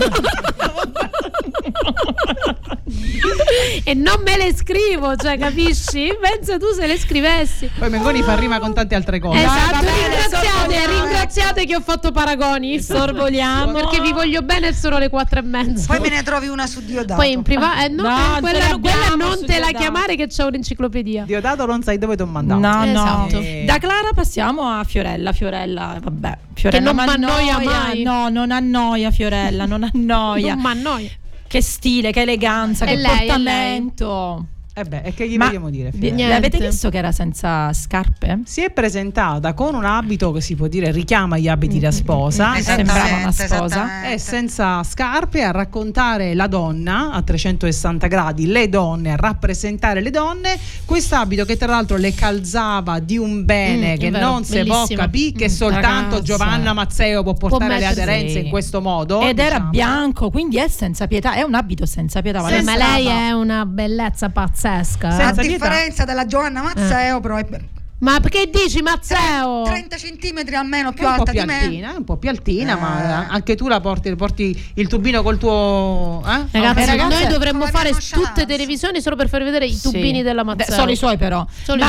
[SPEAKER 1] E non me le scrivo, cioè, capisci? Penso tu se le scrivessi.
[SPEAKER 4] Poi Mengoni fa rima con tante altre cose.
[SPEAKER 1] Esatto, ringraziate che ho fatto paragoni.
[SPEAKER 2] Sorvoliamo,
[SPEAKER 1] perché vi voglio bene, sono le 4:30.
[SPEAKER 3] Poi me ne trovi una su Diodato.
[SPEAKER 1] Poi in privato quella non te la chiamare, che c'è un'enciclopedia.
[SPEAKER 4] Diodato non sai dove ti ho mandato.
[SPEAKER 2] No.
[SPEAKER 1] Esatto.
[SPEAKER 2] Da Clara passiamo a Fiorella, vabbè,
[SPEAKER 1] che non m'annoia mai.
[SPEAKER 2] No, non annoia Fiorella, non annoia.
[SPEAKER 1] Non m'annoia.
[SPEAKER 2] Che stile, che eleganza, che portamento.
[SPEAKER 4] E che gli vogliamo dire?
[SPEAKER 2] L'avete visto che era senza scarpe?
[SPEAKER 4] Si è presentata con un abito che si può dire richiama gli abiti da sposa,
[SPEAKER 2] sembrava una sposa,
[SPEAKER 4] e senza scarpe, a raccontare la donna a 360 gradi, le donne, a rappresentare le donne. Quest'abito che tra l'altro le calzava di un bene che non si può capire, che soltanto Giovanna Mazzeo può portare le aderenze in questo modo.
[SPEAKER 2] Ed era bianco, quindi è senza pietà, è un abito senza pietà.
[SPEAKER 1] Ma lei è una bellezza pazzesca.
[SPEAKER 3] A differenza della Giovanna Mazzeo, però è
[SPEAKER 1] Ma perché dici Mazzeo?
[SPEAKER 3] 30 centimetri almeno più alta di me.
[SPEAKER 4] Un po' più altina, ma anche tu la porti il tubino col tuo...
[SPEAKER 1] Ragazzi, noi dovremmo fare tutte televisioni solo per far vedere i tubini della Mazzeo.
[SPEAKER 2] Solo i suoi però.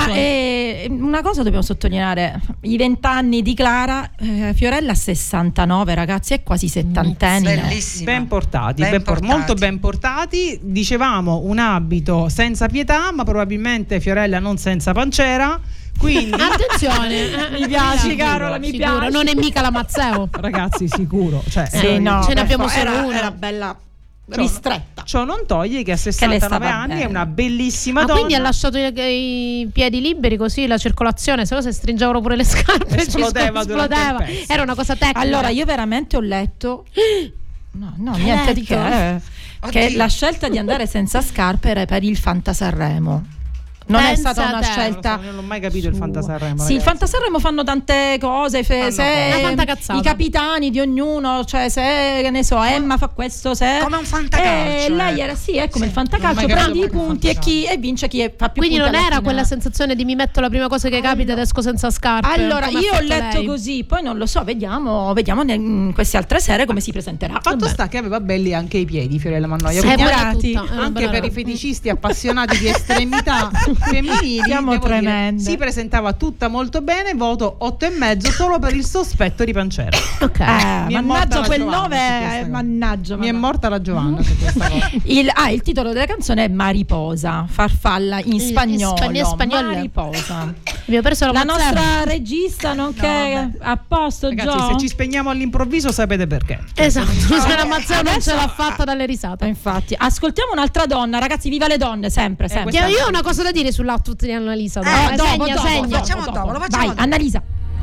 [SPEAKER 2] Una cosa dobbiamo sottolineare: i 20 anni di Clara. Fiorella 69, ragazzi, è quasi settantenne.
[SPEAKER 3] Bellissima.
[SPEAKER 4] Ben portati, molto ben portati. Dicevamo un abito senza pietà, ma probabilmente Fiorella non senza pancera. Quindi
[SPEAKER 1] attenzione,
[SPEAKER 2] mi piaci Carola, mi piace.
[SPEAKER 1] Non è mica la Mazzeo,
[SPEAKER 4] ragazzi, sicuro, cioè,
[SPEAKER 1] ce ne abbiamo solo una.
[SPEAKER 2] Era bella ristretta.
[SPEAKER 4] Ciò non toglie che a 69 anni è una bellissima donna.
[SPEAKER 1] Quindi ha lasciato i piedi liberi, così la circolazione, se no se stringevano pure le scarpe esplodeva. Era una cosa tecnica.
[SPEAKER 2] Allora io veramente ho letto niente di che la scelta di andare senza scarpe era per il Fantasanremo. Non è stata una scelta.
[SPEAKER 4] Non l'ho mai capito il Fantasanremo.
[SPEAKER 2] Sì, il Fantasanremo fanno tante cose. I capitani di ognuno, cioè se che ne so, Emma fa questo, se
[SPEAKER 3] come un fantacalcio.
[SPEAKER 2] Lei era è come il fantacalcio, prendi i punti e vince chi fa più
[SPEAKER 1] punti. Quindi non era quella
[SPEAKER 2] sensazione
[SPEAKER 1] di mi metto la prima cosa che capita ed esco senza scarpe.
[SPEAKER 2] Allora io ho letto così, poi non lo so, vediamo in queste altre sere come si presenterà.
[SPEAKER 4] Fatto sta che aveva belli anche i piedi Fiorella Mannoia, anche per i feticisti appassionati di estremità femminili. Si presentava tutta molto bene, voto 8,5 solo per il sospetto di pancera.
[SPEAKER 2] Mannaggia quel 9,
[SPEAKER 4] mi è morta la Giovanna su questa cosa.
[SPEAKER 2] Il titolo della canzone è Mariposa, farfalla in spagnolo. Mariposa.
[SPEAKER 1] Abbiamo perso
[SPEAKER 2] la nostra regista, nonché a posto.
[SPEAKER 4] Ragazzi, se ci spegniamo all'improvviso sapete perché.
[SPEAKER 1] Esatto, se la Mazzara non ce l'ha fatta dalle risate.
[SPEAKER 2] Infatti, ascoltiamo un'altra donna, ragazzi, viva le donne, sempre.
[SPEAKER 1] Io ho una cosa da dire sull'outfit di Annalisa.
[SPEAKER 3] Dopo. Lo facciamo dopo.
[SPEAKER 2] Vai, Annalisa.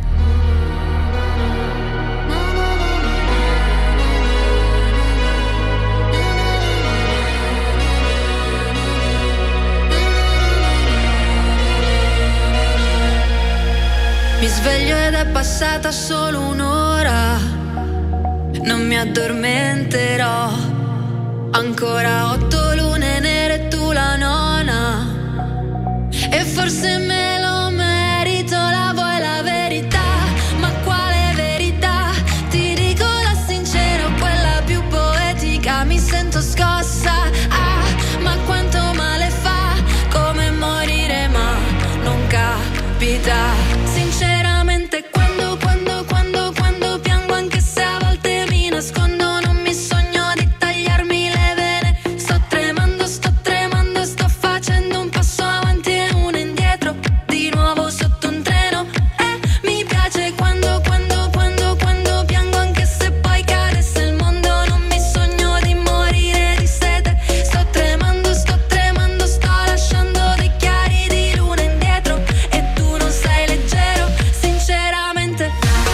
[SPEAKER 13] Mi sveglio ed è passata solo un'ora, non mi addormenterò. Ancora 8 lune nere e tu la nona, e forse me lo merito, la vuoi la verità? Ma quale verità? Ti dico la sincera, quella più poetica, mi sento scossa. Ma quanto male fa, come morire ma non capita. Sinceramente quando piango, anche se a volte mi nascondo, non mi sogno di tagliarmi le vene. Sto tremando, sto facendo un passo avanti e uno indietro, di nuovo sotto un treno. Mi piace quando piango, anche se poi cadesse il mondo, non mi sogno di morire di sete. Sto tremando, sto lasciando dei chiari di luna indietro, e tu non sei leggero. Sinceramente,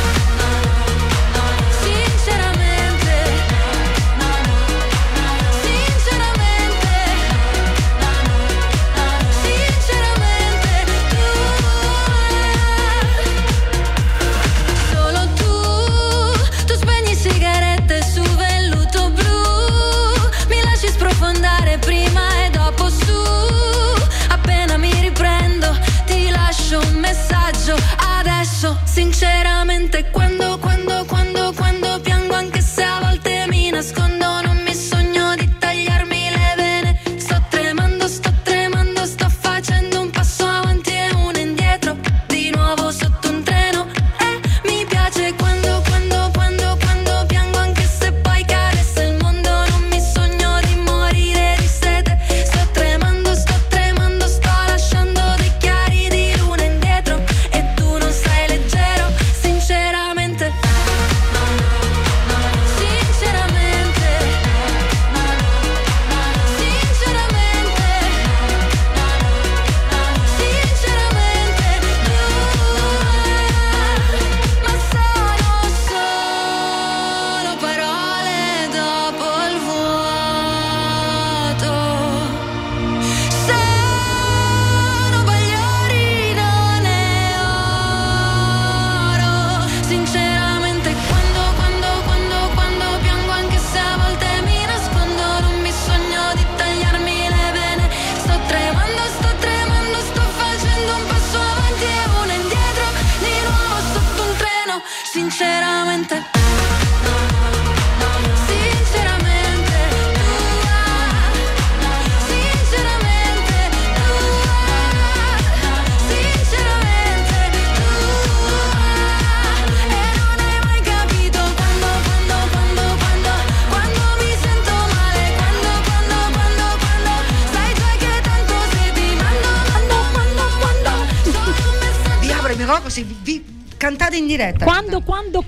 [SPEAKER 13] solo tu spegni sigarette su velluto blu, mi lasci sprofondare prima e dopo su. Appena mi riprendo ti lascio un messaggio adesso. Sinceramente quando piango, anche se a volte mi nascondo, non mi sogno di tagliarmi le vene. Sto tremando, sto facendo un passo avanti e uno indietro, di nuovo sotto un treno. Mi piace quando piango, anche se poi cadesse il mondo, non mi sogno di morire di sete. Sto tremando, sto lasciando dei chiari di luna indietro, e tu non sei leggero. Sinceramente, ma sono solo parole dopo il vuoto. Sono bagliori, non è oro. Sinceramente quando piango, anche se a volte mi nascondo, non mi sogno di tagliarmi le vene. Sto tremando, sto facendo un passo avanti e uno indietro, di nuovo sotto un treno. Sinceramente, e non hai mai capito quando mi sento male, quando sai già che tanto se ti mando solo un messaggio.
[SPEAKER 3] Vi apro il microfono così vi cantate in diretta.
[SPEAKER 2] Quando?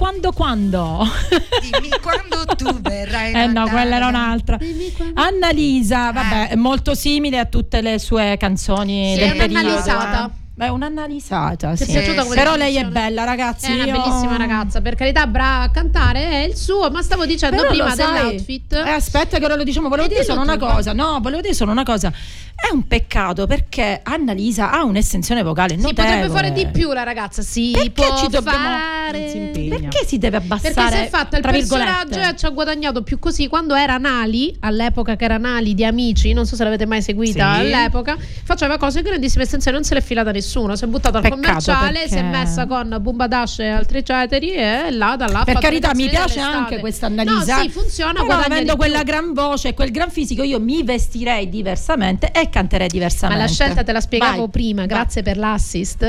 [SPEAKER 3] Dimmi quando tu verrai.
[SPEAKER 2] No, quella era un'altra. Annalisa, vabbè, è molto simile a tutte le sue canzoni del periodo. Beh, un'analisata, sì. Però lei è bella, ragazzi.
[SPEAKER 1] È una bellissima ragazza, per carità, brava a cantare, è il suo. Ma stavo dicendo
[SPEAKER 2] però
[SPEAKER 1] prima dell'outfit.
[SPEAKER 2] Aspetta che ora lo diciamo, volevo dire solo una cosa. È un peccato perché Annalisa ha un'estensione vocale notevole.
[SPEAKER 1] Potrebbe fare di più la ragazza,
[SPEAKER 2] perché
[SPEAKER 1] può
[SPEAKER 2] ci dobbiamo
[SPEAKER 1] fare.
[SPEAKER 2] Perché si deve abbassare?
[SPEAKER 1] Perché si è fatta il personaggio e ci ha guadagnato più così. Quando era Nali, all'epoca che era Nali di Amici, non so se l'avete mai seguita, all'epoca faceva cose grandissime estensioni, non se l'è filata nessuno, si è buttato al commerciale, si è messa con Bumbadash e altri ecceteri e là da là.
[SPEAKER 2] Per carità, mi piace anche questa Annalisa.
[SPEAKER 1] No, sì, funziona.
[SPEAKER 2] Però avendo quella gran voce e quel gran fisico, io mi vestirei diversamente e canterei diversamente.
[SPEAKER 1] Ma la scelta te la spiegavo prima, grazie per l'assist.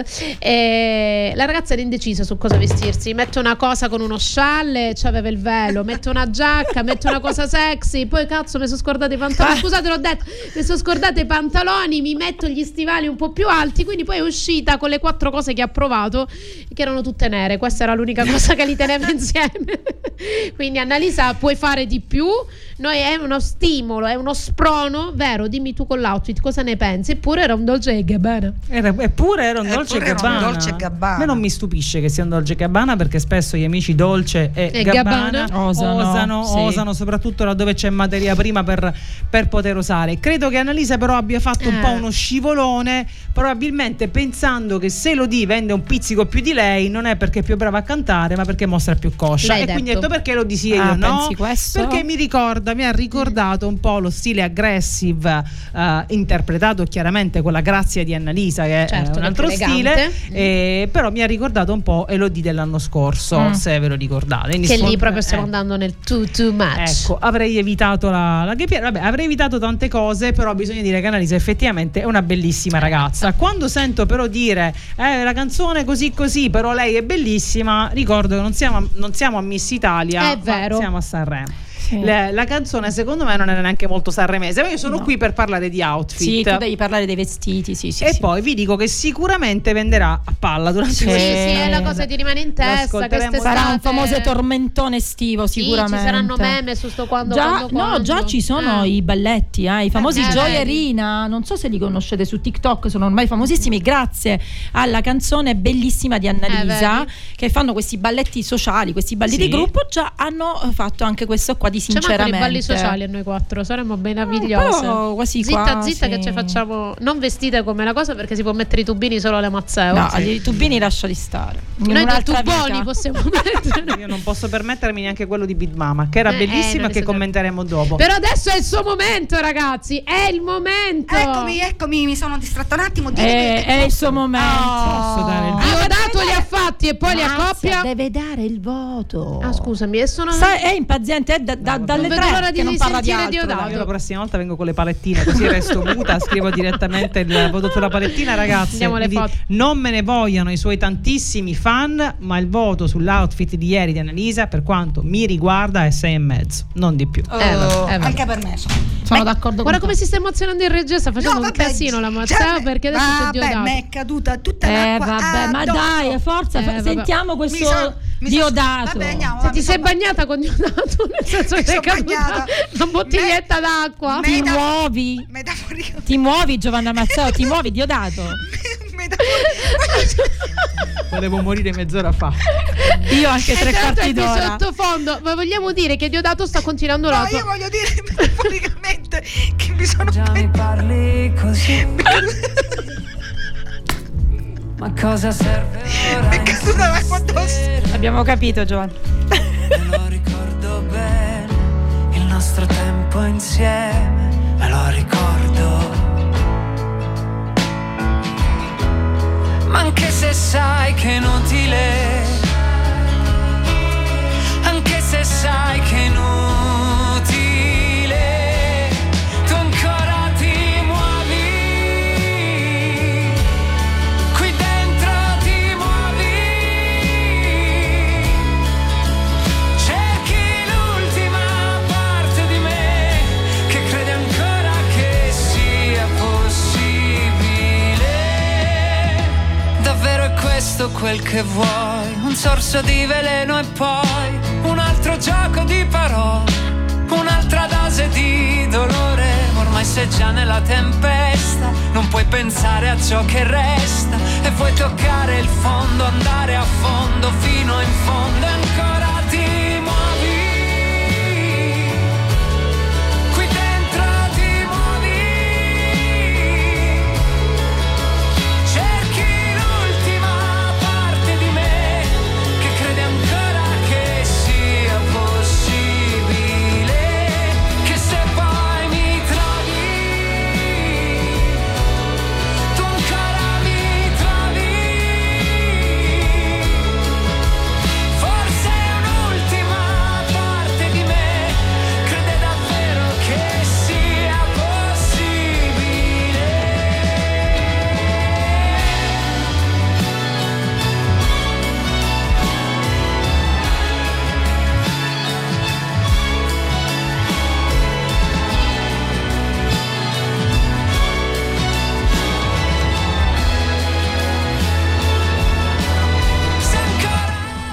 [SPEAKER 1] La ragazza era indecisa su cosa vestirsi. Mette una cosa con uno scialle, c'aveva il velo, mette una giacca, mette una cosa sexy, poi cazzo mi sono scordata i pantaloni. Scusate, l'ho detto, mi sono scordata i pantaloni, mi metto gli stivali un po' più alti, quindi poi è uscita con le 4 cose che ha provato, che erano tutte nere. Questa era l'unica cosa che li teneva insieme. Quindi Annalisa, puoi fare di più. Noi è uno stimolo, è uno sprono, vero? Dimmi tu con l'outfit cosa ne pensi. Eppure era un Dolce & Gabbana.
[SPEAKER 4] Eppure era un Dolce & Gabbana. A me non mi stupisce che sia un Dolce & Gabbana, perché spesso gli amici Dolce e Gabbana osano soprattutto laddove c'è materia prima per poter osare. Credo che Annalisa però abbia fatto un po' uno scivolone, probabilmente pensando che se Elodie vende un pizzico più di lei non è perché è più brava a cantare, ma perché mostra più coscia.
[SPEAKER 1] L'hai
[SPEAKER 4] e quindi ha
[SPEAKER 1] detto.
[SPEAKER 4] detto perché lo disi io, no? Perché mi ha ricordato un po' lo stile aggressive interpretato chiaramente con la grazia di Annalisa, che è un altro stile, però mi ha ricordato un po' Elodie dell'anno scorso, se ve lo ricordate. Quindi
[SPEAKER 1] che lì proprio stiamo andando nel too much.
[SPEAKER 4] Ecco, avrei evitato la ghepiera, avrei evitato tante cose, però bisogna dire che Annalisa effettivamente è una bellissima ragazza. Quando sento però dire la canzone così, però lei è bellissima, ricordo che non siamo a Miss Italia,
[SPEAKER 1] è vero,
[SPEAKER 4] siamo a Sanremo. La canzone secondo me non era neanche molto sanremese, ma io sono qui per parlare di outfit.
[SPEAKER 2] Sì, tu devi parlare dei vestiti,
[SPEAKER 4] poi vi dico che sicuramente venderà a palla durante
[SPEAKER 1] è la cosa che ti rimane in testa, che
[SPEAKER 2] sarà un famoso tormentone estivo sicuramente.
[SPEAKER 1] Ci saranno meme su sto quando.
[SPEAKER 2] Già ci sono i balletti, i famosi Joy e Rina, non so se li conoscete su TikTok, sono ormai famosissimi grazie alla canzone bellissima di Annalisa, che fanno questi balletti sociali, questi balli di gruppo. Già hanno fatto anche questo qua di sinceramente.
[SPEAKER 1] I balli sociali a noi 4 saremmo meravigliose.
[SPEAKER 2] Quasi
[SPEAKER 1] zitta che ci facciamo, non vestite come la cosa, perché si può mettere i tubini solo alle Mazzeo.
[SPEAKER 2] No, i tubini lasciali stare.
[SPEAKER 1] Noi dei tuboni possiamo mettere.
[SPEAKER 4] Io non posso permettermi neanche quello di Big Mama, che era bellissima, che commenteremo dopo.
[SPEAKER 1] Però adesso è il suo momento, ragazzi, è il momento.
[SPEAKER 3] Eccomi, mi sono distratta un attimo.
[SPEAKER 2] È il suo momento.
[SPEAKER 4] Posso dare il voto?
[SPEAKER 1] Diodato li ha fatti e poi li accoppia.
[SPEAKER 2] Deve dare il voto.
[SPEAKER 1] Scusami, è
[SPEAKER 2] impaziente, dalle 3 che non parla di altro.
[SPEAKER 4] Io la prossima volta vengo con le palettine, così resto muta, scrivo direttamente il voto sulla palettina, ragazzi. Non me ne vogliano i suoi tantissimi fan, ma il voto sull'outfit di ieri di Annalisa, per quanto mi riguarda, è 6,5, non di più.
[SPEAKER 3] Anche per me
[SPEAKER 2] sono d'accordo.
[SPEAKER 1] Guarda come si sta emozionando il regia, sta facendo un casino la Mazzeo, perché adesso è Diodato.
[SPEAKER 3] Mi è caduta tutta l'acqua.
[SPEAKER 2] Ma dai, forza, sentiamo questo Diodato.
[SPEAKER 3] Andiamo,
[SPEAKER 1] se ti sei bagnata con Diodato, nel senso che sei caduta una bottiglietta d'acqua.
[SPEAKER 2] Ti muovi Giovanna Mazzeo, ti muovi Diodato.
[SPEAKER 4] Volevo morire mezz'ora fa.
[SPEAKER 2] Io anche 3/4 d'ora.
[SPEAKER 1] Sottofondo, ma vogliamo dire che Diodato sta continuando la
[SPEAKER 3] io voglio dire metaforicamente che mi sono.
[SPEAKER 15] Già mi parli così. Ma cosa serve ora?
[SPEAKER 3] È caduta l'acqua addosso.
[SPEAKER 2] Abbiamo capito, Giovanni.
[SPEAKER 15] Me lo ricordo bene, il nostro tempo insieme, me lo ricordo. Ma anche se sai che è inutile, anche se sai che è inutile, tu ancora ti muovi, qui dentro ti muovi, cerchi l'ultima parte di me che crede ancora che sia possibile. Davvero è questo quel che vuoi? Un sorso di veleno e poi un altro gioco di parole, un'altra dose di dolore. Ormai sei già nella tempesta, non puoi pensare a ciò che resta e vuoi toccare il fondo, andare a fondo fino in fondo e ancora ti muovi, qui dentro ti muovi,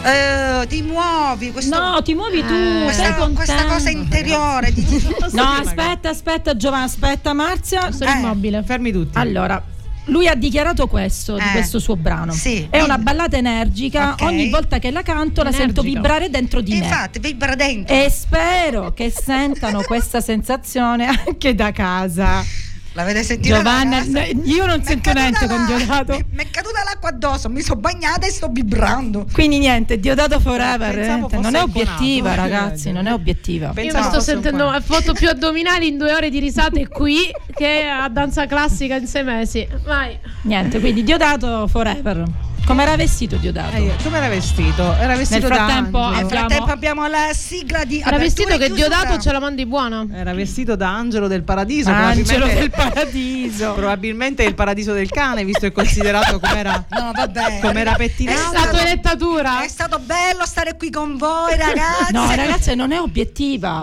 [SPEAKER 3] Ti muovi.
[SPEAKER 2] No, ti muovi tu.
[SPEAKER 3] Questa cosa interiore.
[SPEAKER 2] No, aspetta Giovanna, aspetta Marzia.
[SPEAKER 1] Sono immobile.
[SPEAKER 4] Fermi tutti.
[SPEAKER 2] Allora, lui ha dichiarato questo di questo suo brano.
[SPEAKER 3] Sì.
[SPEAKER 2] È una ballata energica. Okay. Ogni volta che la canto la sento vibrare dentro di me.
[SPEAKER 3] Infatti, vibra dentro.
[SPEAKER 2] E spero che sentano questa sensazione anche da casa.
[SPEAKER 3] L'avete sentita?
[SPEAKER 2] Giovanna, io non sento niente con Diodato.
[SPEAKER 3] Mi è caduta l'acqua addosso, mi sono bagnata e sto vibrando.
[SPEAKER 2] Quindi niente, Diodato forever. Non è obiettiva, ragazzi, non è obiettiva.
[SPEAKER 1] Io mi sto sentendo foto più addominali in 2 ore di risate qui che a danza classica in 6 mesi. Vai.
[SPEAKER 2] Niente, quindi Diodato forever. Come era vestito Diodato?
[SPEAKER 4] Come era vestito? Era vestito
[SPEAKER 2] Nel frattempo
[SPEAKER 3] abbiamo la sigla di
[SPEAKER 1] era vestito che Diodato ce la mandi buona.
[SPEAKER 4] Era vestito da Angelo del Paradiso.
[SPEAKER 2] Angelo del Paradiso.
[SPEAKER 4] Probabilmente il paradiso del cane, visto e considerato com'era.
[SPEAKER 3] No, vabbè.
[SPEAKER 4] Com'era pettinato.
[SPEAKER 1] La tua elettatura.
[SPEAKER 3] È stato bello stare qui con voi, ragazzi.
[SPEAKER 2] No, ragazzi, non è obiettiva.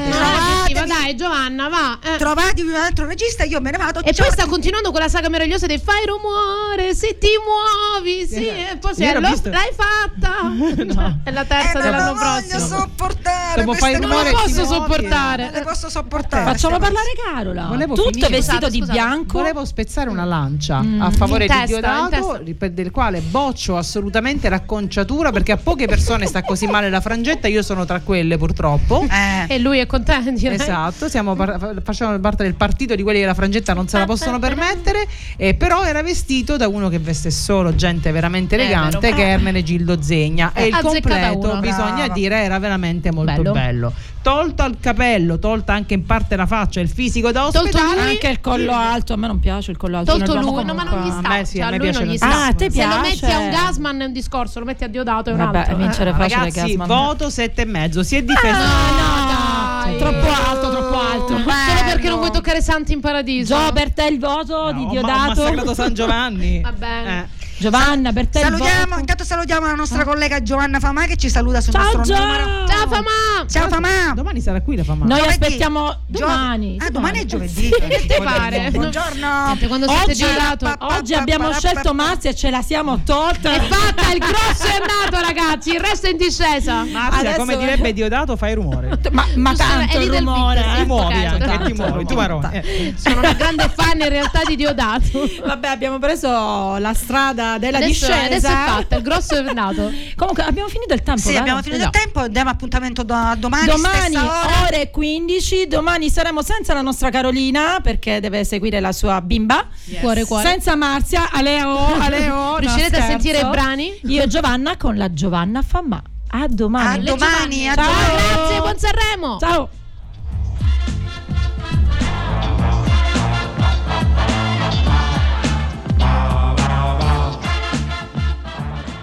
[SPEAKER 1] Dai, Giovanna, va.
[SPEAKER 3] Trovatevi un altro regista, io me ne vado.
[SPEAKER 1] E poi sta continuando con la saga meravigliosa dei fai rumore se ti muovi. Sì, e poi l'hai fatta. No. È la terza dell'anno prossimo.
[SPEAKER 3] Non voglio sopportare.
[SPEAKER 1] Non lo posso sopportare.
[SPEAKER 3] Non le posso sopportare.
[SPEAKER 2] Facciamo parlare Carola. Tutto vestito di bianco.
[SPEAKER 4] Volevo spezzare una lancia a favore di Diodato, del quale boccio assolutamente l'acconciatura, perché a poche persone sta così male la frangetta. Io sono tra quelle, purtroppo.
[SPEAKER 1] E lui è contento.
[SPEAKER 4] Esatto, facciamo parte del partito di quelli che la frangetta non se la possono permettere. Però era vestito da uno che veste solo gente veramente elegante, che è Ermenegildo Zegna, e il completo, bisogna dire, era veramente molto bello. Tolto il capello, tolta anche in parte la faccia, il fisico da ospedale,
[SPEAKER 2] anche il collo alto. A me non piace il collo alto.
[SPEAKER 1] Tolto lui, no, ma non gli sta.
[SPEAKER 4] A me piace.
[SPEAKER 1] Non gli sta.
[SPEAKER 2] A te piace?
[SPEAKER 1] Se lo metti a un Gasman è un discorso, lo metti a Diodato è un altro.
[SPEAKER 2] Vabbè, vincere facile.
[SPEAKER 4] Ragazzi, voto 7,5. Si è difeso.
[SPEAKER 1] No,
[SPEAKER 2] troppo alto.
[SPEAKER 1] Solo perché non vuoi toccare Santi in Paradiso.
[SPEAKER 2] Gio, per te il voto di Diodato.
[SPEAKER 4] Ho massacrato San Giovanni.
[SPEAKER 1] Va bene.
[SPEAKER 2] Giovanna, per te
[SPEAKER 3] intanto salutiamo la nostra collega Giovanna Famà che ci saluta sul nostro numero.
[SPEAKER 1] Ciao Famà.
[SPEAKER 3] Ciao Famà.
[SPEAKER 4] Domani sarà qui la Famà.
[SPEAKER 2] Noi aspettiamo domani.
[SPEAKER 3] Domani è giovedì.
[SPEAKER 1] Che ti pare?
[SPEAKER 3] Buongiorno.
[SPEAKER 1] Quando siete Diodato.
[SPEAKER 2] Oggi abbiamo scelto Marzia e ce la siamo tolta.
[SPEAKER 1] È fatta, il grosso è andato, ragazzi, il resto è in discesa.
[SPEAKER 4] Marzia, come direbbe Diodato, fai rumore.
[SPEAKER 2] Ma tanto il rumore.
[SPEAKER 4] Ti muovi anche, ti muovi. Tu marone.
[SPEAKER 1] Sono una grande fan in realtà di Diodato.
[SPEAKER 2] Vabbè, abbiamo preso la strada della discesa.
[SPEAKER 1] Adesso è fatta, il grosso è nato.
[SPEAKER 2] Comunque abbiamo finito il tempo.
[SPEAKER 3] Sì, abbiamo finito il tempo. Diamo appuntamento domani
[SPEAKER 2] ore 15. Domani saremo senza la nostra Carolina perché deve seguire la sua bimba.
[SPEAKER 1] Cuore.
[SPEAKER 2] Senza Marzia. Aleo.
[SPEAKER 1] Riuscirete a sentire i brani?
[SPEAKER 2] Io e Giovanna con la Giovanna Famà. A domani.
[SPEAKER 3] A domani.
[SPEAKER 1] Ciao, grazie, buon Sanremo.
[SPEAKER 2] Ciao.